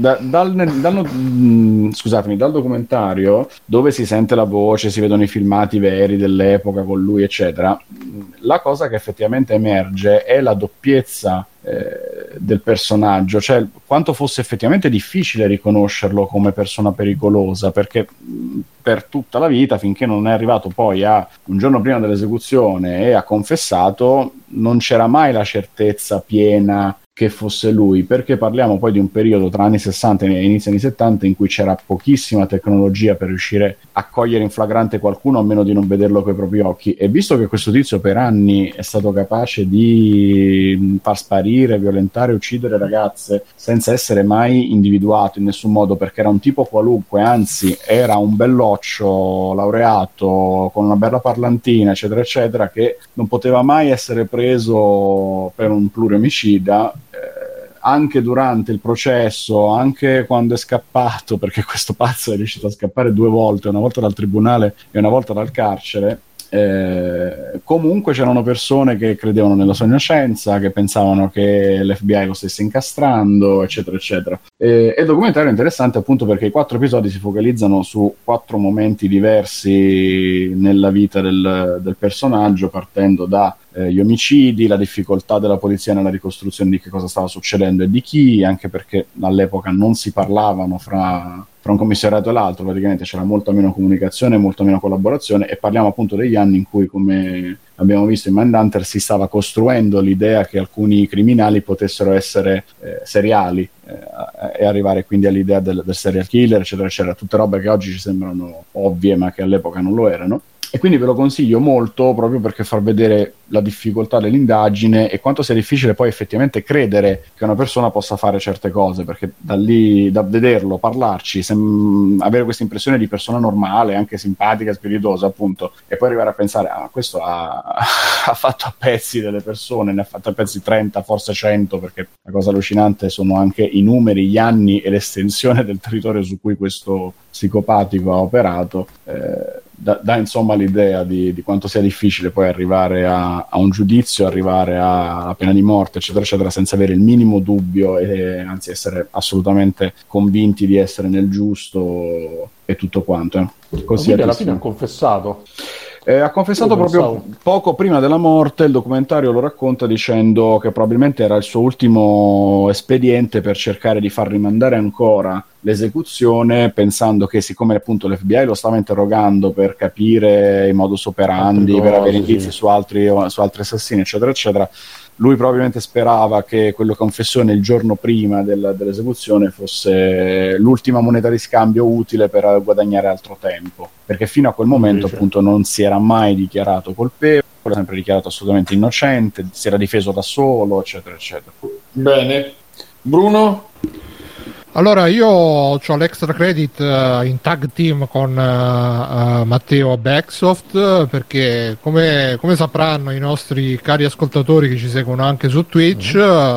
scusatemi, dal documentario, dove si sente la voce, si vedono i filmati veri dell'epoca con lui eccetera, la cosa che effettivamente emerge è la doppiezza del personaggio, cioè quanto fosse effettivamente difficile riconoscerlo come persona pericolosa, perché per tutta la vita, finché non è arrivato poi a un giorno prima dell'esecuzione e ha confessato, non c'era mai la certezza piena che fosse lui, perché parliamo poi di un periodo tra anni 60 e inizi anni 70 in cui c'era pochissima tecnologia per riuscire a cogliere in flagrante qualcuno a meno di non vederlo coi propri occhi, e visto che questo tizio per anni è stato capace di far sparire, violentare, uccidere ragazze senza essere mai individuato in nessun modo, perché era un tipo qualunque, anzi era un belloccio laureato con una bella parlantina eccetera eccetera, che non poteva mai essere preso per un pluriomicida, anche durante il processo, anche quando è scappato, perché questo pazzo è riuscito a scappare 2 volte, una volta dal tribunale e una volta dal carcere. Comunque c'erano persone che credevano nella sua innocenza, che pensavano che l'FBI lo stesse incastrando eccetera eccetera, e il documentario è interessante appunto perché i 4 episodi si focalizzano su 4 momenti diversi nella vita del personaggio, partendo da gli omicidi, la difficoltà della polizia nella ricostruzione di che cosa stava succedendo e di chi, anche perché all'epoca non si parlavano fra un commissariato e l'altro, praticamente c'era molta meno comunicazione, molta meno collaborazione, e parliamo appunto degli anni in cui, come abbiamo visto in Mindhunter, si stava costruendo l'idea che alcuni criminali potessero essere seriali e arrivare quindi all'idea del serial killer eccetera eccetera, tutte robe che oggi ci sembrano ovvie ma che all'epoca non lo erano. E quindi ve lo consiglio molto proprio perché far vedere la difficoltà dell'indagine e quanto sia difficile poi effettivamente credere che una persona possa fare certe cose, perché da lì, da vederlo, parlarci, avere questa impressione di persona normale, anche simpatica, spiritosa appunto, e poi arrivare a pensare questo ha fatto a pezzi delle persone, ne ha fatto a pezzi 30, forse 100, perché la cosa allucinante sono anche i numeri, gli anni e l'estensione del territorio su cui questo psicopatico ha operato. Dà insomma l'idea di quanto sia difficile poi arrivare a un giudizio, arrivare alla pena di morte eccetera eccetera, senza avere il minimo dubbio e anzi essere assolutamente convinti di essere nel giusto e tutto quanto. Così alla fine ha confessato. Ha confessato proprio poco prima della morte. Il documentario lo racconta dicendo che probabilmente era il suo ultimo espediente per cercare di far rimandare ancora l'esecuzione, pensando che siccome appunto l'FBI lo stava interrogando per capire i modus operandi, per avere indizi su altri assassini eccetera eccetera, lui probabilmente sperava che quello confessione il giorno prima dell'esecuzione fosse l'ultima moneta di scambio utile per guadagnare altro tempo, perché fino a quel momento appunto non si era mai dichiarato colpevole, sempre dichiarato assolutamente innocente, si era difeso da solo eccetera eccetera. Bene, Bruno? Allora, io ho l'extra credit in tag team con Matteo Backsoft, perché come sapranno i nostri cari ascoltatori che ci seguono anche su Twitch,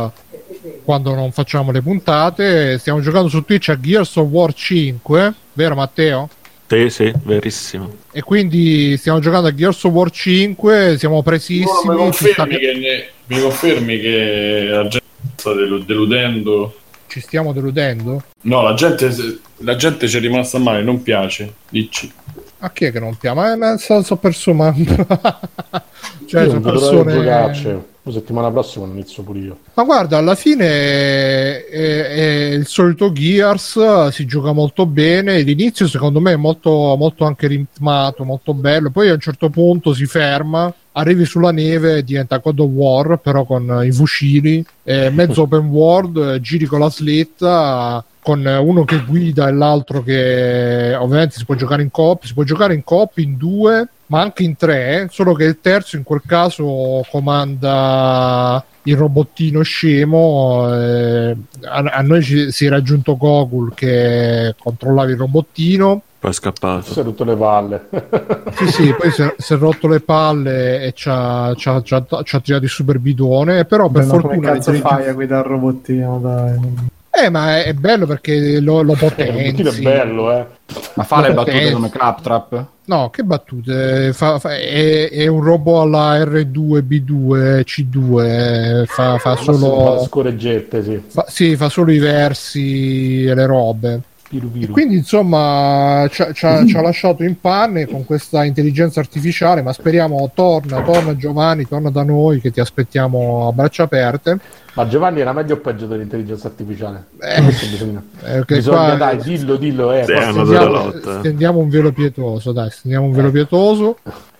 quando non facciamo le puntate, stiamo giocando su Twitch a Gears of War 5, vero Matteo? Sì, verissimo. E quindi stiamo giocando a Gears of War 5, siamo presissimi. Mi confermi che la gente sta deludendo? Ci stiamo deludendo? No, la gente ci è rimasta male, non piace. Dici. A chi è che non piace? Ma so persone. Cioè, io sono persone. Giocacce. La settimana prossima inizio pure io. Ma guarda, alla fine è il solito Gears, si gioca molto bene. L'inizio, secondo me, è molto, molto anche ritmato, molto bello. Poi a un certo punto si ferma. Arrivi sulla neve e diventa God of War, però con i fucili, mezzo open world, giri con la slitta, con uno che guida e l'altro che ovviamente si può giocare in coop, in 2, ma anche in 3, solo che il terzo in quel caso comanda il robottino scemo. A noi si è raggiunto Gogol che controllava il robottino. Poi è scappato. Si è rotto le palle. Sì, poi si è rotto le palle e ci ha tirato il super bidone. Però per fortuna. Come cazzo fai a guidare il robottino? Dai. Ma è bello perché lo potenzi. Il robottino è bello, Ma fa le battute come Claptrap? No, che battute? È un robot alla R2, B2, C2. Fa solo scorreggette, sì. Fa solo i versi e le robe. E quindi insomma ci ha lasciato in panne con questa intelligenza artificiale, ma speriamo torna Giovanni, torna da noi che ti aspettiamo a braccia aperte. Ma Giovanni era meglio o peggio dell'intelligenza artificiile? Bisogna, dai, dillo. Stendiamo un velo pietoso, dai, stendiamo un velo pietoso.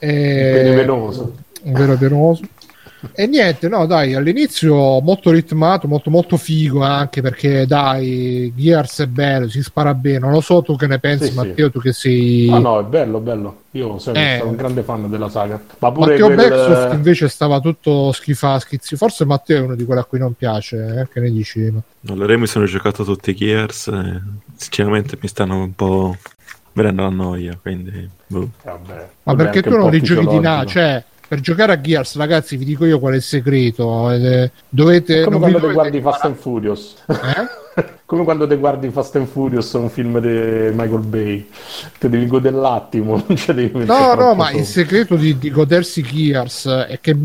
Un velo penoso. E niente, no dai, all'inizio molto ritmato, molto figo, anche perché dai, Gears è bello, si spara bene. Non lo so tu che ne pensi, sì, Matteo, tu che sei... No, è bello. Io sono un grande fan della saga. Ma pure Matteo Backsoft invece stava tutto schizzi. Forse Matteo è uno di quelli a cui non piace, che ne dici? Allora mi sono giocato tutti i Gears e sinceramente mi stanno un po' venendo la noia, quindi... Ma perché tu non li giochi di là, cioè... Per giocare a Gears, ragazzi, vi dico io qual è il segreto. Dovete. Come quando te guardi Fast and Furious. Come quando te guardi Fast and Furious, un film di Michael Bay. Te devi godere l'attimo. Non c'è devi no, ma il segreto di godersi Gears è che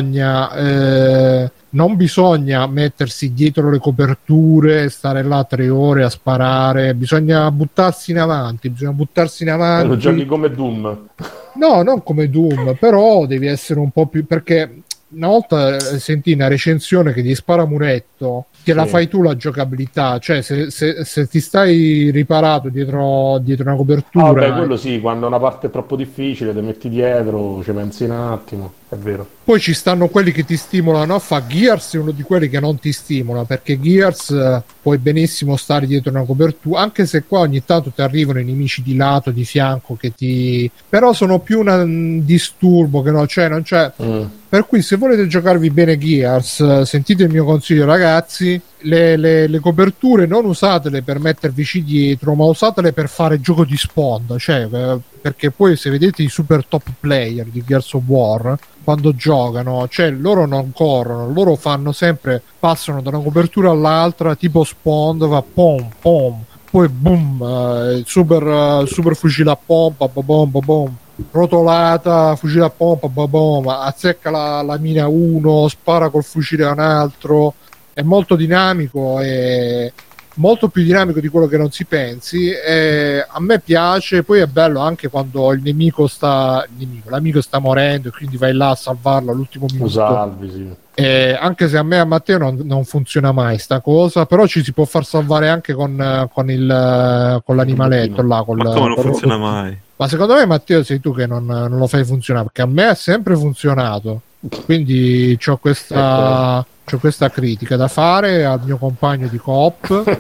non bisogna mettersi dietro le coperture, stare là 3 ore a sparare, bisogna buttarsi in avanti. Lo giochi come Doom. No, non come Doom, però devi essere un po' più, perché una volta senti una recensione che gli spara muretto, che la fai tu la giocabilità, cioè se ti stai riparato dietro una copertura. Vabbè, quello sì, quando una parte è troppo difficile ti metti dietro, ci pensi un attimo, è vero. Poi ci stanno quelli che ti stimolano a fare. Gears è uno di quelli che non ti stimola, perché Gears puoi benissimo stare dietro una copertura, anche se qua ogni tanto ti arrivano i nemici di lato, di fianco, che ti... però sono più un disturbo che no, cioè non c'è... Per cui se volete giocarvi bene Gears, sentite il mio consiglio, ragazzi, le coperture non usatele per mettervici dietro, ma usatele per fare gioco di sponda, cioè perché poi se vedete i super top player di Gears of War, quando giocano, cioè loro non corrono, loro fanno sempre, passano da una copertura all'altra tipo sponda, va pom pom, poi boom, super fucile a pompa, bom, rotolata, fucile a pompa, azzecca la mina 1, spara col fucile a un altro. È molto dinamico, è molto più dinamico di quello che non si pensi, e a me piace. Poi è bello anche quando l'amico sta morendo e quindi vai là a salvarlo all'ultimo minuto. Salvi, sì. Anche se a me e a Matteo non funziona mai sta cosa, però ci si può far salvare anche con l'animaletto là, ma come non funziona mai? Ma secondo me, Matteo, sei tu che non lo fai funzionare, perché a me ha sempre funzionato, quindi c'ho questa critica da fare al mio compagno di coop.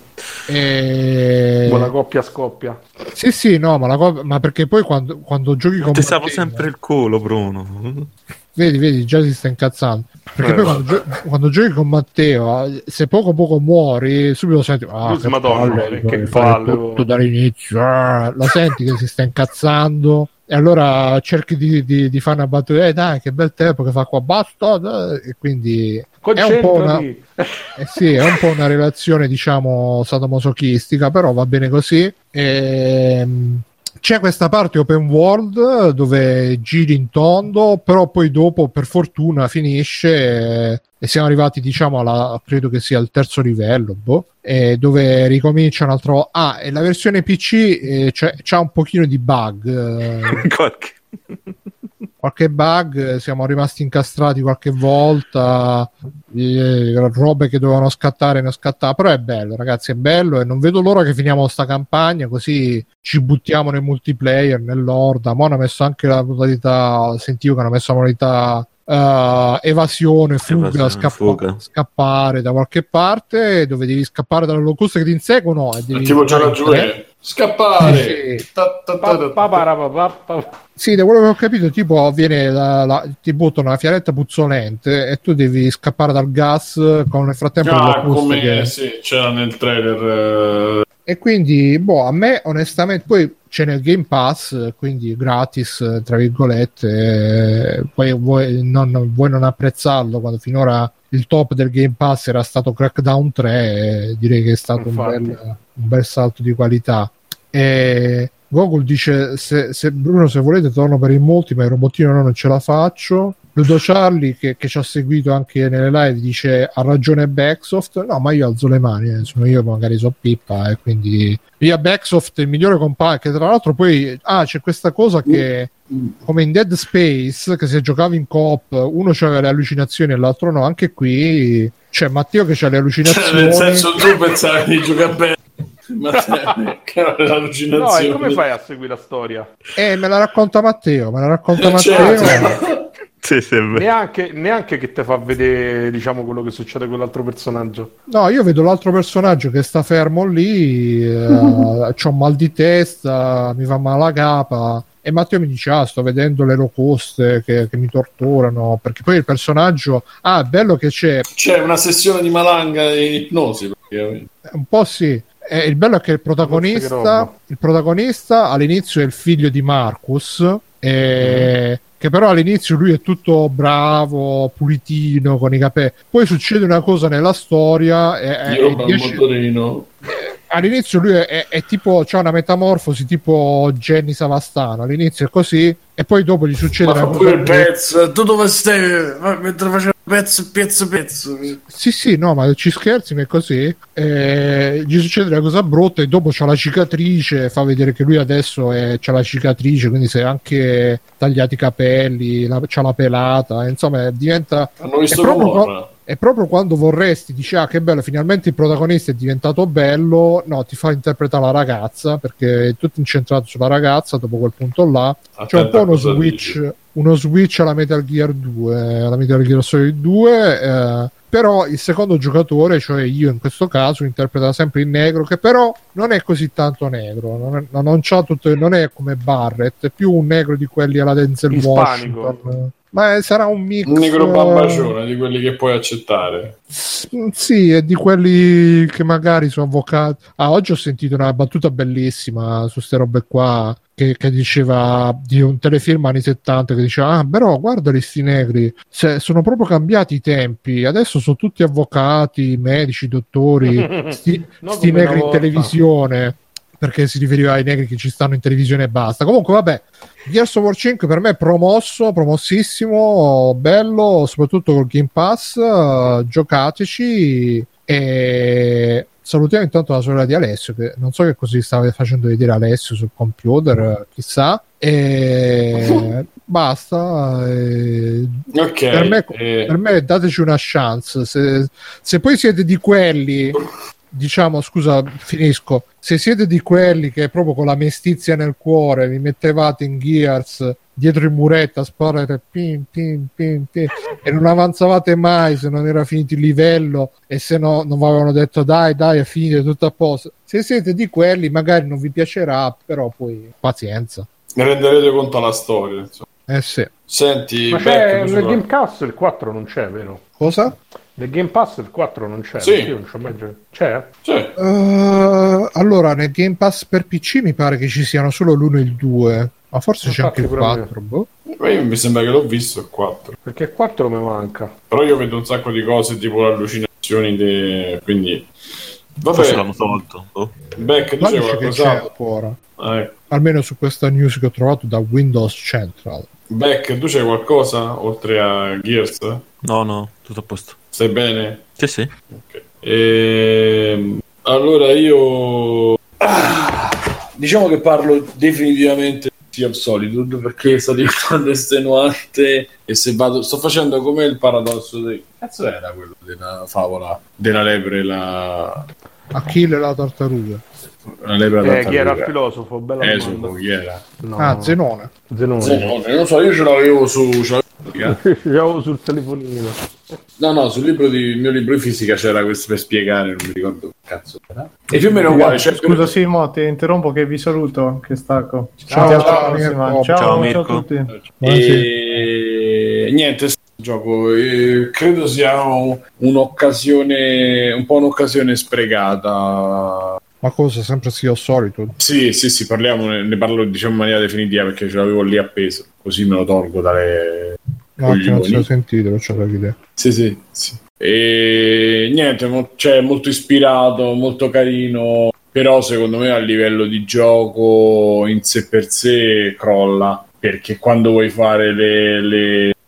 Buona coppia scoppia. Sì, no, ma perché poi quando giochi con Matteo, ti salvo sempre il culo, Bruno. Vedi, già si sta incazzando. Perché poi quando giochi con Matteo, se poco muori, subito senti che palle tutto dall'inizio, lo senti che si sta incazzando, e allora cerchi di fare una battuta, dai che bel tempo che fa qua, basta, e quindi è un po' una relazione, diciamo, sadomasochistica, però va bene così. C'è questa parte open world dove giri in tondo, però poi dopo per fortuna finisce e siamo arrivati, diciamo, credo che sia il 3° livello, dove ricomincia un altro. E la versione PC c'ha un pochino di bug. Qualche bug, siamo rimasti incastrati qualche volta, robe che dovevano scattare non scattare, però è bello, ragazzi, è bello, e non vedo l'ora che finiamo sta campagna, così ci buttiamo nel multiplayer, nell'orda. Mo' hanno messo anche la modalità, sentivo che hanno messo la modalità evasione, fuga, scappare da qualche parte, dove devi scappare dalle locuste che ti inseguono e devi tipo già giù scappare. Sì, da quello che ho capito, tipo ti buttano una fialetta puzzolente e tu devi scappare dal gas con nel frattempo come sì, c'era nel trailer. E quindi a me onestamente, poi c'è nel Game Pass, quindi gratis tra virgolette, poi vuoi non apprezzarlo, quando finora il top del Game Pass era stato Crackdown 3, direi che è stato un bel salto di qualità. E Google dice: se Bruno, se volete torno per il multiplayer, robottino, no, non ce la faccio. Ludo Charlie che ci ha seguito anche nelle live dice ha ragione Backsoft. No, ma io alzo le mani, sono io magari so pippa e quindi via Backsoft il migliore compagno, che tra l'altro poi c'è questa cosa che come in Dead Space, che se giocavi in coop uno c'aveva le allucinazioni e l'altro no, anche qui c'è Matteo che c'ha le allucinazioni, cioè, nel senso tu pensavi di giocare bene ma che era l'allucinazione. No, e come fai a seguire la storia? Me la racconta Matteo, Certo. Sì, neanche che te fa vedere, diciamo, quello che succede con l'altro personaggio. No, io vedo l'altro personaggio che sta fermo lì, c'ho mal di testa, mi fa male la capa. E Matteo mi dice: sto vedendo le locuste che mi torturano. Perché poi il personaggio, è bello che c'è una sessione di malanga e ipnosi praticamente. Un po' sì. Il bello è che il protagonista all'inizio è il figlio di Marcus, che però all'inizio lui è tutto bravo, pulitino, con i capelli. Poi succede una cosa nella storia un motorino. All'inizio lui è tipo, c'ha una metamorfosi tipo Jenny Savastano, all'inizio è così e poi dopo gli succede una cosa il pezzo, tu dove stai? Mentre faceva pezzo. Sì, no, ma ci scherzi, ma è così. Gli succede una cosa brutta e dopo c'ha la cicatrice, fa vedere che lui adesso c'ha la cicatrice, quindi si è anche tagliati i capelli, c'ha la pelata, insomma diventa... Hanno visto è proprio quando vorresti, dici che bello, finalmente il protagonista è diventato bello, no, ti fa interpretare la ragazza perché è tutto incentrato sulla ragazza dopo quel punto là. C'è un po' uno switch alla Metal Gear 2, alla Metal Gear Solid 2, però il secondo giocatore, cioè io in questo caso, interpreta sempre il negro, che però non è così tanto negro, non c'ha tutto, non è come Barrett, è più un negro di quelli alla Denzel Washington. Ma sarà un mix, un negro bambacione di quelli che puoi accettare. Sì, è di quelli che magari sono avvocati. Oggi ho sentito una battuta bellissima su ste robe qua che diceva di un telefilm anni 70 che diceva però guarda sti negri, sono proprio cambiati i tempi, adesso sono tutti avvocati, medici, dottori, sti negri in televisione, perché si riferiva ai negri che ci stanno in televisione e basta. Comunque vabbè, Gears of War 5 per me è promossissimo, bello, soprattutto col Game Pass, giocateci e salutiamo intanto la sorella di Alessio, che non so che così stava facendo vedere Alessio sul computer, chissà, e basta. Okay, per me dateci una chance, se poi siete di quelli, diciamo, scusa, finisco. Se siete di quelli che proprio con la mestizia nel cuore vi mettevate in Gears dietro il muretto a sparare pim, pim, pim, pim, e non avanzavate mai se non era finito il livello e se no non vi avevano detto dai è finito, tutto a posto, se siete di quelli magari non vi piacerà, però poi pazienza, ne renderete conto alla storia, insomma. Sì. Senti, ma c'è nel Game Pass il 4 non c'è, vero? Cosa? Nel Game Pass il 4 non c'è, sì. Io non c'ho mai c'è? Sì. Allora nel Game Pass per PC mi pare che ci siano solo l'1 e il 2, ma forse c'è anche il 4, boh. Io mi sembra che l'ho visto il 4, perché il 4 mi manca, però io vedo un sacco di cose tipo le allucinazioni quindi vabbè, forse l'hanno tolto. Beck, tu c'è qualcos'altro ancora, almeno su questa news che ho trovato da Windows Central. Beck, tu c'hai qualcosa oltre a Gears? No, tutto a posto. Stai bene? Sì. Okay. Allora io diciamo che parlo definitivamente di Sea of Solitude perché sta diventando estenuante e se sto facendo come il paradosso cazzo era quello della favola della lepre, Achille la tartaruga. La lepre la tartaruga. Chi era il filosofo? Bella Esopo, chi era? No. Zenone, non so, io ce l'avevo sul telefonino. No, sul libro il mio libro di fisica c'era questo per spiegare, non mi ricordo che cazzo era. E più o meno uguale. Scusa Simo, ti interrompo che vi saluto, che stacco. Ciao Mirko. A tutti. E niente, gioco credo sia un'occasione, un po' un'occasione spregata. Ma cosa, sempre Sea of Solitude? Sì, ne parlo diciamo in maniera definitiva perché ce l'avevo lì appeso, così me lo tolgo dalle... No, che non si è sentito, lo c'ho da vedere. Sì. E niente, cioè molto ispirato, molto carino, però secondo me a livello di gioco in sé per sé crolla, perché quando vuoi fare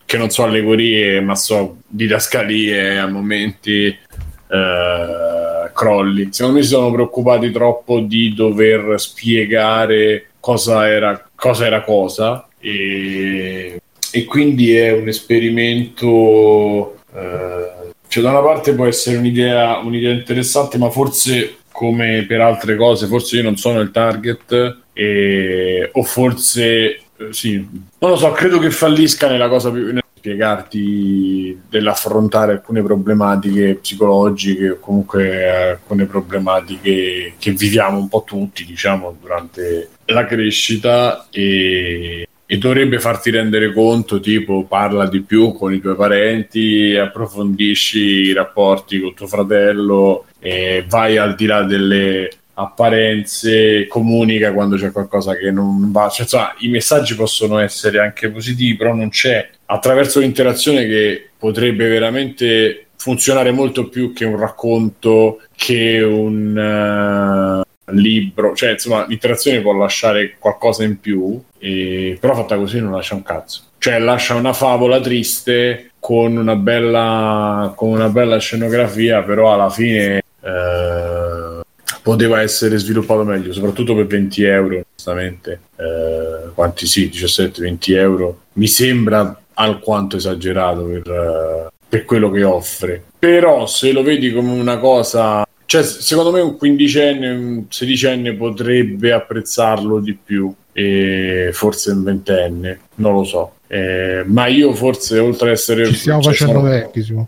che non so allegorie, ma so didascalie a momenti, crolli. Secondo me si sono preoccupati troppo di dover spiegare cosa era cosa, e quindi è un esperimento, cioè da una parte può essere un'idea interessante, ma forse, come per altre cose, forse io non sono il target, o forse sì, non lo so, credo che fallisca nella cosa più, nel spiegarti, dell'affrontare alcune problematiche psicologiche, o comunque alcune problematiche che viviamo un po' tutti, diciamo, durante la crescita, e dovrebbe farti rendere conto, tipo, parla di più con i tuoi parenti, approfondisci i rapporti con tuo fratello, e vai al di là delle apparenze, comunica quando c'è qualcosa che non va, cioè, insomma, i messaggi possono essere anche positivi, però non c'è, attraverso l'interazione, che potrebbe veramente funzionare molto più che un racconto, che un libro, cioè insomma l'interazione può lasciare qualcosa in più, però fatta così non lascia un cazzo, cioè lascia una favola triste con una bella scenografia, però alla fine poteva essere sviluppato meglio, soprattutto per 20 euro, onestamente. Quanti sì, 17-20 euro mi sembra alquanto esagerato per quello che offre. Però se lo vedi come una cosa, cioè secondo me un quindicenne, un sedicenne potrebbe apprezzarlo di più, e forse un ventenne, non lo so, ma io forse, oltre ad essere, ci stiamo facendo vecchi,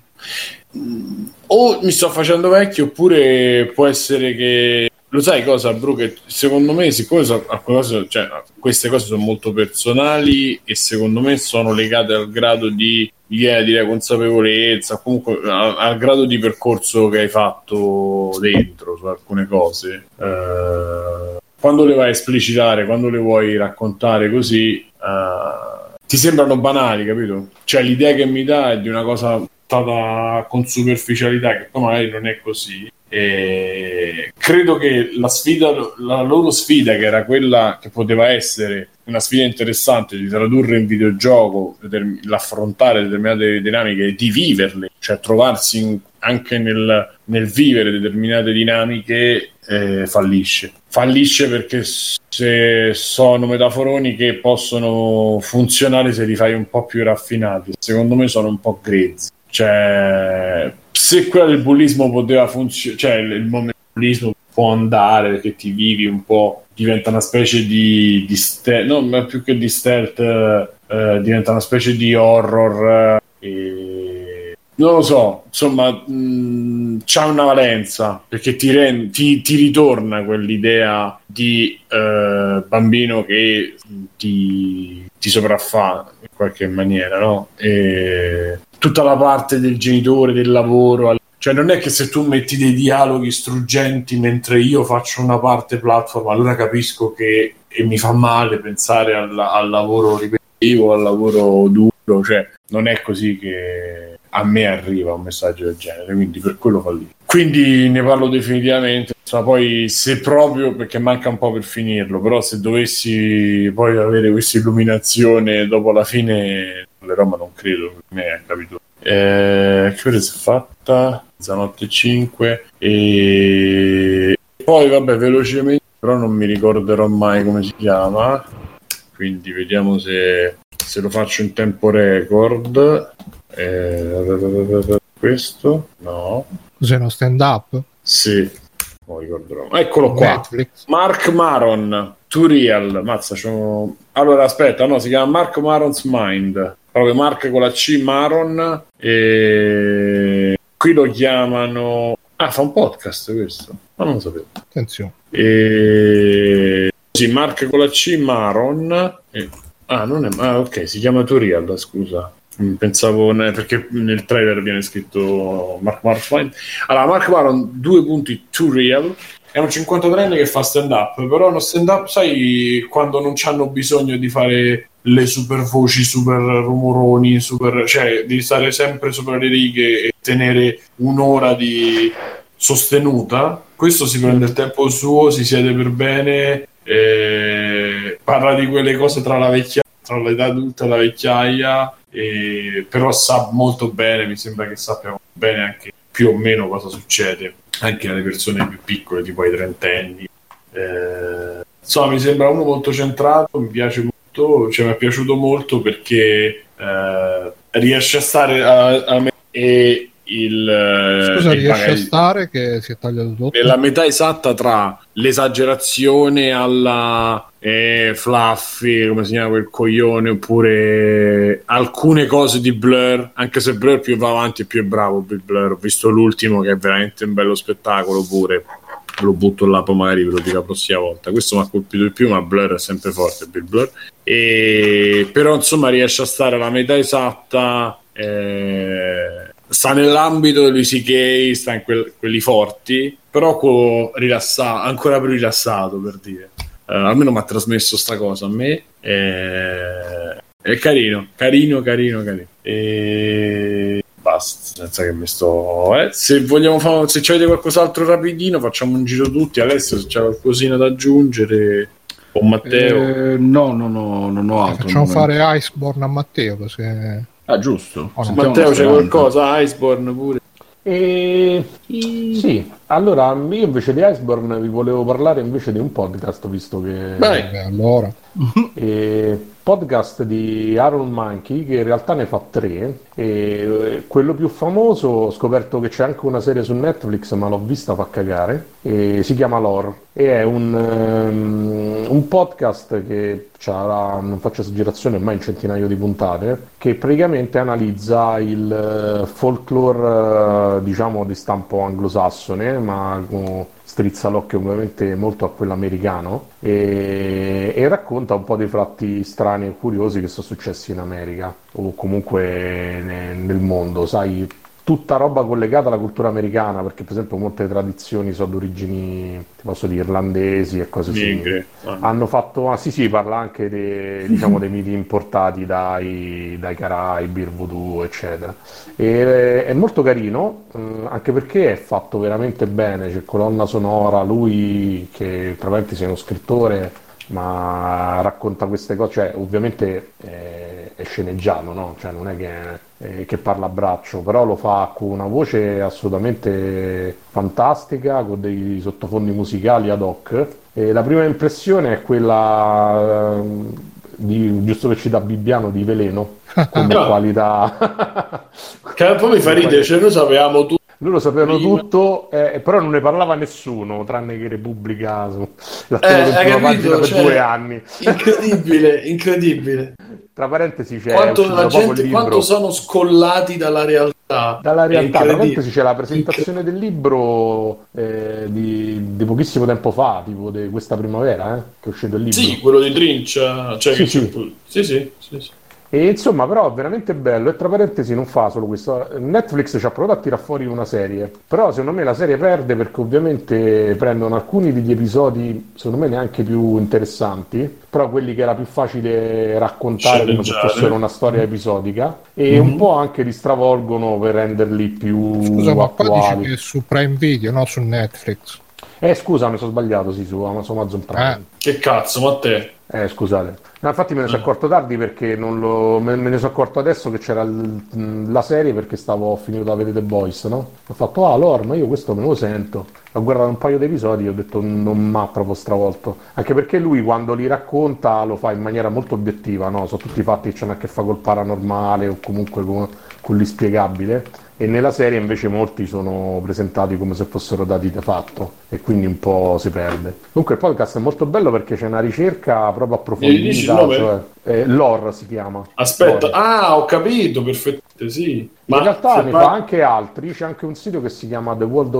o mi sto facendo vecchio, oppure può essere che, lo sai cosa, Bru, che secondo me, siccome alcune cose, cioè, queste cose sono molto personali, e secondo me sono legate al grado di consapevolezza, comunque al grado di percorso che hai fatto dentro su alcune cose, quando le vai a esplicitare, quando le vuoi raccontare così, ti sembrano banali, capito? Cioè l'idea che mi dà è di una cosa stata con superficialità, che poi magari non è così, e credo che la loro sfida, che era quella che poteva essere una sfida interessante di tradurre in videogioco, l'affrontare determinate dinamiche e di viverle, cioè trovarsi anche nel vivere determinate dinamiche, fallisce perché se sono metaforoni che possono funzionare se li fai un po' più raffinati, secondo me sono un po' grezzi. Cioè, se quella del bullismo poteva funzionare, cioè il momento del bullismo può andare perché ti vivi un po', diventa una specie di stealth, no, ma più che di stealth, diventa una specie di horror, non lo so, insomma, c'ha una valenza, perché ti ritorna quell'idea di bambino che ti sopraffa in qualche maniera, no? E tutta la parte del genitore, del lavoro, cioè non è che se tu metti dei dialoghi struggenti mentre io faccio una parte platform, allora capisco che, e mi fa male pensare al lavoro ripetitivo, al lavoro duro, cioè non è così che a me arriva un messaggio del genere, quindi per quello fallì. Quindi ne parlo definitivamente, poi se proprio, perché manca un po' per finirlo, però se dovessi poi avere questa illuminazione dopo la fine, le Roma non credo, per me è capito. Che ora si è fatta? Mezzanotte 5, e poi vabbè, velocemente, però non mi ricorderò mai come si chiama, quindi vediamo se lo faccio in tempo record. Questo no, cos'è, uno stand up? Sì, non ricorderò. Eccolo qua, Netflix. Mark Maron, To Real. Mazza, allora aspetta, no, si chiama Mark Maron's Mind, proprio Mark con la C, Maron, e qui lo chiamano, fa un podcast questo, ma non lo sapevo, attenzione, sì, Mark con la C, Maron, ok, si chiama To Real, scusa. Pensavo, perché nel trailer viene scritto Mark Maron. Allora, Mark Maron, 2 punti, To Real, è un 53enne che fa stand up, però uno stand up, sai, quando non c'hanno bisogno di fare le super voci, super rumoroni, cioè di stare sempre sopra le righe e tenere un'ora di sostenuta. Questo si prende il tempo suo, si siede per bene, parla di quelle cose tra l'età adulta e la vecchiaia, però sa molto bene, mi sembra che sappia bene anche più o meno cosa succede anche alle persone più piccole, tipo ai trentenni. Insomma, mi sembra uno molto centrato, mi piace molto, cioè mi è piaciuto molto perché riesce a stare a me e scusa, riesce a stare che si è tagliato tutto nella metà esatta tra l'esagerazione alla Fluffy, come si chiama quel coglione, oppure alcune cose di Blur, anche se Blur più va avanti e più è bravo. Bill Blur, ho visto l'ultimo che è veramente un bello spettacolo pure, lo butto là, poi magari ve lo dico la prossima volta. Questo mi ha colpito di più, ma Blur è sempre forte, Bill Blur. Però insomma riesce a stare alla metà esatta, sta nell'ambito di Louis C.K., sta in quelli forti, però ancora più rilassato, per dire. Almeno mi ha trasmesso sta cosa a me. È carino. E basta, senza che mi sto... Se vogliamo se ci avete qualcos'altro rapidino, facciamo un giro tutti. Alessio, se c'è qualcosina da aggiungere, o Matteo. No, non ho altro. Facciamo fare Iceborne a Matteo, così... Ah, giusto. Oh, no. Matteo, c'è qualcosa? Iceborne pure. Sì, allora io invece di Iceborne vi volevo parlare invece di un podcast, visto che... allora. Podcast di Aaron Mahnke, che in realtà ne fa 3, e quello più famoso, ho scoperto che c'è anche una serie su Netflix, ma l'ho vista, fa cagare, e si chiama Lore, e è un podcast che non faccio esagerazione, ormai un centinaio di puntate, che praticamente analizza il folklore, diciamo, di stampo anglosassone, ma strizza l'occhio ovviamente molto a quello americano, e racconta un po' dei fatti strani e curiosi che sono successi in America o comunque nel mondo, sai, tutta roba collegata alla cultura americana, perché per esempio molte tradizioni sono d'origini, ti posso dire, irlandesi e cose simili. Hanno fatto, sì, parla anche diciamo, dei miti importati dai Caraibi, il voodoo, eccetera. E è molto carino, anche perché è fatto veramente bene, c'è colonna sonora, lui che tra parentesi è uno scrittore, ma racconta queste cose, cioè ovviamente è sceneggiato, no? Cioè non è che parla a braccio, però lo fa con una voce assolutamente fantastica, con dei sottofondi musicali ad hoc, e la prima impressione è quella giusto che ci dà Bibbiano, di Veleno come qualità. Che poi mi fa ridere, cioè noi sapevamo tutto. Loro sapevano tutto, però non ne parlava nessuno, tranne che Repubblica, l'ha tenuto in prima pagina per 2 anni. Incredibile. Tra parentesi c'è quanto sono scollati dalla realtà. Tra parentesi c'è la presentazione del libro di pochissimo tempo fa, tipo di questa primavera, che è uscito il libro. Sì, quello di Trincia, cioè sì. E insomma, però è veramente bello, e tra parentesi non fa solo questo. Netflix ci ha provato a tirar fuori una serie, però secondo me la serie perde, perché ovviamente prendono alcuni degli episodi secondo me neanche più interessanti, però quelli che era più facile raccontare come se fossero una storia episodica, e un po' anche li stravolgono per renderli più Scusa, ma qua attuali. dici che è su Prime Video, no su Netflix? Scusa, mi sono sbagliato, sì, su Amazon Prime. Che cazzo, ma te? Scusate. No, infatti me ne sono accorto tardi, perché me ne sono accorto adesso che c'era la serie, perché stavo finito da vedere The Boys, no? Ho fatto, Lore, ma io questo me lo sento. Ho guardato un paio di episodi e ho detto non m'ha proprio stravolto. Anche perché lui, quando li racconta, lo fa in maniera molto obiettiva, no? Sono tutti fatti che hanno a che fare col paranormale o comunque con l'inspiegabile. E nella serie invece molti sono presentati come se fossero dati di fatto, e quindi un po' si perde. Comunque il podcast è molto bello perché c'è una ricerca proprio approfondita, cioè, Lore si chiama. Aspetta, Lore. Ho capito, perfetto, sì. Ma in realtà ne fa anche altri, c'è anche un sito che si chiama The World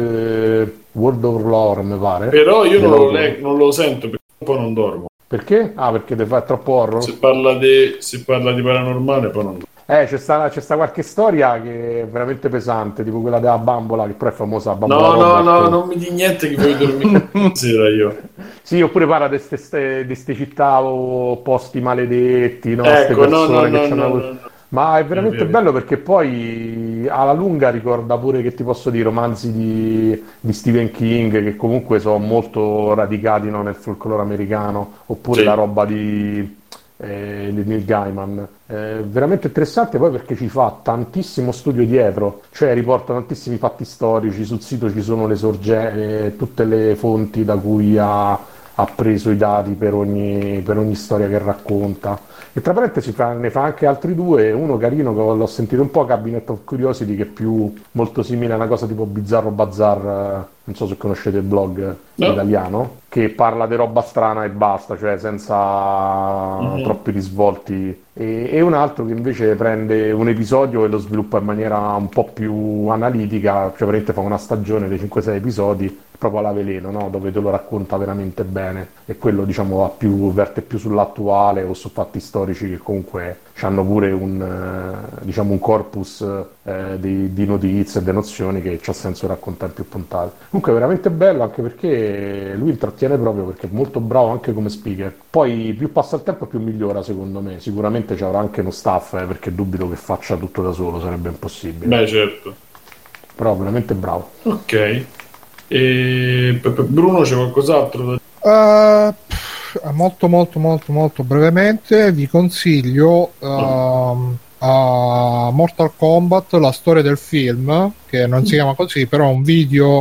of Lore, mi pare. Però io non lo sento, perché poi non dormo. Perché? Perché te fa troppo horror? Se parla di paranormale, poi non dormo. C'è sta qualche storia che è veramente pesante, tipo quella della bambola, che però è famosa. No, non mi di niente che vuoi dormire sera io. Sì, oppure parla di ste città o posti maledetti, no? Ecco, no. Ma è veramente bello, perché poi alla lunga ricorda pure, che ti posso dire, romanzi di Stephen King, che comunque sono molto radicati, no, nel folklore americano, oppure la roba di di Neil Gaiman. Veramente interessante poi perché ci fa tantissimo studio dietro, cioè riporta tantissimi fatti storici, sul sito ci sono tutte le fonti da cui ha preso i dati per ogni storia che racconta. E tra parentesi ne fa anche altri due, uno carino che l'ho sentito un po', Cabinet of Curiosity, che è più molto simile a una cosa tipo Bizzarro Bazzar, non so se conoscete il blog italiano, che parla di roba strana e basta, cioè senza troppi risvolti. E un altro che invece prende un episodio e lo sviluppa in maniera un po' più analitica, cioè veramente fa una stagione dei 5-6 episodi proprio alla Veleno, no? Dove te lo racconta veramente bene, e quello diciamo verte più sull'attuale o su fatti storici che comunque hanno pure un corpus di notizie e di nozioni che c'ha senso raccontare in più puntate. Comunque è veramente bello, anche perché lui intrattiene proprio, perché è molto bravo anche come speaker. Poi più passa il tempo più migliora, secondo me. Sicuramente ci avrà anche uno staff, perché dubito che faccia tutto da solo, sarebbe impossibile. Beh, certo. Però veramente bravo. Ok. E Bruno, c'è qualcos'altro da molto brevemente vi consiglio a Mortal Kombat, la storia del film, che non si chiama così, però è un video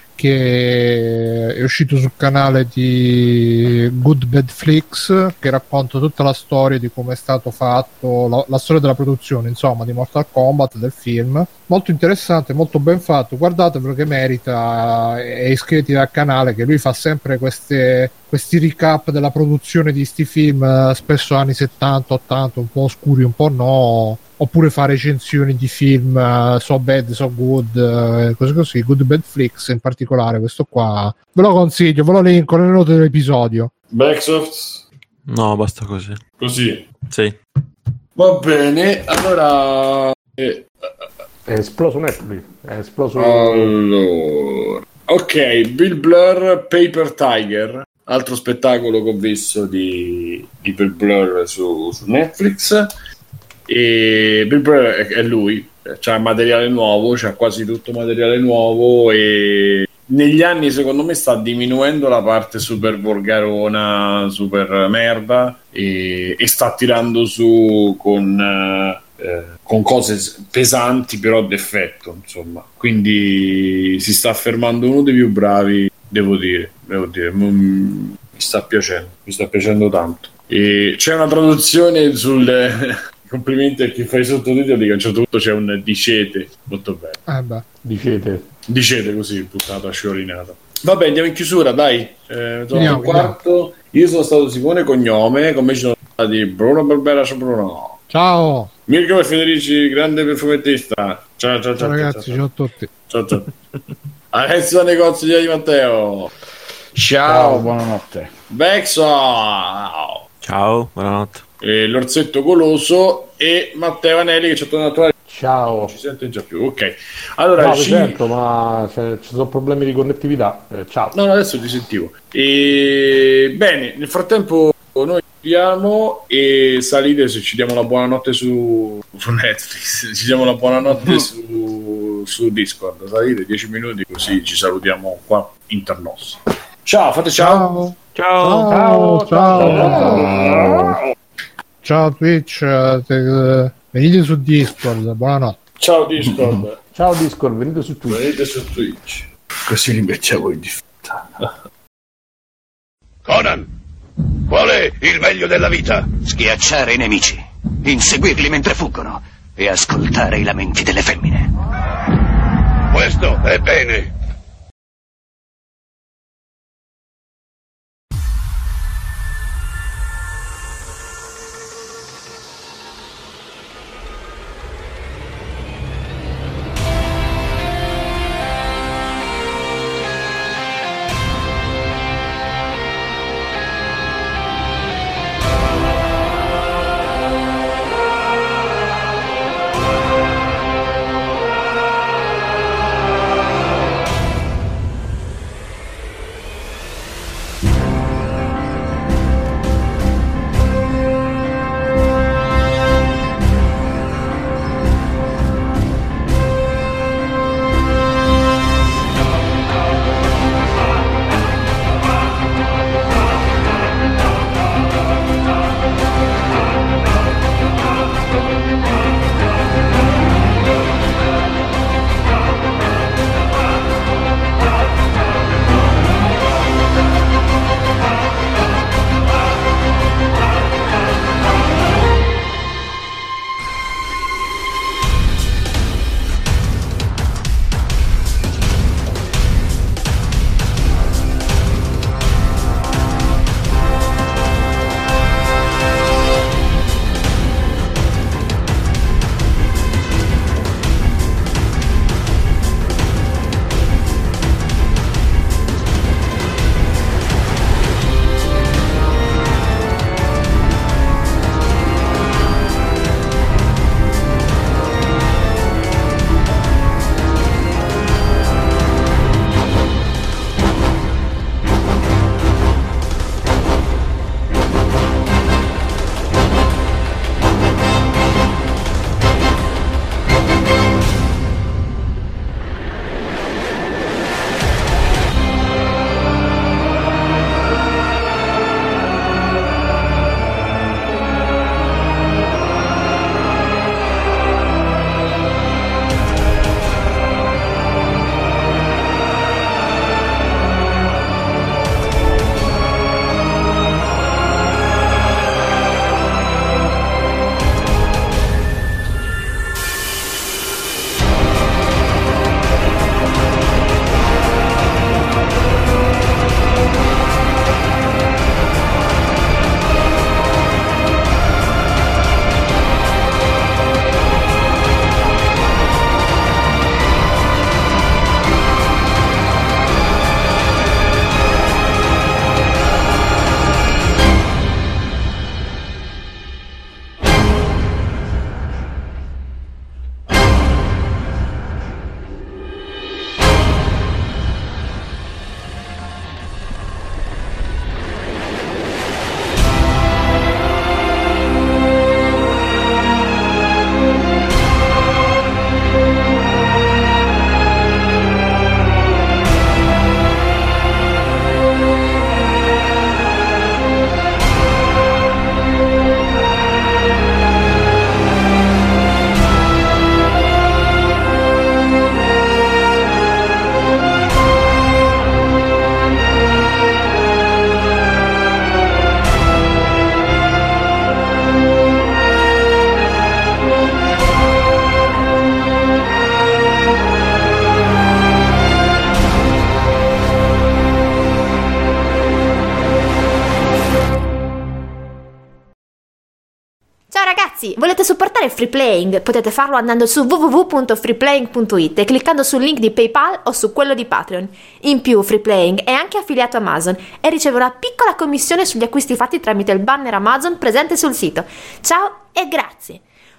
che è uscito sul canale di Good Bad Flix, che racconta tutta la storia di come è stato fatto, la storia della produzione, insomma, di Mortal Kombat, del film. Molto interessante, molto ben fatto, guardatevelo che merita, e iscrivetevi al canale, che lui fa sempre questi recap della produzione di sti film, spesso anni 70, 80, un po' oscuri, un po' no, oppure fa recensioni di film so bad, so good, così così. Good Bad Flix in particolare, questo qua ve lo consiglio, ve lo linko nelle note dell'episodio. Backsoft? No, basta così. Così? Sì. Va bene, allora... È esploso Netflix, è esploso... Allora... Ok, Bill Blur, Paper Tiger, altro spettacolo che ho visto di Bill Blur su Netflix. E Bill Blur è lui, c'ha materiale nuovo, c'ha quasi tutto materiale nuovo, e negli anni secondo me sta diminuendo la parte super volgarona, super merda, e sta tirando su con cose pesanti però d'effetto, insomma. Quindi si sta affermando uno dei più bravi, devo dire. Mi sta piacendo tanto. E c'è una traduzione complimenti a chi fa i sottotitoli, che a un certo punto c'è un dicete molto bello. Dicete così, buttata sciorinata. Vabbè, andiamo in chiusura, dai. Un quarto. Io sono stato Simone Cognome, con me ci sono stati Bruno Barbera. Ciao Bruno. Ciao Mirko Federici, grande perfumettista. Ciao ragazzi, ciao a tutti. Ciao. Alessio Negozio di Matteo. Ciao, buonanotte. Bexo. Ciao, buonanotte. L'orsetto goloso e Matteo Anelli, che ci è tornato a... Ciao. Non ci sente già più, ok. Allora, sento, ma ci sono problemi di connettività. Ciao. No, adesso ti sentivo. Bene, nel frattempo noi chiudiamo e salite, se ci diamo la buonanotte su Netflix, ci diamo la buonanotte su Discord. Salite 10 minuti, così ci salutiamo qua internos. Ciao, fate ciao. Ciao Twitch, venite su Discord, buonanotte. Ciao Discord. Ciao Discord, venite su Twitch. Così li mettiamo in difficoltà. Conan, qual è il meglio della vita? Schiacciare i nemici, inseguirli mentre fuggono e ascoltare i lamenti delle femmine. Questo è bene. Ragazzi, volete supportare Free Playing? Potete farlo andando su www.freeplaying.it e cliccando sul link di PayPal o su quello di Patreon. In più, Free Playing è anche affiliato a Amazon e riceve una piccola commissione sugli acquisti fatti tramite il banner Amazon presente sul sito. Ciao e grazie!